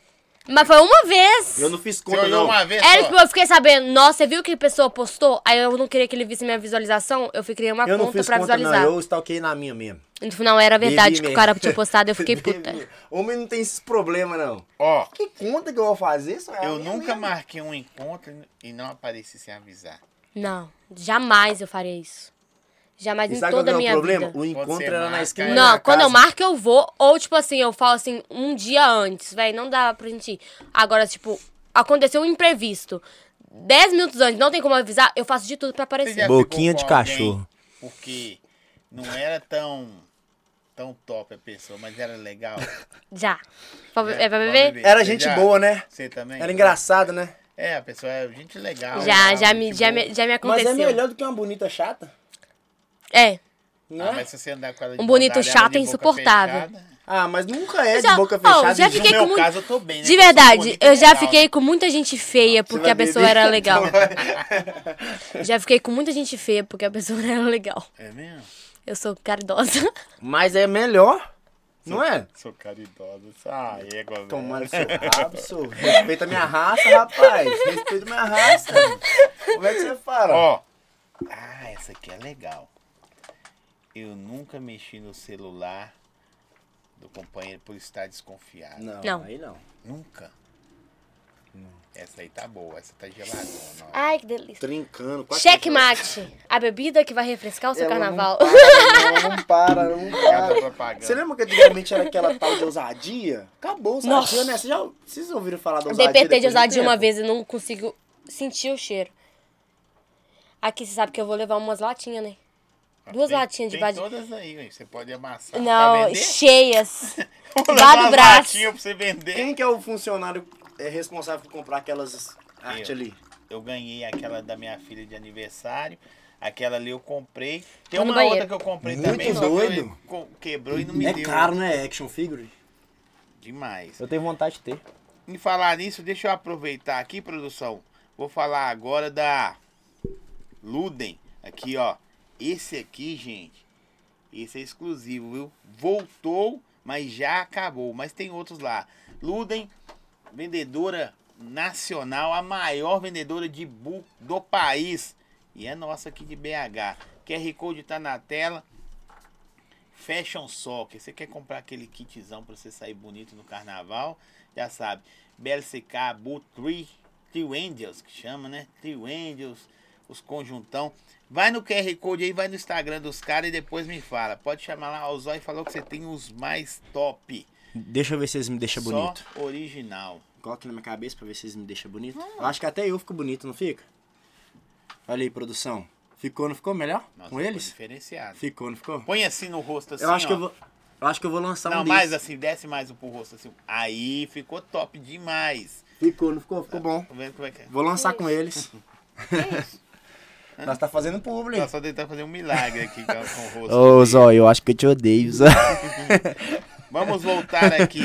Mas foi uma vez. Eu não fiz Você conta, olhou não. uma vez É, só? tipo, eu fiquei sabendo, nossa, você viu que a pessoa postou? Aí eu não queria que ele visse minha visualização, eu fui criar uma Eu não conta fiz pra conta, visualizar. não. Eu stalkeei na minha mesmo. No final era verdade Bebi que o cara mesmo. tinha postado, eu fiquei Bebi puta. mesmo. Homem não tem esses problemas, não. Ó, Que conta que eu vou fazer? Só é a eu minha nunca mesmo. marquei um encontro e não apareci sem avisar. Não, jamais eu faria isso. Jamais E em sabe qual que toda é a o minha problema? vida. O encontro você era na marca, esquina é. da Não, minha quando eu casa. marco eu vou, ou tipo assim, eu falo assim, um dia antes, velho, não dá pra gente ir. Agora, tipo, aconteceu um imprevisto. 10 minutos antes, não tem como avisar, eu faço de tudo pra Você aparecer. já Boquinha ficou de com alguém cachorro. Porque não era tão top a pessoa, mas era legal. Já. É pra Vamos beber? Era Você gente já? boa, né? Você também? Era engraçado, né? É, a pessoa é gente legal. Já legal, me gente boa. Mas aconteceu. é melhor do que uma bonita chata. É. Não Ah, é? mas se você andar com ela de Um bonito bondade, ela chato de é boca insuportável. fechada, Ah, mas nunca é Já- de boca oh, fechada. já e fiquei no com meu muito- caso, eu tô bem, né? De Eu sou verdade, bonito e eu já legal, fiquei né? com muita gente feia porque vai a pessoa beber? era legal. Então Já fiquei com muita gente feia porque a pessoa era legal. É mesmo? Eu sou caridosa. Mas é melhor, não é? Sou caridosa. Ah, égua, velho. Tomando seu rabo, senhor. Respeita a minha raça, rapaz. Respeita a minha raça. Como é que você fala? Ó. Ah, essa aqui é legal. Eu nunca mexi no celular do companheiro por estar desconfiado. Não. Aí não. Nunca. Essa aí tá boa, essa tá geladona. ó. Ai, que delícia. Trincando. quase Checkmate. A bebida que vai refrescar o seu Ela carnaval. Não para, não Cada para. propaganda. Você lembra que antigamente era aquela tal de ousadia? Acabou a ousadia, Nossa. né? Vocês ouviram falar da ousadia? DPT de depois de um ousadia uma tempo? vez, eu não consigo sentir o cheiro. Aqui você sabe que eu vou levar umas latinhas, né? Duas Tem- latinhas de tem bade. todas aí, ué. Você pode amassar pra Não, vender. cheias. Vou Lá levar do umas braço. latinhas pra você vender. Quem que é o funcionário responsável por comprar aquelas artes Eu. ali? Eu ganhei aquela da minha filha de aniversário. Aquela ali eu comprei. Tem Vou no uma banheiro. outra que eu comprei Muito também. só que doido. quebrou e não me É deu. caro, né? Action figure. Demais. Eu tenho vontade de ter. Em falar nisso, deixa eu aproveitar aqui, produção. Vou falar agora da Luden. Aqui, ó. Esse aqui, gente. Esse é exclusivo, viu? Voltou, mas já acabou. Mas tem outros lá. Luden, vendedora nacional, a maior vendedora de bu do país. E é nossa aqui de BH. QR Code tá na tela. Fashion Soccer. Você quer comprar aquele kitzão pra você sair bonito no carnaval? Já sabe. BLCK, Boot Tree Angels, que chama, né? Tree Angels, os conjuntão. Vai no QR Code aí, vai no Instagram dos caras e depois me fala. Pode chamar lá, o Zói falou que você tem os mais top. Deixa eu ver se vocês me deixam bonito. Só original. Coloca na minha cabeça pra ver se vocês me deixam bonito. Eu acho que até eu fico bonito, não fica? Olha aí, produção. Ficou, não ficou melhor? Nossa, com ficou eles? diferenciado. Ficou, não ficou? Põe assim no rosto assim, Eu acho ó. que eu vou lançar Não, um mais desses. assim, desce mais pro rosto assim. Aí ficou top demais. Ficou, não ficou? Ficou bom. Tá vendo como é que é? Vou lançar com eles. Nós tá fazendo publi. Nós só tentar fazer um milagre aqui com o rosto. Ô, dele. Zóio, eu acho que eu te odeio, Zóio. Vamos voltar aqui.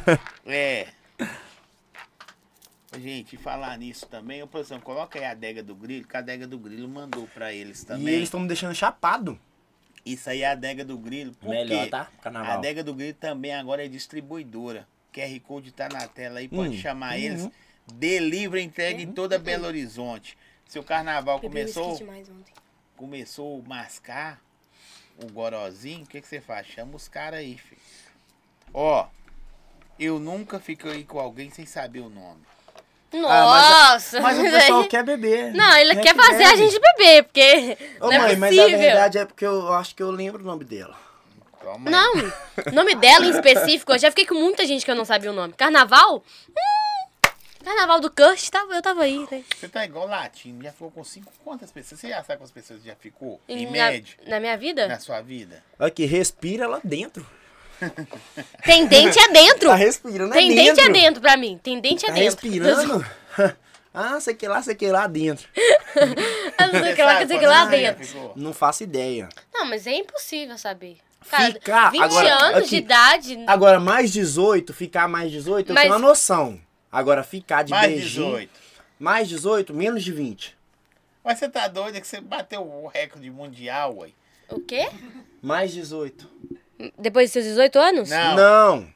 Gente, falar nisso também, ô produção, coloca aí a adega do Grilo, que a adega do Grilo mandou pra eles E também. eles estão me deixando chapado. Isso aí é a adega do Grilo. Por Melhor, quê? tá? A Carnaval. adega do Grilo também agora é distribuidora. QR Code tá na tela aí, pode chamar eles. Delivery, entrega em toda Belo Horizonte. Se o carnaval começou a mascar o gorozinho, o que você faz? Chama os caras aí, filho. Ó, eu nunca fiquei com alguém sem saber o nome. Nossa! Mas o pessoal quer beber. Não, ele É quer que fazer a bebe. gente beber, porque Ô, não é mãe, mas possível. a verdade é porque eu acho que eu lembro o nome dela. Toma aí. Não, o nome dela em específico, eu já fiquei com muita gente que eu não sabia o nome. Carnaval? Carnaval do Kurt, eu tava aí, né? Você tá igual latino, já ficou com 5 quantas pessoas? Você já sabe quantas pessoas já ficou? Em Na- média, Na minha vida? na sua vida? Olha que respira lá dentro. Tem dente adentro. Tá respirando Tem dentro. dente adentro pra mim. Tem dente Tá adentro. respirando? Ah, sei que lá dentro. Eu não sei o que lá, sabe sei que lá quantas você já dentro. ficou? Não faço ideia. Não, mas é impossível saber. Cara, Ficar, 20 agora, anos aqui. de idade. Agora, mais 18, ficar mais 18, eu Mas- tenho uma noção. Agora, ficar de Mais beijinho... 18. Mais 18, menos de 20. Mas você tá doido? É que você bateu o recorde mundial, ué. O quê? Mais 18. Depois dos seus 18 anos? Não. Não.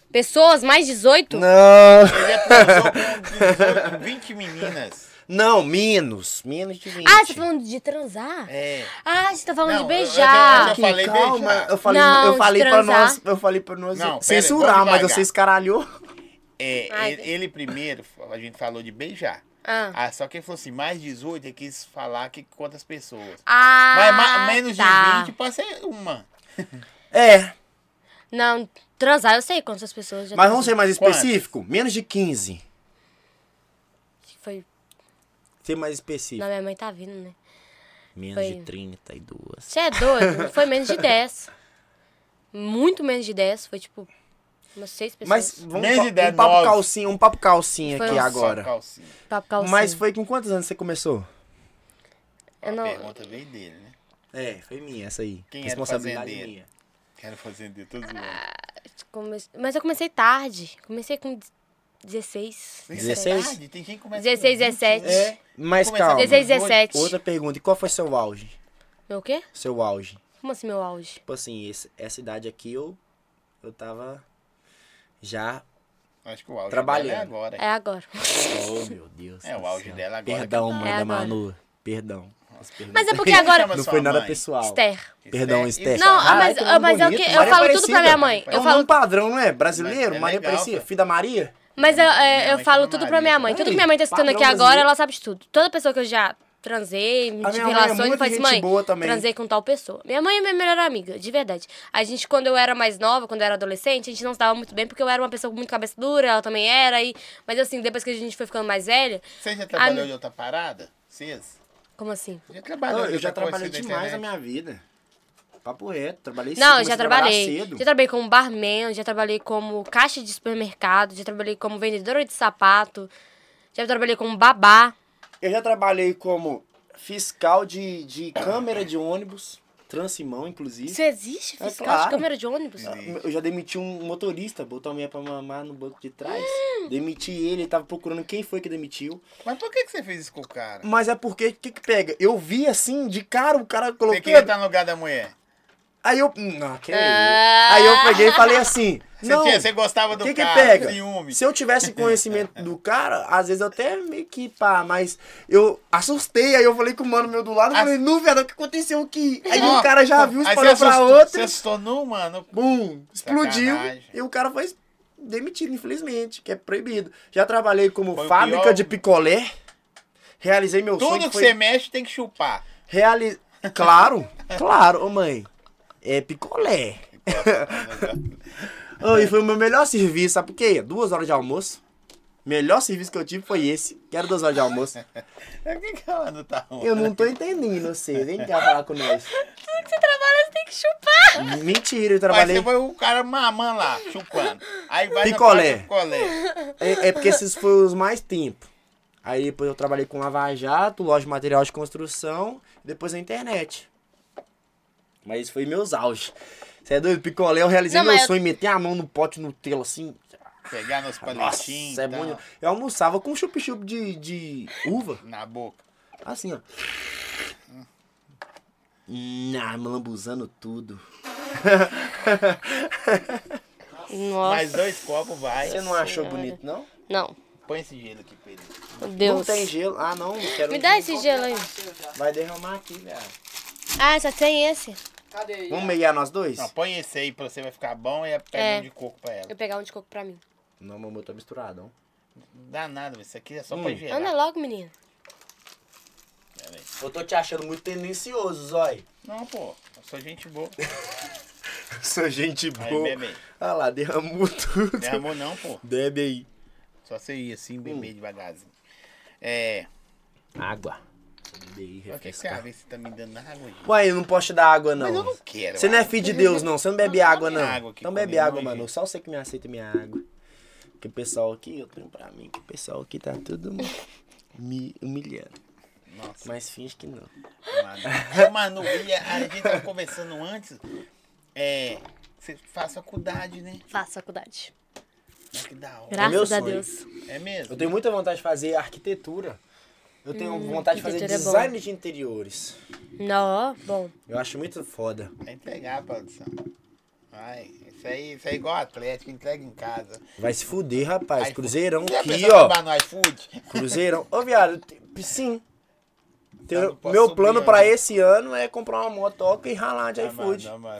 Pessoas mais 18? Não, Ele já transou com 20 meninas. não, menos de 20. Ah, você tá falando de transar? É. Ah, você tá falando Não, de eu beijar. já falei Calma, beijar. eu falei, Não, eu falei de pra transar. nós, eu falei pra nós Não, pera, censurar, vamos mas devagar. vocês caralhou. É, Ai, ele primeiro, a gente falou de beijar. Ah, Só que ele falou assim, mais 18, ele quis falar que quantas pessoas. ah Mas menos de tá. 20 pode ser uma. É, Não, transar eu sei quantas pessoas já mas vamos ser mais Quantas? específico, menos de 15. Foi... Ser mais específico. Não, minha mãe tá vindo, né? Menos foi. de 32. Você é doido? Foi menos de 10. Muito menos de 10. Foi tipo umas 6 pessoas. Mas vamos Menos de 10, um papo 9. calcinha, um papo calcinha Foi aqui um agora. Só calcinha. Papo calcinha. Mas foi com quantos anos você começou? Eu A não... pergunta veio dele, né? É, foi minha essa aí. Quem era Responsabilidade fazendeiro? minha. Quero fazer de todos os anos. Mas eu comecei tarde. Comecei com 16. 16? Tarde, tem gente que começa 16, com 20, 17. né? É, mas Começar calma. 16, 17. Outra pergunta, e qual foi seu auge? Meu quê? Seu auge? Como assim, meu auge? Tipo assim, essa idade aqui eu tava já... Acho que o auge Trabalhando. dela é agora. É agora. Oh, meu Deus. É, do o auge céu. dela agora. Perdão, que tá. mãe É da agora. Manu. Perdão. Mas é porque agora... Chama Não sua foi nada mãe. pessoal. Esther. Perdão, Esther. Não, Caralho, que nome mas é o bonito. que eu Maria falo tudo Aparecida. pra minha mãe. É Eu um falo, nome padrão, não é? Brasileiro, Mas é Maria legal, Aparecida, pô. filho da Maria. mas Minha eu mãe falo chama tudo Maria. pra minha mãe. Tudo que Aí, minha mãe tá escutando aqui padrão agora, brasileiro. ela sabe de tudo. Toda pessoa que eu já transei, minha tive mãe é relações, eu muito falo assim, gente mãe, boa também. transei com tal pessoa. Minha mãe é minha melhor amiga, de verdade. A gente, quando eu era mais nova, quando eu era adolescente, a gente não se dava muito bem, porque eu era uma pessoa com muito cabeça dura, ela também era. Mas assim, depois que a gente foi ficando mais velha... Você já trabalhou de outra parada? Vocês? Como assim? Já trabalhou de Eu já outra coisa trabalhei da demais na internet? minha vida. Papo reto, trabalhei cedo. Não, eu comecei já a trabalhar trabalhei. cedo. Já trabalhei como barman, já trabalhei como caixa de supermercado, já trabalhei como vendedora de sapato, já trabalhei como babá. Eu já trabalhei como fiscal de câmera de ônibus, Transimão, inclusive. Isso existe? É Fiscal claro. de câmera de ônibus? Eu já demiti um motorista, botou a mulher pra mamar no banco de trás. Demiti ele tava procurando quem foi que demitiu. Mas por que você fez isso com o cara? Mas é porque, o que pega? Eu vi assim, de cara, o cara Você colocou... queria estar no lugar da mulher? Aí eu... Não, que Ah. Aí eu peguei e falei assim... Não, Você gostava do que cara? pega? Ciúme. Se eu tivesse conhecimento do cara, às vezes eu até meio que pá, mas eu assustei, aí eu falei com o mano meu do lado, eu falei, não, velho, o que aconteceu aqui? Aí Ó, o cara já viu, aí espalhou você pra assustou- outra, Você assustou nu, mano? bum, explodiu, Sacanagem. e o cara foi demitido, infelizmente, que é proibido. Já trabalhei como Foi o fábrica pior- de picolé, realizei meu sonho, Tudo que que foi... você mexe tem que chupar. Claro, claro, ô mãe, é picolé. Oh, e foi o meu melhor serviço, sabe por quê? 2 horas de almoço. Melhor serviço que eu tive foi esse. Quero 2 horas de almoço. Por que que ela não tá ruim? Eu não tô entendendo você. Vem cá falar com nós. Tudo que você trabalha, você tem que chupar. Mentira, eu Mas trabalhei. você foi o cara mamando lá, chupando. Aí vai Picolé. no picolé. É porque esses foram os mais tempo. Aí depois eu trabalhei com Lava Jato, loja de material de construção, depois a internet. Mas isso foi meus auges. Você é doido? Picolé, eu realizei Não, meu mas eu- sonho, meter a mão no pote Nutella assim. Pegar nos Nossa, palitinhos é e tal, bom. Eu almoçava com chup-chup de uva. na boca. Assim, ó. Lambuzando tudo. Nossa. Mais 2 copos vai. Você não achou Senhora. bonito, não? Não. Põe esse gelo aqui pra ele. Meu Deus. Não tem gelo. Ah, não. Quero Me dá esse gelo aí. Vai derramar aqui, velho. Ah, só tem esse. Cadê aí? Vamos meiar nós dois? Não, põe esse aí pra você, vai ficar bom e pega É. um de coco pra ela. Eu vou pegar um de coco pra mim. Não, meu tá misturado, não. Não dá nada, isso aqui é só pra gelar. Anda logo, menina. Pera aí. Eu tô te achando muito tendencioso, Zói. Não, pô, eu sou gente boa. Sou gente Aí, boa. bebe aí. Olha lá, derramou tudo. Derramou não, pô. Bebe aí. Só você ir assim, beber devagarzinho. É. Água. Bebe aí, Por que você refrescar. abre? Você tá me dando água, gente? Ué, eu não posso te dar água, não. Mas eu não quero. Você não é água. filho de Deus, não. Você não bebe Não, água, tome não. água aqui Então bebe comigo, água, hein, mano. gente? Só você que me aceita minha água. Porque o pessoal aqui, eu tenho pra mim que o pessoal aqui tá tudo me humilhando. Nossa, Mas finge que não. mano, e a gente tava conversando antes. Você faz faculdade, né? Faço faculdade. Que da hora. meu Graças a sonho. Deus. É mesmo? Eu tenho muita vontade de fazer arquitetura. Eu tenho vontade de fazer arquitetura é bom. design de interiores. Não, bom. Eu acho muito foda. Vai entregar a produção. Ai, isso aí é igual Atlético, entrega em casa. Vai se fuder, rapaz. iFood. Cruzeirão Você já aqui, pensou em ó. trabalhar no iFood? Cruzeirão. Ô, viado, sim. Eu não posso Meu subir plano hoje. pra esse ano é comprar uma motoca e ralar de Ah, iFood. mano.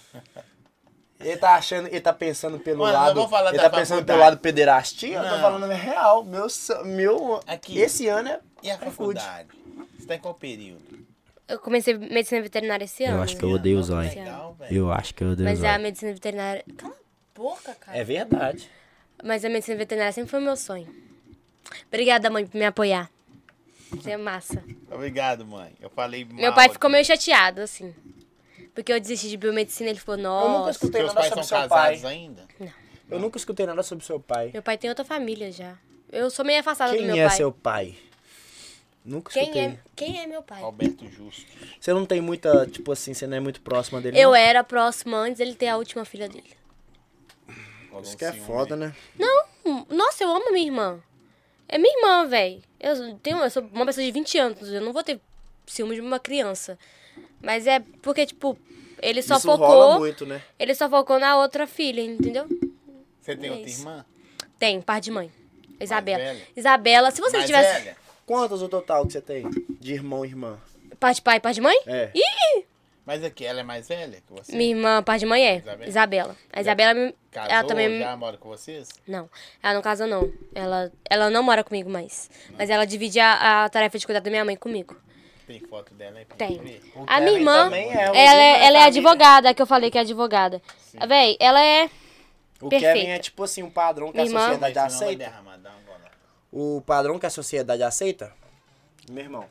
Ele tá achando, ele tá pensando pelo Mano, eu lado. vou falar Ele da tá pensando faculdade. pelo lado pederastia, eu tô Não. falando é real. Meu Aqui. esse ano é E a iFood. faculdade? Você tá em qual período? Eu comecei medicina veterinária esse ano. acho que eu odeio o zóio. Legal, velho. Eu acho que eu odeio Mas a medicina veterinária... Cala a boca, cara. É verdade. Mas a medicina veterinária sempre foi meu sonho. Obrigada, mãe, por me apoiar. Você é massa. Obrigado, mãe. Eu falei Meu mal pai aqui. ficou meio chateado, assim. Porque eu desisti de biomedicina, ele falou, Eu nunca nossa... escutei Seus nada pais sobre são seu pai. casados ainda? Eu nunca escutei nada sobre seu pai. Meu pai tem outra família já. Eu sou meio afastada do Quem meu é pai. seu pai? Nunca escutei. Quem é meu pai? Roberto Justo. Você não tem muita, tipo assim, você não é muito próxima dele? Eu não? era próxima antes dele ter a última filha dele. Rolou Isso um que é ciúme foda, aí. né? Nossa, eu amo minha irmã. É minha irmã, velho. Eu sou uma pessoa de 20 anos. Eu não vou ter ciúme de uma criança. Mas é porque, tipo, ele só Isso rola focou. muito, né? Ele só focou na outra filha, entendeu? Você tem É outra isso. irmã? Tem, par de mãe. Isabela. velha? Isabela, se você Mais tivesse. velha? Quantos o total que você tem? De irmão e irmã? Par de pai, par de mãe? É. Mas aqui, ela é mais velha que você? Minha irmã, par de mãe é. Isabela? Isabela. A Isabela, Casou, ela também. já mora com vocês? Não, ela não casou, não. Ela não mora comigo mais. Mas ela divide a tarefa de cuidar da minha mãe comigo. Tem foto dela aí pra Tem. gente ver? O A minha Kevin irmã, também é um ela é família. advogada, a que eu falei que é advogada. Véi, ela é O perfeita. Kevin é tipo assim, um padrão que Minha a irmã- sociedade Senão vai aceita. derramar, dá uma bola. O padrão que a sociedade aceita? Meu irmão.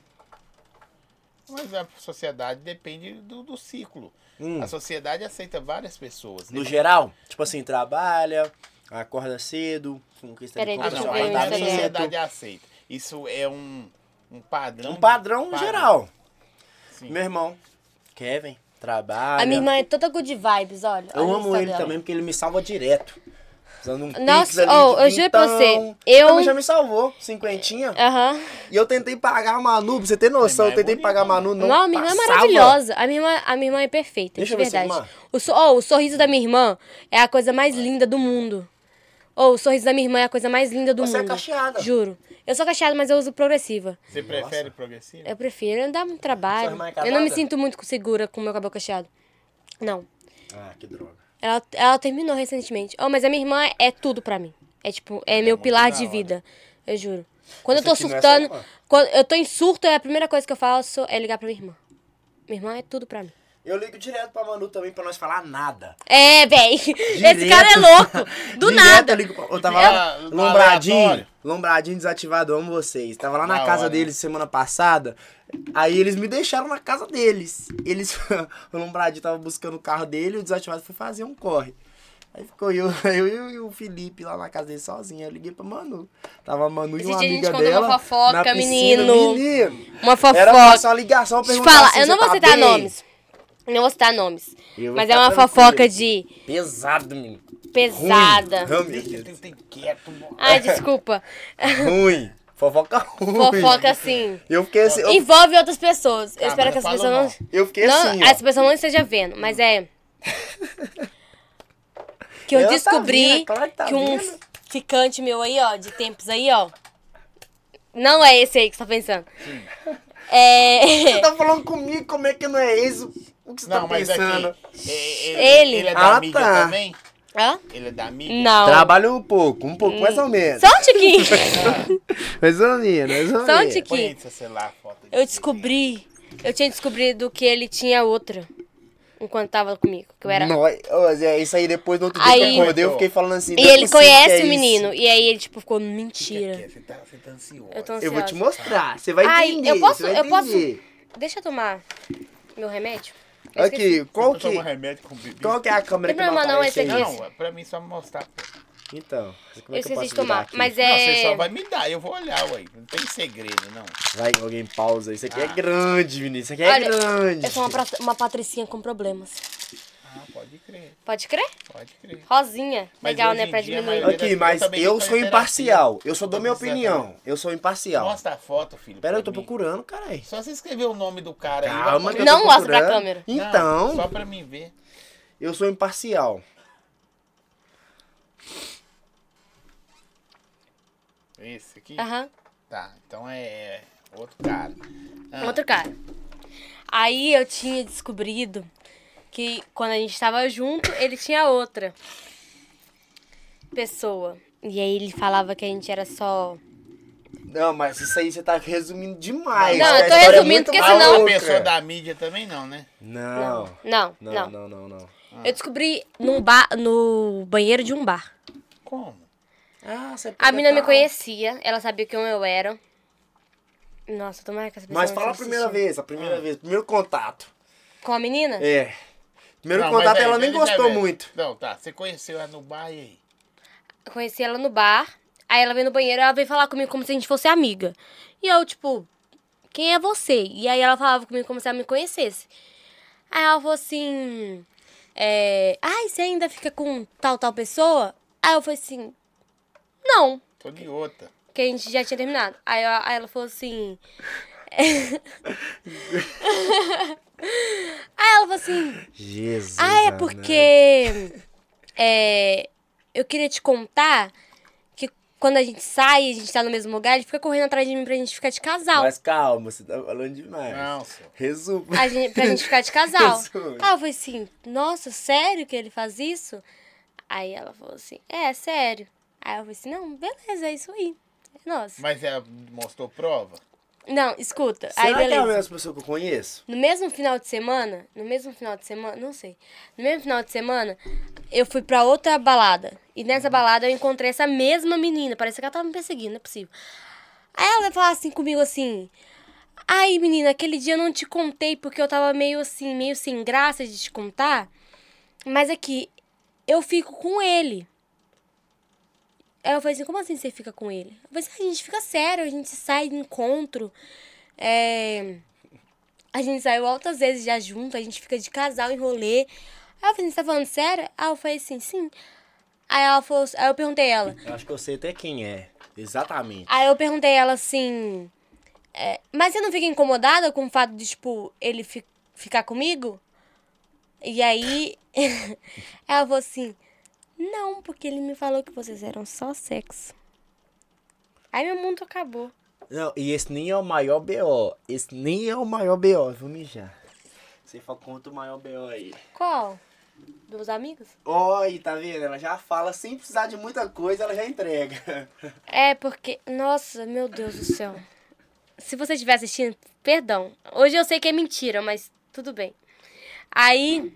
Mas a sociedade depende do ciclo. Hum. A sociedade aceita várias pessoas. No geral, tipo assim, trabalha, acorda cedo, conquista Peraí, Ah, deixa não, eu ver aí o a Instagram. sociedade aceita. Isso é um padrão. Um padrão geral. Sim. Meu irmão, Kevin, trabalha. A minha irmã é toda good vibes, olha. Eu olha o amo Insta ele dela. também, porque ele me salva direto. Usando um Nossa, Pix ali oh, de eu juro pra você, vintão. eu- Também já me salvou, cinquentinha. Aham. E eu tentei pagar a Manu, pra você ter noção, eu Mas é tentei bonito, pagar a Manu, não Não, a minha irmã é passava. maravilhosa. A minha irmã é perfeita, Deixa de eu ver sua verdade. irmã. O sorriso da minha irmã é a coisa mais linda do mundo. O sorriso da minha irmã é a coisa mais linda do Você é mundo. cacheada. Juro. Eu sou cacheada, mas eu uso progressiva. Você prefere progressivo? Eu prefiro, não dá muito Sua trabalho. irmã é Eu não me casada? sinto muito segura com o meu cabelo cacheado. Não. Ah, que droga. Ela terminou recentemente. Oh, mas a minha irmã é tudo pra mim. É tipo, é meu muito pilar da de hora. vida. Eu juro. Quando eu Essa tô aqui não é surtando, sua irmã? quando eu tô em surto, a primeira coisa que eu faço é ligar pra minha irmã. Minha irmã é tudo pra mim. Eu ligo direto pra Manu também pra nós falar nada. É, véi. Esse cara é louco. Do Direto nada. Eu, ligo pra... eu tava É, lá, no Lombradinho. aleatório. Lombradinho desativado, amo vocês. Tava lá na Da casa hora. deles semana passada. Aí eles me deixaram na casa deles. Eles, o Lombradinho tava buscando o carro dele, o desativado foi fazer um corre. Aí ficou eu e o Felipe lá na casa dele sozinho. Eu liguei pra Manu. Tava a Manu e Esse uma dia a gente amiga contou dela. uma fofoca, na piscina, menino. Uma fofoca. Era passar uma ligação Deixa eu perguntar falar, assim, eu não "Você vou tá citar bem?" nomes. Não vou citar nomes. Eu vou Mas é ficar uma tranquilo. fofoca de Pesado, menino. pesada. Ruim. Tem quieto, mano. Ai, desculpa. Ruim. Fofoca ruim. Fofoca assim. Eu fiquei assim. Envolve outras pessoas. Eu Tá, espero mas que essa fala pessoa mal. não. Eu fiquei Não, assim, ó. essa pessoa não esteja vendo, mas é. Que eu Ela tá descobri vendo, é claro que tá que um vendo. ficante meu aí, ó, de tempos aí, ó. Não é esse aí que você tá pensando. Você É. tá falando comigo, como é que não é isso? O que você Não, tá mas pensando? aqui. Ele. Ele é da Ah, mídia tá. também? Hã? Ele é da mídia? Não. Trabalha um pouco mais ou menos. Só um tiquinho. Mais ou menos, mais ou Só um menos. tiquinho. Põe aí no seu celular a foto. Eu descobri. Eu tinha descobrido que ele tinha outra. Enquanto tava comigo. Que eu era. Isso aí depois no outro Aí- dia que eu acordei, eu fiquei falando assim. E não é ele possível que conhece é o isso. menino. E aí ele, tipo, ficou, O que mentira. é? Você tá ansioso. Eu tô Eu ansiosa. vou te mostrar, você vai Ai, entender. eu posso. você vai Eu posso. entender. Deixa eu tomar meu remédio. Eu esqueci. Aqui, qual Você que, toma remédio com bebida? qual que é a câmera Tem que não problema não, aparece esse aí? aqui. Não, pra mim só mostrar. Pô. Então, como Eu é que eu esqueci posso de tomar. virar aqui? Mas Não, você é. só vai me dar, eu vou olhar, ué. Não tem segredo, não. Vai, alguém pausa. Isso aqui é Ah. grande, menino. Isso aqui Olha, é grande. Eu sou uma patricinha com problemas. Ah, pode crer, Pode crer? pode crer. Rosinha. Mas Legal, hoje né? em Pra dia, diminuir. mas- Aqui, mas também eu tô sou fazendo imparcial. terapia. Eu só dou Tô minha precisando opinião. também. Eu sou imparcial. Mostra a foto, filho. Pera, pra eu tô mim. procurando, caralho. Só você escrever o nome do cara aí. Calma, vai que eu aparecer. tô Não mostra pra procurando. câmera. Não, Então, só pra mim ver. eu sou imparcial. Esse aqui? Aham. Tá, então é outro cara. Ah, Outro cara. Aí eu tinha descobrido que quando a gente tava junto, ele tinha outra pessoa. E aí ele falava que a gente era só... Não, mas isso aí você tá resumindo demais. Não, a eu tô história é resumindo muito porque mais senão- a louca. pessoa da mídia também não, né? Não. Não. Não. Eu descobri no banheiro de um bar. Como? Ah, você A menina me tá- conhecia, ela sabia quem eu era. Nossa, tomara que essa pessoa Mas não fala a esteja primeira assistindo. vez, a primeira vez, primeiro contato. Com a menina? É. Primeiro Não, contato mas ela nem ele gostou já- muito. Não, tá. Você conheceu ela no bar e aí? Eu conheci ela no bar. Aí ela veio no banheiro, ela veio falar comigo como se a gente fosse amiga. E eu, tipo, quem é você? E aí ela falava comigo como se ela me conhecesse. Aí ela falou assim, ai, você ainda fica com tal pessoa? Aí eu falei assim, não, Tô de outra. porque a gente já tinha terminado. Aí ela falou assim... Aí ela falou assim, Jesus. ah, é amado. porque eu queria te contar que quando a gente sai, a gente tá no mesmo lugar, ele fica correndo atrás de mim pra gente ficar de casal. Mas calma, você tá falando demais. Não, senhor. Resumo. Pra gente ficar de casal. Resume. Aí eu falei assim, nossa, sério que ele faz isso? Aí ela falou assim, sério. Aí eu falei assim, não, beleza, é isso aí. É nossa. Mas ela mostrou prova? Não, escuta. Será Aí que é a beleza. mesma pessoa que eu conheço? No mesmo final de semana, não sei. No mesmo final de semana, eu fui pra outra balada. E nessa balada eu encontrei essa mesma menina. Parece que ela tava me perseguindo, não é possível. Aí ela vai falar assim comigo assim... Ai, menina, aquele dia eu não te contei porque eu tava meio assim, meio sem graça de te contar. Mas é que eu fico com ele. Aí eu falei assim, como assim você fica com ele? Eu falei assim, a gente fica sério, a gente sai de encontro. A gente saiu altas vezes já junto, a gente fica de casal em rolê. Aí eu falei, você tá falando sério? Aí eu falei assim, sim. Aí ela falou, aí eu perguntei ela. Eu acho que eu sei até quem é. Exatamente. Aí eu perguntei ela assim, mas você não fica incomodada com o fato de, tipo, ele ficar comigo? E aí ela falou assim, não, porque ele me falou que vocês eram só sexo. Aí meu mundo acabou. Não, e esse nem é o maior BO. Esse nem é o maior BO. Vou mijar. Você fala, conta o maior BO aí. Qual? Dos amigos? Oi, tá vendo? Ela já fala sem precisar de muita coisa, ela já entrega. É porque, nossa, meu Deus do céu. Se você estiver assistindo, perdão. Hoje eu sei que é mentira, mas tudo bem. Aí,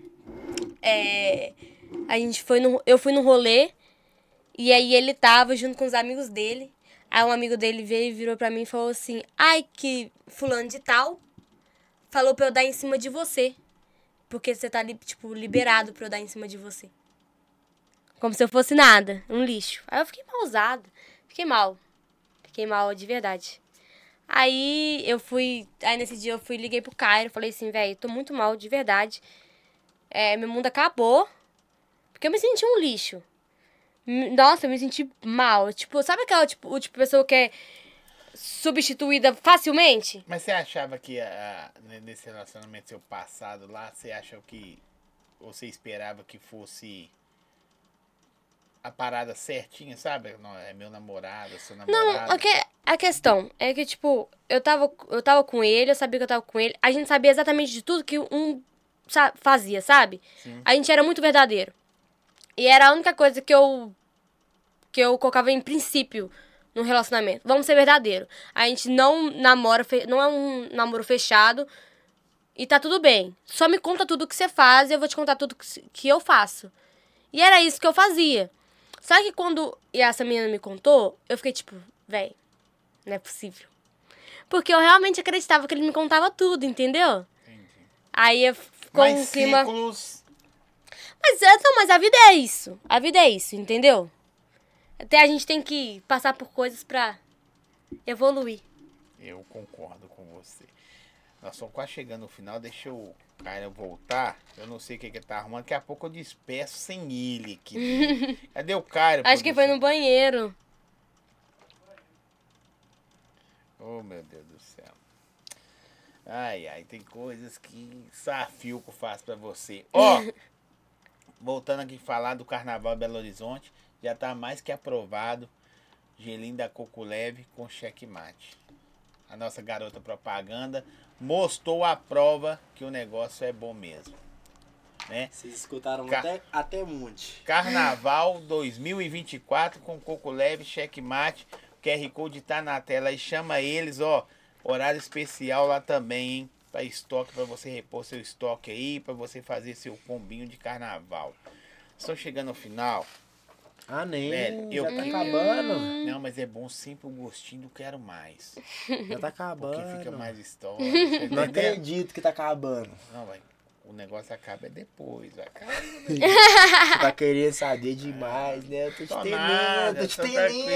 eu fui no rolê, e aí ele tava junto com os amigos dele. Aí um amigo dele veio e virou pra mim e falou assim, ai, que fulano de tal falou pra eu dar em cima de você. Porque você tá, tipo, liberado pra eu dar em cima de você. Como se eu fosse nada, um lixo. Aí eu fiquei malzada. Fiquei mal de verdade. Aí nesse dia eu fui e liguei pro Cairo. Falei assim, velho, tô muito mal de verdade. Meu mundo acabou. Porque eu me senti um lixo. Nossa, eu me senti mal. Tipo, sabe aquela tipo pessoa que é substituída facilmente? Mas você achava que nesse relacionamento seu passado lá, você achou que... Ou você esperava que fosse a parada certinha, sabe? Não, é meu namorado, seu namorado. Não, a questão é que, tipo, eu tava com ele, eu sabia que eu tava com ele. A gente sabia exatamente de tudo que um fazia, sabe? Sim. A gente era muito verdadeiro. E era a única coisa que eu colocava em princípio no relacionamento. Vamos ser verdadeiro. A gente não namora, não é um namoro fechado e tá tudo bem. Só me conta tudo que você faz e eu vou te contar tudo que eu faço. E era isso que eu fazia. Só que quando essa menina me contou, eu fiquei tipo, véi, não é possível. Porque eu realmente acreditava que ele me contava tudo, entendeu? Entendi. Aí ficou um Mas clima... ciclos... Mas a vida é isso. A vida é isso, entendeu? Até a gente tem que passar por coisas pra evoluir. Eu concordo com você. Nós estamos quase chegando no final. Deixa o cara voltar. Eu não sei o que ele tá arrumando. Daqui a pouco eu despeço sem ele aqui. Cadê o cara? Acho que foi no banheiro. Oh, meu Deus do céu. Ai, tem coisas que só a Filco faz pra você. Ó, voltando aqui falar do Carnaval Belo Horizonte, já tá mais que aprovado. Gelinho da Coco Leve com checkmate. A nossa garota propaganda mostrou a prova que o negócio é bom mesmo. Né? Vocês escutaram até monte. Carnaval 2024 com Coco Leve, checkmate. QR Code tá na tela aí, chama eles, ó. Horário especial lá também, hein? Pra estoque, pra você repor seu estoque aí, pra você fazer seu combinho de carnaval. Estou chegando ao final. Ah, nem. Velho, Já tá acabando. Não, mas é bom sempre o gostinho do quero mais. Já tá acabando. Porque fica mais história. Tá Não entendendo? acredito que tá acabando. Não, vai. O negócio acaba depois. Acaba. Você tá querendo saber demais, né? Eu tô te Tô entendendo, nada, tô te tô entendendo. tranquilo.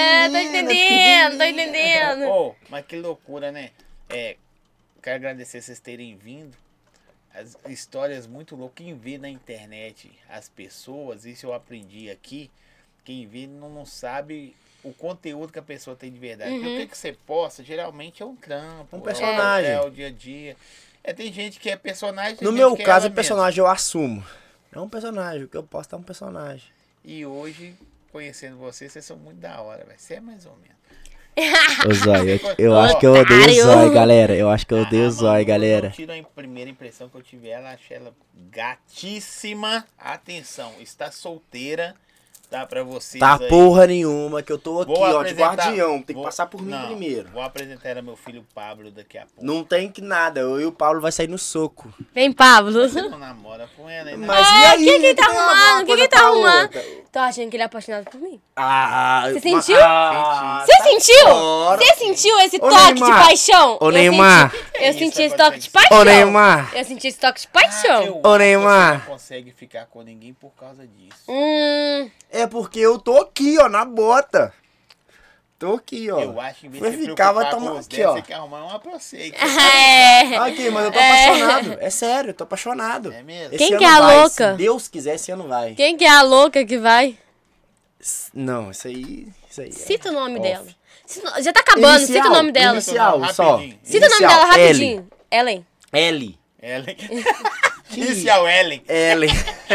Tô entendendo. Ô, mas que loucura, né? Quero agradecer vocês terem vindo. As histórias muito loucas. Quem vê na internet as pessoas, isso eu aprendi aqui. Quem vê não sabe o conteúdo que a pessoa tem de verdade. Porque o que você posta geralmente é um trampo. Um personagem. É o dia a dia. Tem gente que é personagem. tem No gente meu que é caso, ela o personagem eu assumo. É um personagem, o que eu posto é um personagem. mesma. E hoje, conhecendo vocês são muito da hora, velho. Você é mais ou menos. Ô, Zóio, eu Ô, acho que eu odeio o otário. Zóio, galera. Eu acho que eu odeio o Zóio, Manu, galera. Eu tiro a primeira impressão que eu tive ela, achei ela gatíssima. Atenção, está solteira, tá? Pra vocês Tá aí. porra nenhuma, que eu tô aqui, Vou ó, de apresentar- guardião. Tem que vou- passar por mim não, primeiro. Vou apresentar ela meu filho Pablo daqui a pouco. Não tem que nada, eu e o Paulo vai sair no soco. Vem, Pablo. Você não namora com ela ainda? Mas e aí? que ele tá tem a ver uma arrumando? O que coisa ele tá com a arrumando? outra? Tô achando que ele é apaixonado por mim. Ah, Você sentiu? Ah, Você sentiu? fora. Você sentiu esse Ô, toque de Neymar. paixão? Ô, Eu Neymar. senti- Que Eu isso, senti esse agora toque de tá paixão. Ô, Neymar. Eu senti esse toque de paixão. Eu Ô, acho que Neymar. Você não consegue ficar com ninguém por causa disso. É porque eu tô aqui, ó, na bota. Tô aqui, ó. Eu acho que em vez Vai de você ficar, vai preocupar com tomar os aqui, dela, ó. você quer arrumar uma pra você. É. Aqui, mas eu tô apaixonado. É sério, eu tô apaixonado. É mesmo? Esse Quem ano que é a vai, louca? Se Deus quiser, esse ano vai. Quem que é a louca que vai? Não, isso aí é Cita o nome off. dela. Já tá acabando, Inicial, cita o nome dela. Inicial, só. Rapidinho. Cita o nome Inicial, dela rapidinho. Ellen. L. Ellen. Inicial Ellen. L.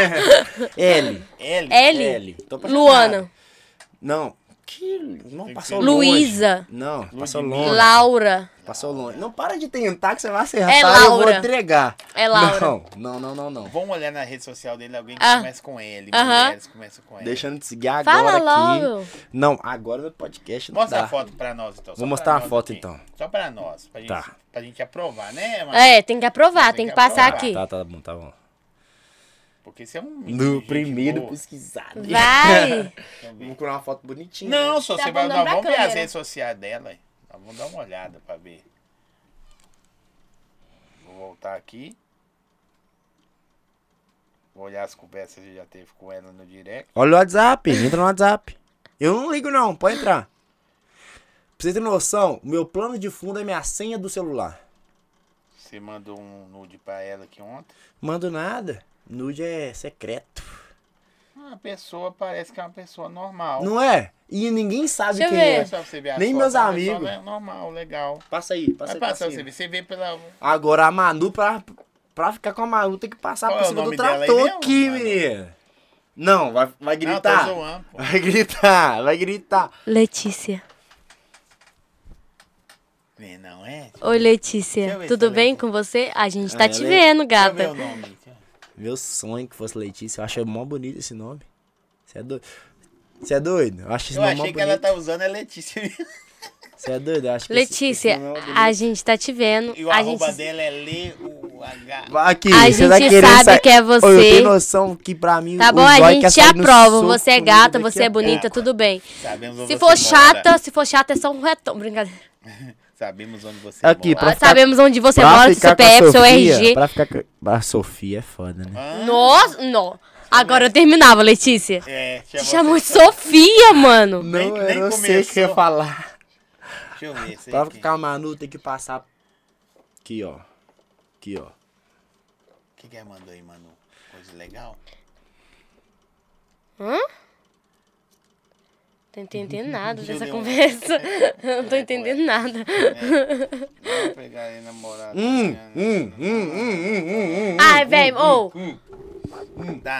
L. Ellen. L. Tô apaixonado. Luana. Não. Não que passou ser longe. Luísa. Não, passou Ludmilla. longe. Laura. Passou longe. Não para de tentar que você vai acertar. É Eu vou Laura. entregar. É Laura. Não. Vamos olhar na rede social dele alguém que Ah. começa com L. Aham. Mulheres começam com L. Deixando de seguir agora Fala aqui. logo. Não, agora no podcast não Mostra dá. a foto pra nós, então. Vou mostrar a foto, aqui. então. Só pra nós. Pra gente aprovar, né, mano? É, tem que aprovar, tem que passar aprovar. aqui. Tá bom, tá bom. Porque você é um menino de No gente primeiro boa. pesquisado. Vai. Deixa eu ver. Vamos procurar uma foto bonitinha. Não, né? só Tá você vai. apontando Nós pra vamos ver as câmera. redes sociais dela. Aí. Nós vamos dar uma olhada pra ver. Vou voltar aqui. Vou olhar as conversas que já teve com ela no direct. Olha o WhatsApp, entra no WhatsApp. Eu não ligo não, pode entrar. Pra você ter noção, o meu plano de fundo é minha senha do celular. Você mandou um nude pra ela aqui ontem. Mando nada. Nude é secreto. A pessoa parece que é uma pessoa normal. Não é? E ninguém sabe Deixa eu quem ver. é. Só pra você ver as Nem fotos, meus é uma pessoa amigos. normal, legal. Passa aí, Vai passar, você vê pela... Agora a Manu, pra ficar com a Manu, tem que passar Qual por é o cima do nome dela aí trator mesmo, aqui, Manu? menina. Não, vai Não, gritar. tô zoando, pô. Vai gritar, vai gritar. Letícia. Não é? Oi, Deixa eu Letícia. ver Tudo se bem ela- com você? A gente tá Ah, te ela vendo, Deixa eu ver gata. o nome. Meu sonho que fosse Letícia. Eu achei mó bonito esse nome. Você é doido? Você é doido? Eu acho esse Eu nome mó achei que ela bonito. tá usando a Letícia. Você é doido? Eu acho que Letícia, esse nome é bonito. a gente tá te vendo. E o A arroba gente... dela é LEUH. Aqui, A você tá gente querendo sabe sair- que é Ô, eu você. tenho noção que pra mim Tá o bom, a Zóio gente quer te sair no aprova. soco Você é comigo gata, daqui você é a bonita, pouco. tudo bem. Sabemos onde Se você for mora. chata, se for chata é só um retorno. Brincadeira. Sabemos onde você Aqui, mora. pra ficar- Sabemos onde você pra mora, seu ficar com a CPF, seu Sofia, RG. Pra ficar com... A Sofia é foda, né? Hã? Nossa, não. Agora eu terminava, Letícia. É, Te chamou de Sofia, mano. Nem- Não, nem eu não sei o que eu ia começou. falar. Deixa eu ver. Sei Pra quem. ficar Manu, tem que passar... Aqui, ó. Aqui, ó. O que é mandou aí, Manu? Coisa legal? Tô entendendo nada Deixa eu dessa ler um- conversa. Eu não tô entendendo nada. Vou pegar aí namorado. Hum. Ai, velho, ô. Tá.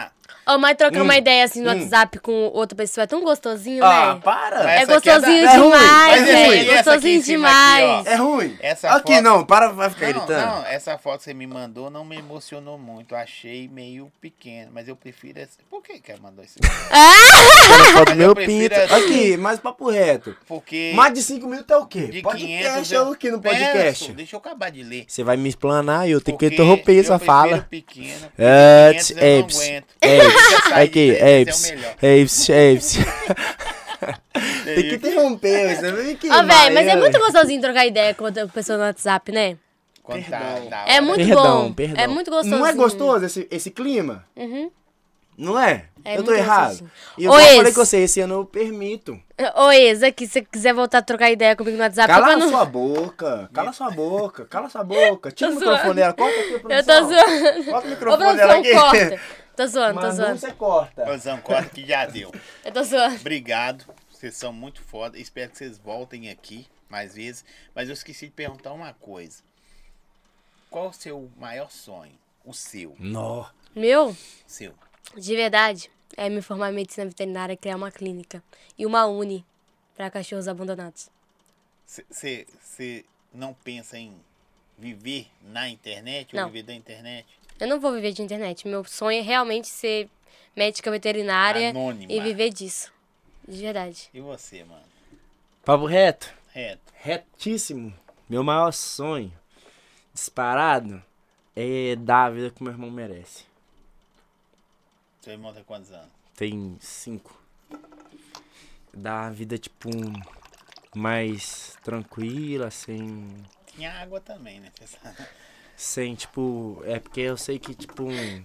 Ô, mas trocar uma ideia assim no WhatsApp com outra pessoa é tão gostosinho, Ah, né? para. Mas É essa aqui é gostosinho da- é ruim. demais, Mas essa velho. aqui, essa aqui em Gostosinho cima aqui, demais. É ruim. Essa Aqui foto- não, vai ficar gritando. Não, essa foto que você me mandou não me emocionou muito. Eu achei meio pequeno, mas eu prefiro essa. Por que ela mandou esse? Foto Mas meu eu prefiro pinto. essa. Aqui, mais papo reto. Porque Mais de 5 minutos é o quê? de Podcast 500 é o quê no podcast? Penso, deixa eu acabar de ler. Você vai me explanar e eu tenho que Porque interromper eu sua prefiro fala. Pequeno, porque É, 500 eu não Eps, aguento. Eps, Deixa sair de aqui, 300 é o melhor. Eps. É Tem que interromper, você vem aqui. Ó, velho, mas é muito gostosinho trocar ideia com outra pessoa no WhatsApp, né? Quando tá da É hora. muito Perdão, bom. perdão. É muito gostosinho. Não é gostoso esse clima? Uhum. Não é? É Eu tô muito errado. gostosinho. E eu Ô, já falei ex. com você, esse ano eu permito. Ô, Isa, que se você quiser voltar a trocar ideia comigo no WhatsApp, Cala eu não... sua boca, cala sua boca, cala sua boca. Tira Tô o microfone zoando. dela, corta aqui a Eu produção. tô zoando. Corta o Ô, microfone dela produção, aqui. corta. Tô zoando, tô Mas zoando. você corta. Rosão, corta que já deu. Eu tô zoando. Obrigado. Vocês são muito foda. Espero que vocês voltem aqui mais vezes. Mas eu esqueci de perguntar uma coisa. Qual o seu maior sonho? O seu. Nó. Meu, Seu. de verdade, é me formar em medicina veterinária e criar uma clínica. E uma uni pra cachorros abandonados. Você não pensa em viver na internet ou Não. viver da internet? Eu não vou viver de internet. Meu sonho é realmente ser médica veterinária Anônima. e viver disso. De verdade. E você, mano? Papo reto. Reto. Retíssimo. Meu maior sonho, disparado, é dar a vida que meu irmão merece. Seu irmão tem quantos anos? Tem 5. Dar a vida, tipo, mais tranquila, sem... Tinha água também, né? Você sabe? Sem, tipo... É porque eu sei que, tipo,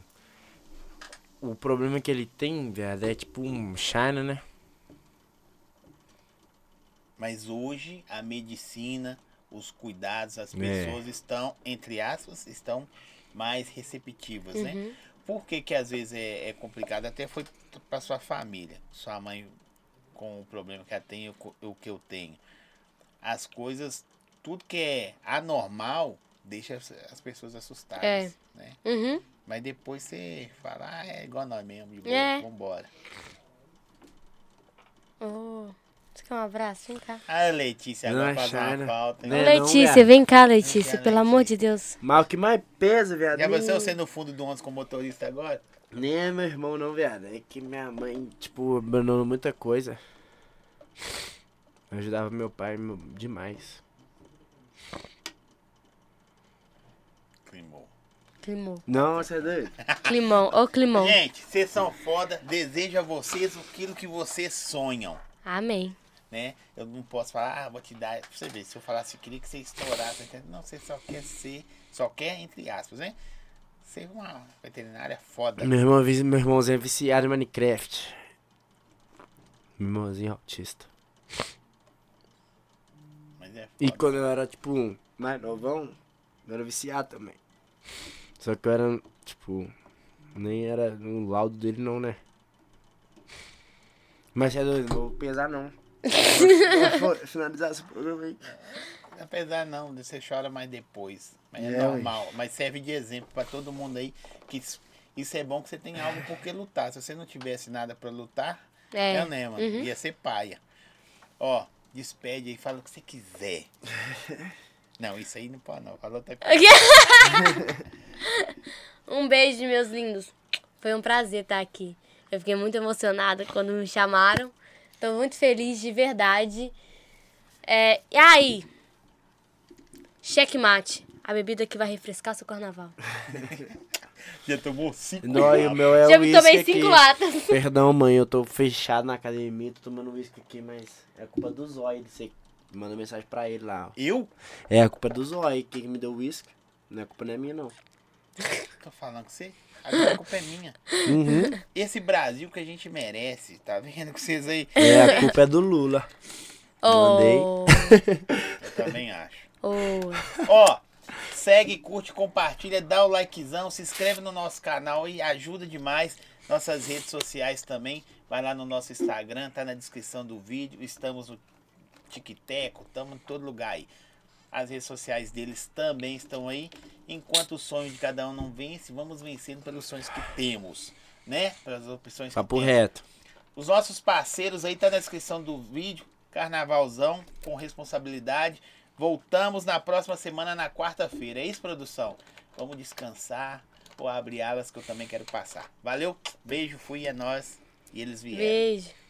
o problema que ele tem, viado, é tipo China, né? Mas hoje a medicina, os cuidados, as pessoas estão, entre aspas, estão mais receptivas, né? Por que às vezes é complicado? Até foi para sua família. Sua mãe com o problema que ela tem, o que eu tenho. As coisas, tudo que é anormal, deixa as pessoas assustadas, né? Uhum. Mas depois você fala, é igual nós mesmo, de boa, É. vambora. Oh, você quer um abraço? Vem cá. Ah, Letícia, agora Não, faz uma China. falta, Né? hein? não, Letícia, viado. vem cá, Letícia, Vem cá, pelo amor Letícia. de Deus. Mas o que mais pesa, viado... Já você no fundo do ônibus com motorista agora? Nem é meu irmão não, viado. É que minha mãe, tipo, abandonou muita coisa. Eu ajudava meu pai demais. Climou. Climão. Não, você é doido? Climão, ô climão. Gente, vocês são foda. Desejo a vocês aquilo que vocês sonham, Amém. né? Eu não posso falar, vou te dar... Pra você ver, se eu falasse, eu queria que você estourasse. Entendeu? Não, você só quer ser... Só quer, entre aspas, né? Ser uma veterinária foda. Meu irmãozinho é viciado em Minecraft. Meu irmãozinho é autista. Mas é E foda. quando eu era, tipo, mais novão, eu era viciado também. Só que eu era, tipo, nem era no laudo dele não, né? Mas você é doido, não vou pesar não. Vou finalizar esse programa aí. Apesar não, você chora mais depois. Mas é, É, normal. Mas serve de exemplo pra todo mundo aí que isso é bom que você tem algo por que lutar. Se você não tivesse nada pra lutar, É. eu lembro, ia ser paia. Ó, despede aí, fala o que você quiser. Não, isso aí não pode não. Fala outra coisa. Um beijo, meus lindos. Foi um prazer estar aqui. Eu fiquei muito emocionada quando me chamaram. Tô muito feliz de verdade. E aí? Checkmate. A bebida que vai refrescar seu carnaval. Já tomou 5 Não, e o meu é Já o me tomei uísque 5 aqui. latas. Perdão, mãe, eu tô fechado na academia, tô tomando uísque aqui, mas é culpa do Zói. Você manda mensagem pra ele lá, ó. Eu? É a culpa do Zói, que me deu uísque. Não é culpa não é minha, não. Tô falando com você? Agora a culpa é minha. Uhum. Esse Brasil que a gente merece, tá vendo com vocês aí? É, a culpa é do Lula. Oh. Eu também acho. Oh. Ó, segue, curte, compartilha, dá o likezão, se inscreve no nosso canal e ajuda demais. Nossas redes sociais também. Vai lá no nosso Instagram, tá na descrição do vídeo. Estamos no TikTok, estamos em todo lugar aí. As redes sociais deles também estão aí. Enquanto o sonho de cada um não vence, vamos vencendo pelos sonhos que temos. né? Para as opções que Papo temos. reto. Os nossos parceiros aí tá na descrição do vídeo. Carnavalzão com responsabilidade. Voltamos na próxima semana, na quarta-feira. É isso, produção? Vamos descansar. Vou abrir alas que eu também quero passar. Valeu, beijo, fui, é nóis. E eles vieram. Beijo.